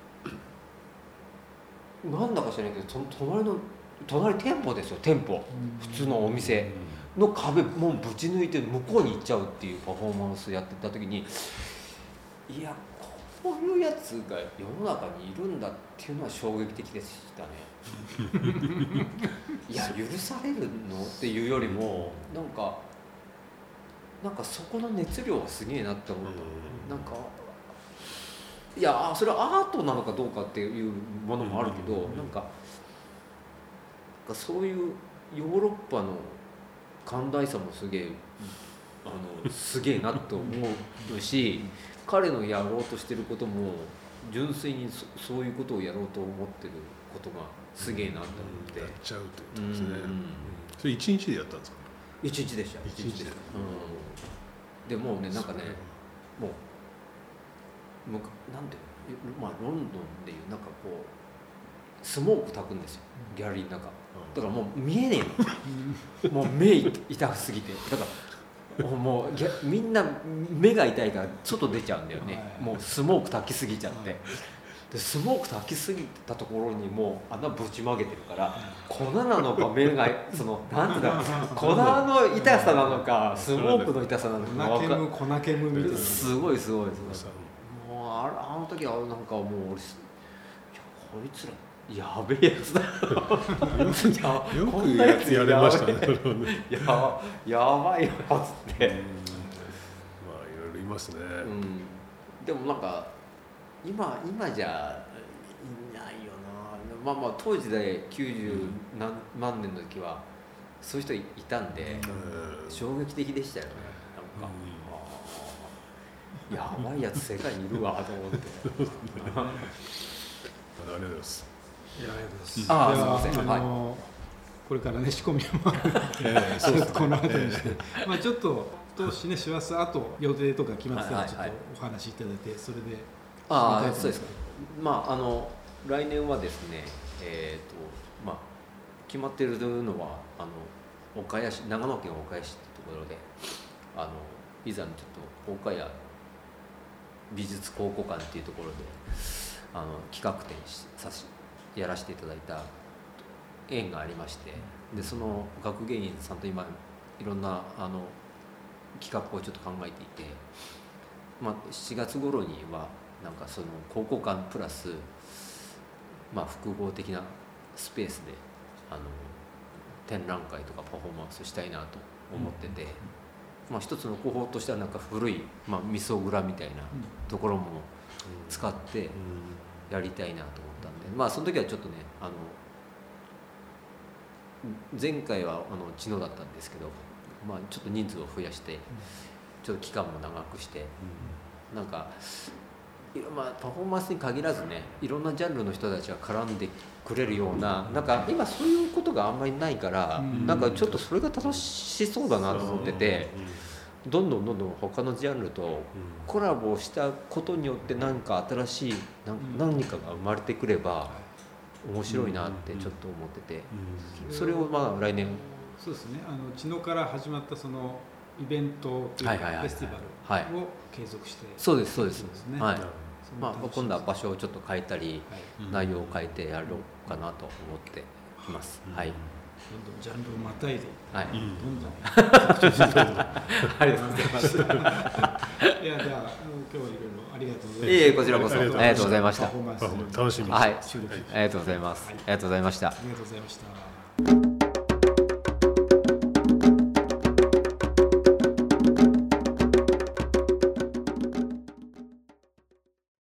なんだか知らないけど隣の隣店舗ですよ店舗普通のお店の壁もうぶち抜いて向こうに行っちゃうっていうパフォーマンスやってた時にいやこういうやつが世の中にいるんだっていうのは衝撃的でしたねいや許されるのっていうよりもなんかなんかそこの熱量はすげえなって思った。なんかいやそれはアートなのかどうかっていうものもあるけど、なんかそういうヨーロッパの寛大さもすげえあのすげえなと思うし彼のやろうとしてることも純粋に そ, そういうことをやろうと思ってることがすげえなと思って、 うん、やっちゃうってことですね、うんうん、それ一日でやったんですか？ 一日でした。 一日で、 うん、でもうねなんかねもうなんていうの、まあ、ロンドンでいうなんかこうスモーク焚くんですよギャラリーの中だからもう見えねえのもう目痛すぎてだからもうみんな目が痛いから外出ちゃうんだよね。もうスモーク焚きすぎちゃってでスモーク焚きすぎたところにもう穴ぶちまげてるから粉なのか目がそのなんていうんだ粉の痛さなのかスモークの痛さなのか粉煙粉煙みたいなすごいすごいすごいもう あ, あの時はなんかもう俺いやこいつらやべえやつだよくやつやれましたねや, やばいよっつって、うん、まあいろいろいますね、 うん、でもなんか今今じゃいないよな。まあまあ当時できゅうじゅう何万年の時はそういう人いたんで、うん、衝撃的でしたよね。なんか、うん、やばいやつ世界にいるわと思ってありがとうございます。 いやありがとうございます。 ああすみません、 あのーはい、これからね仕込みもある、えー、この後にして、えー、まあちょっと投資ねしますあと予定とか決まってたらちょっとお話しいただいてそれでああそうですか。まああの来年はですねえっ、ー、とまあ決まっているのはあの岡谷市長野県岡谷市ってところであの以前ちょっと岡谷美術考古館っていうところであの企画展さしやらせていただいた縁がありましてでその学芸員さんと今いろんなあの企画をちょっと考えていて、まあ、しちがつ頃にはなんかその考古館プラス、まあ、複合的なスペースであの展覧会とかパフォーマンスしたいなと思ってて、まあ、一つの方法としてはなんか古い、まあ、味噌蔵みたいなところも使ってやりたいなと思ったんで、まあその時はちょっとねあの前回はあの茅野だったんですけど、まあ、ちょっと人数を増やしてちょっと期間も長くしてなんか、まあ、パフォーマンスに限らずねいろんなジャンルの人たちが絡んでくれるようななんか今そういうことがあんまりないからなんかちょっとそれが楽しそうだなと思ってて。どんどんどんどん他のジャンルとコラボしたことによって何か新しい何かが生まれてくれば面白いなってちょっと思ってて、それをまあ来年そうですね、あの茅野から始まったそのイベントというかフェスティバルを継続して、 そうですそうですね、 はい、まあ今度は場所をちょっと変えたり内容を変えてやろうかなと思っています。はい。 どんどんジャンルをまたいで、 はい、 どんどんありがとうございます。いや、じゃあ今日はいろいろありがとうございます。 いえこちらこそありがとうございました。 楽しみに。 はい、ありがとうございます。ありがとうございました。ありがとうございました。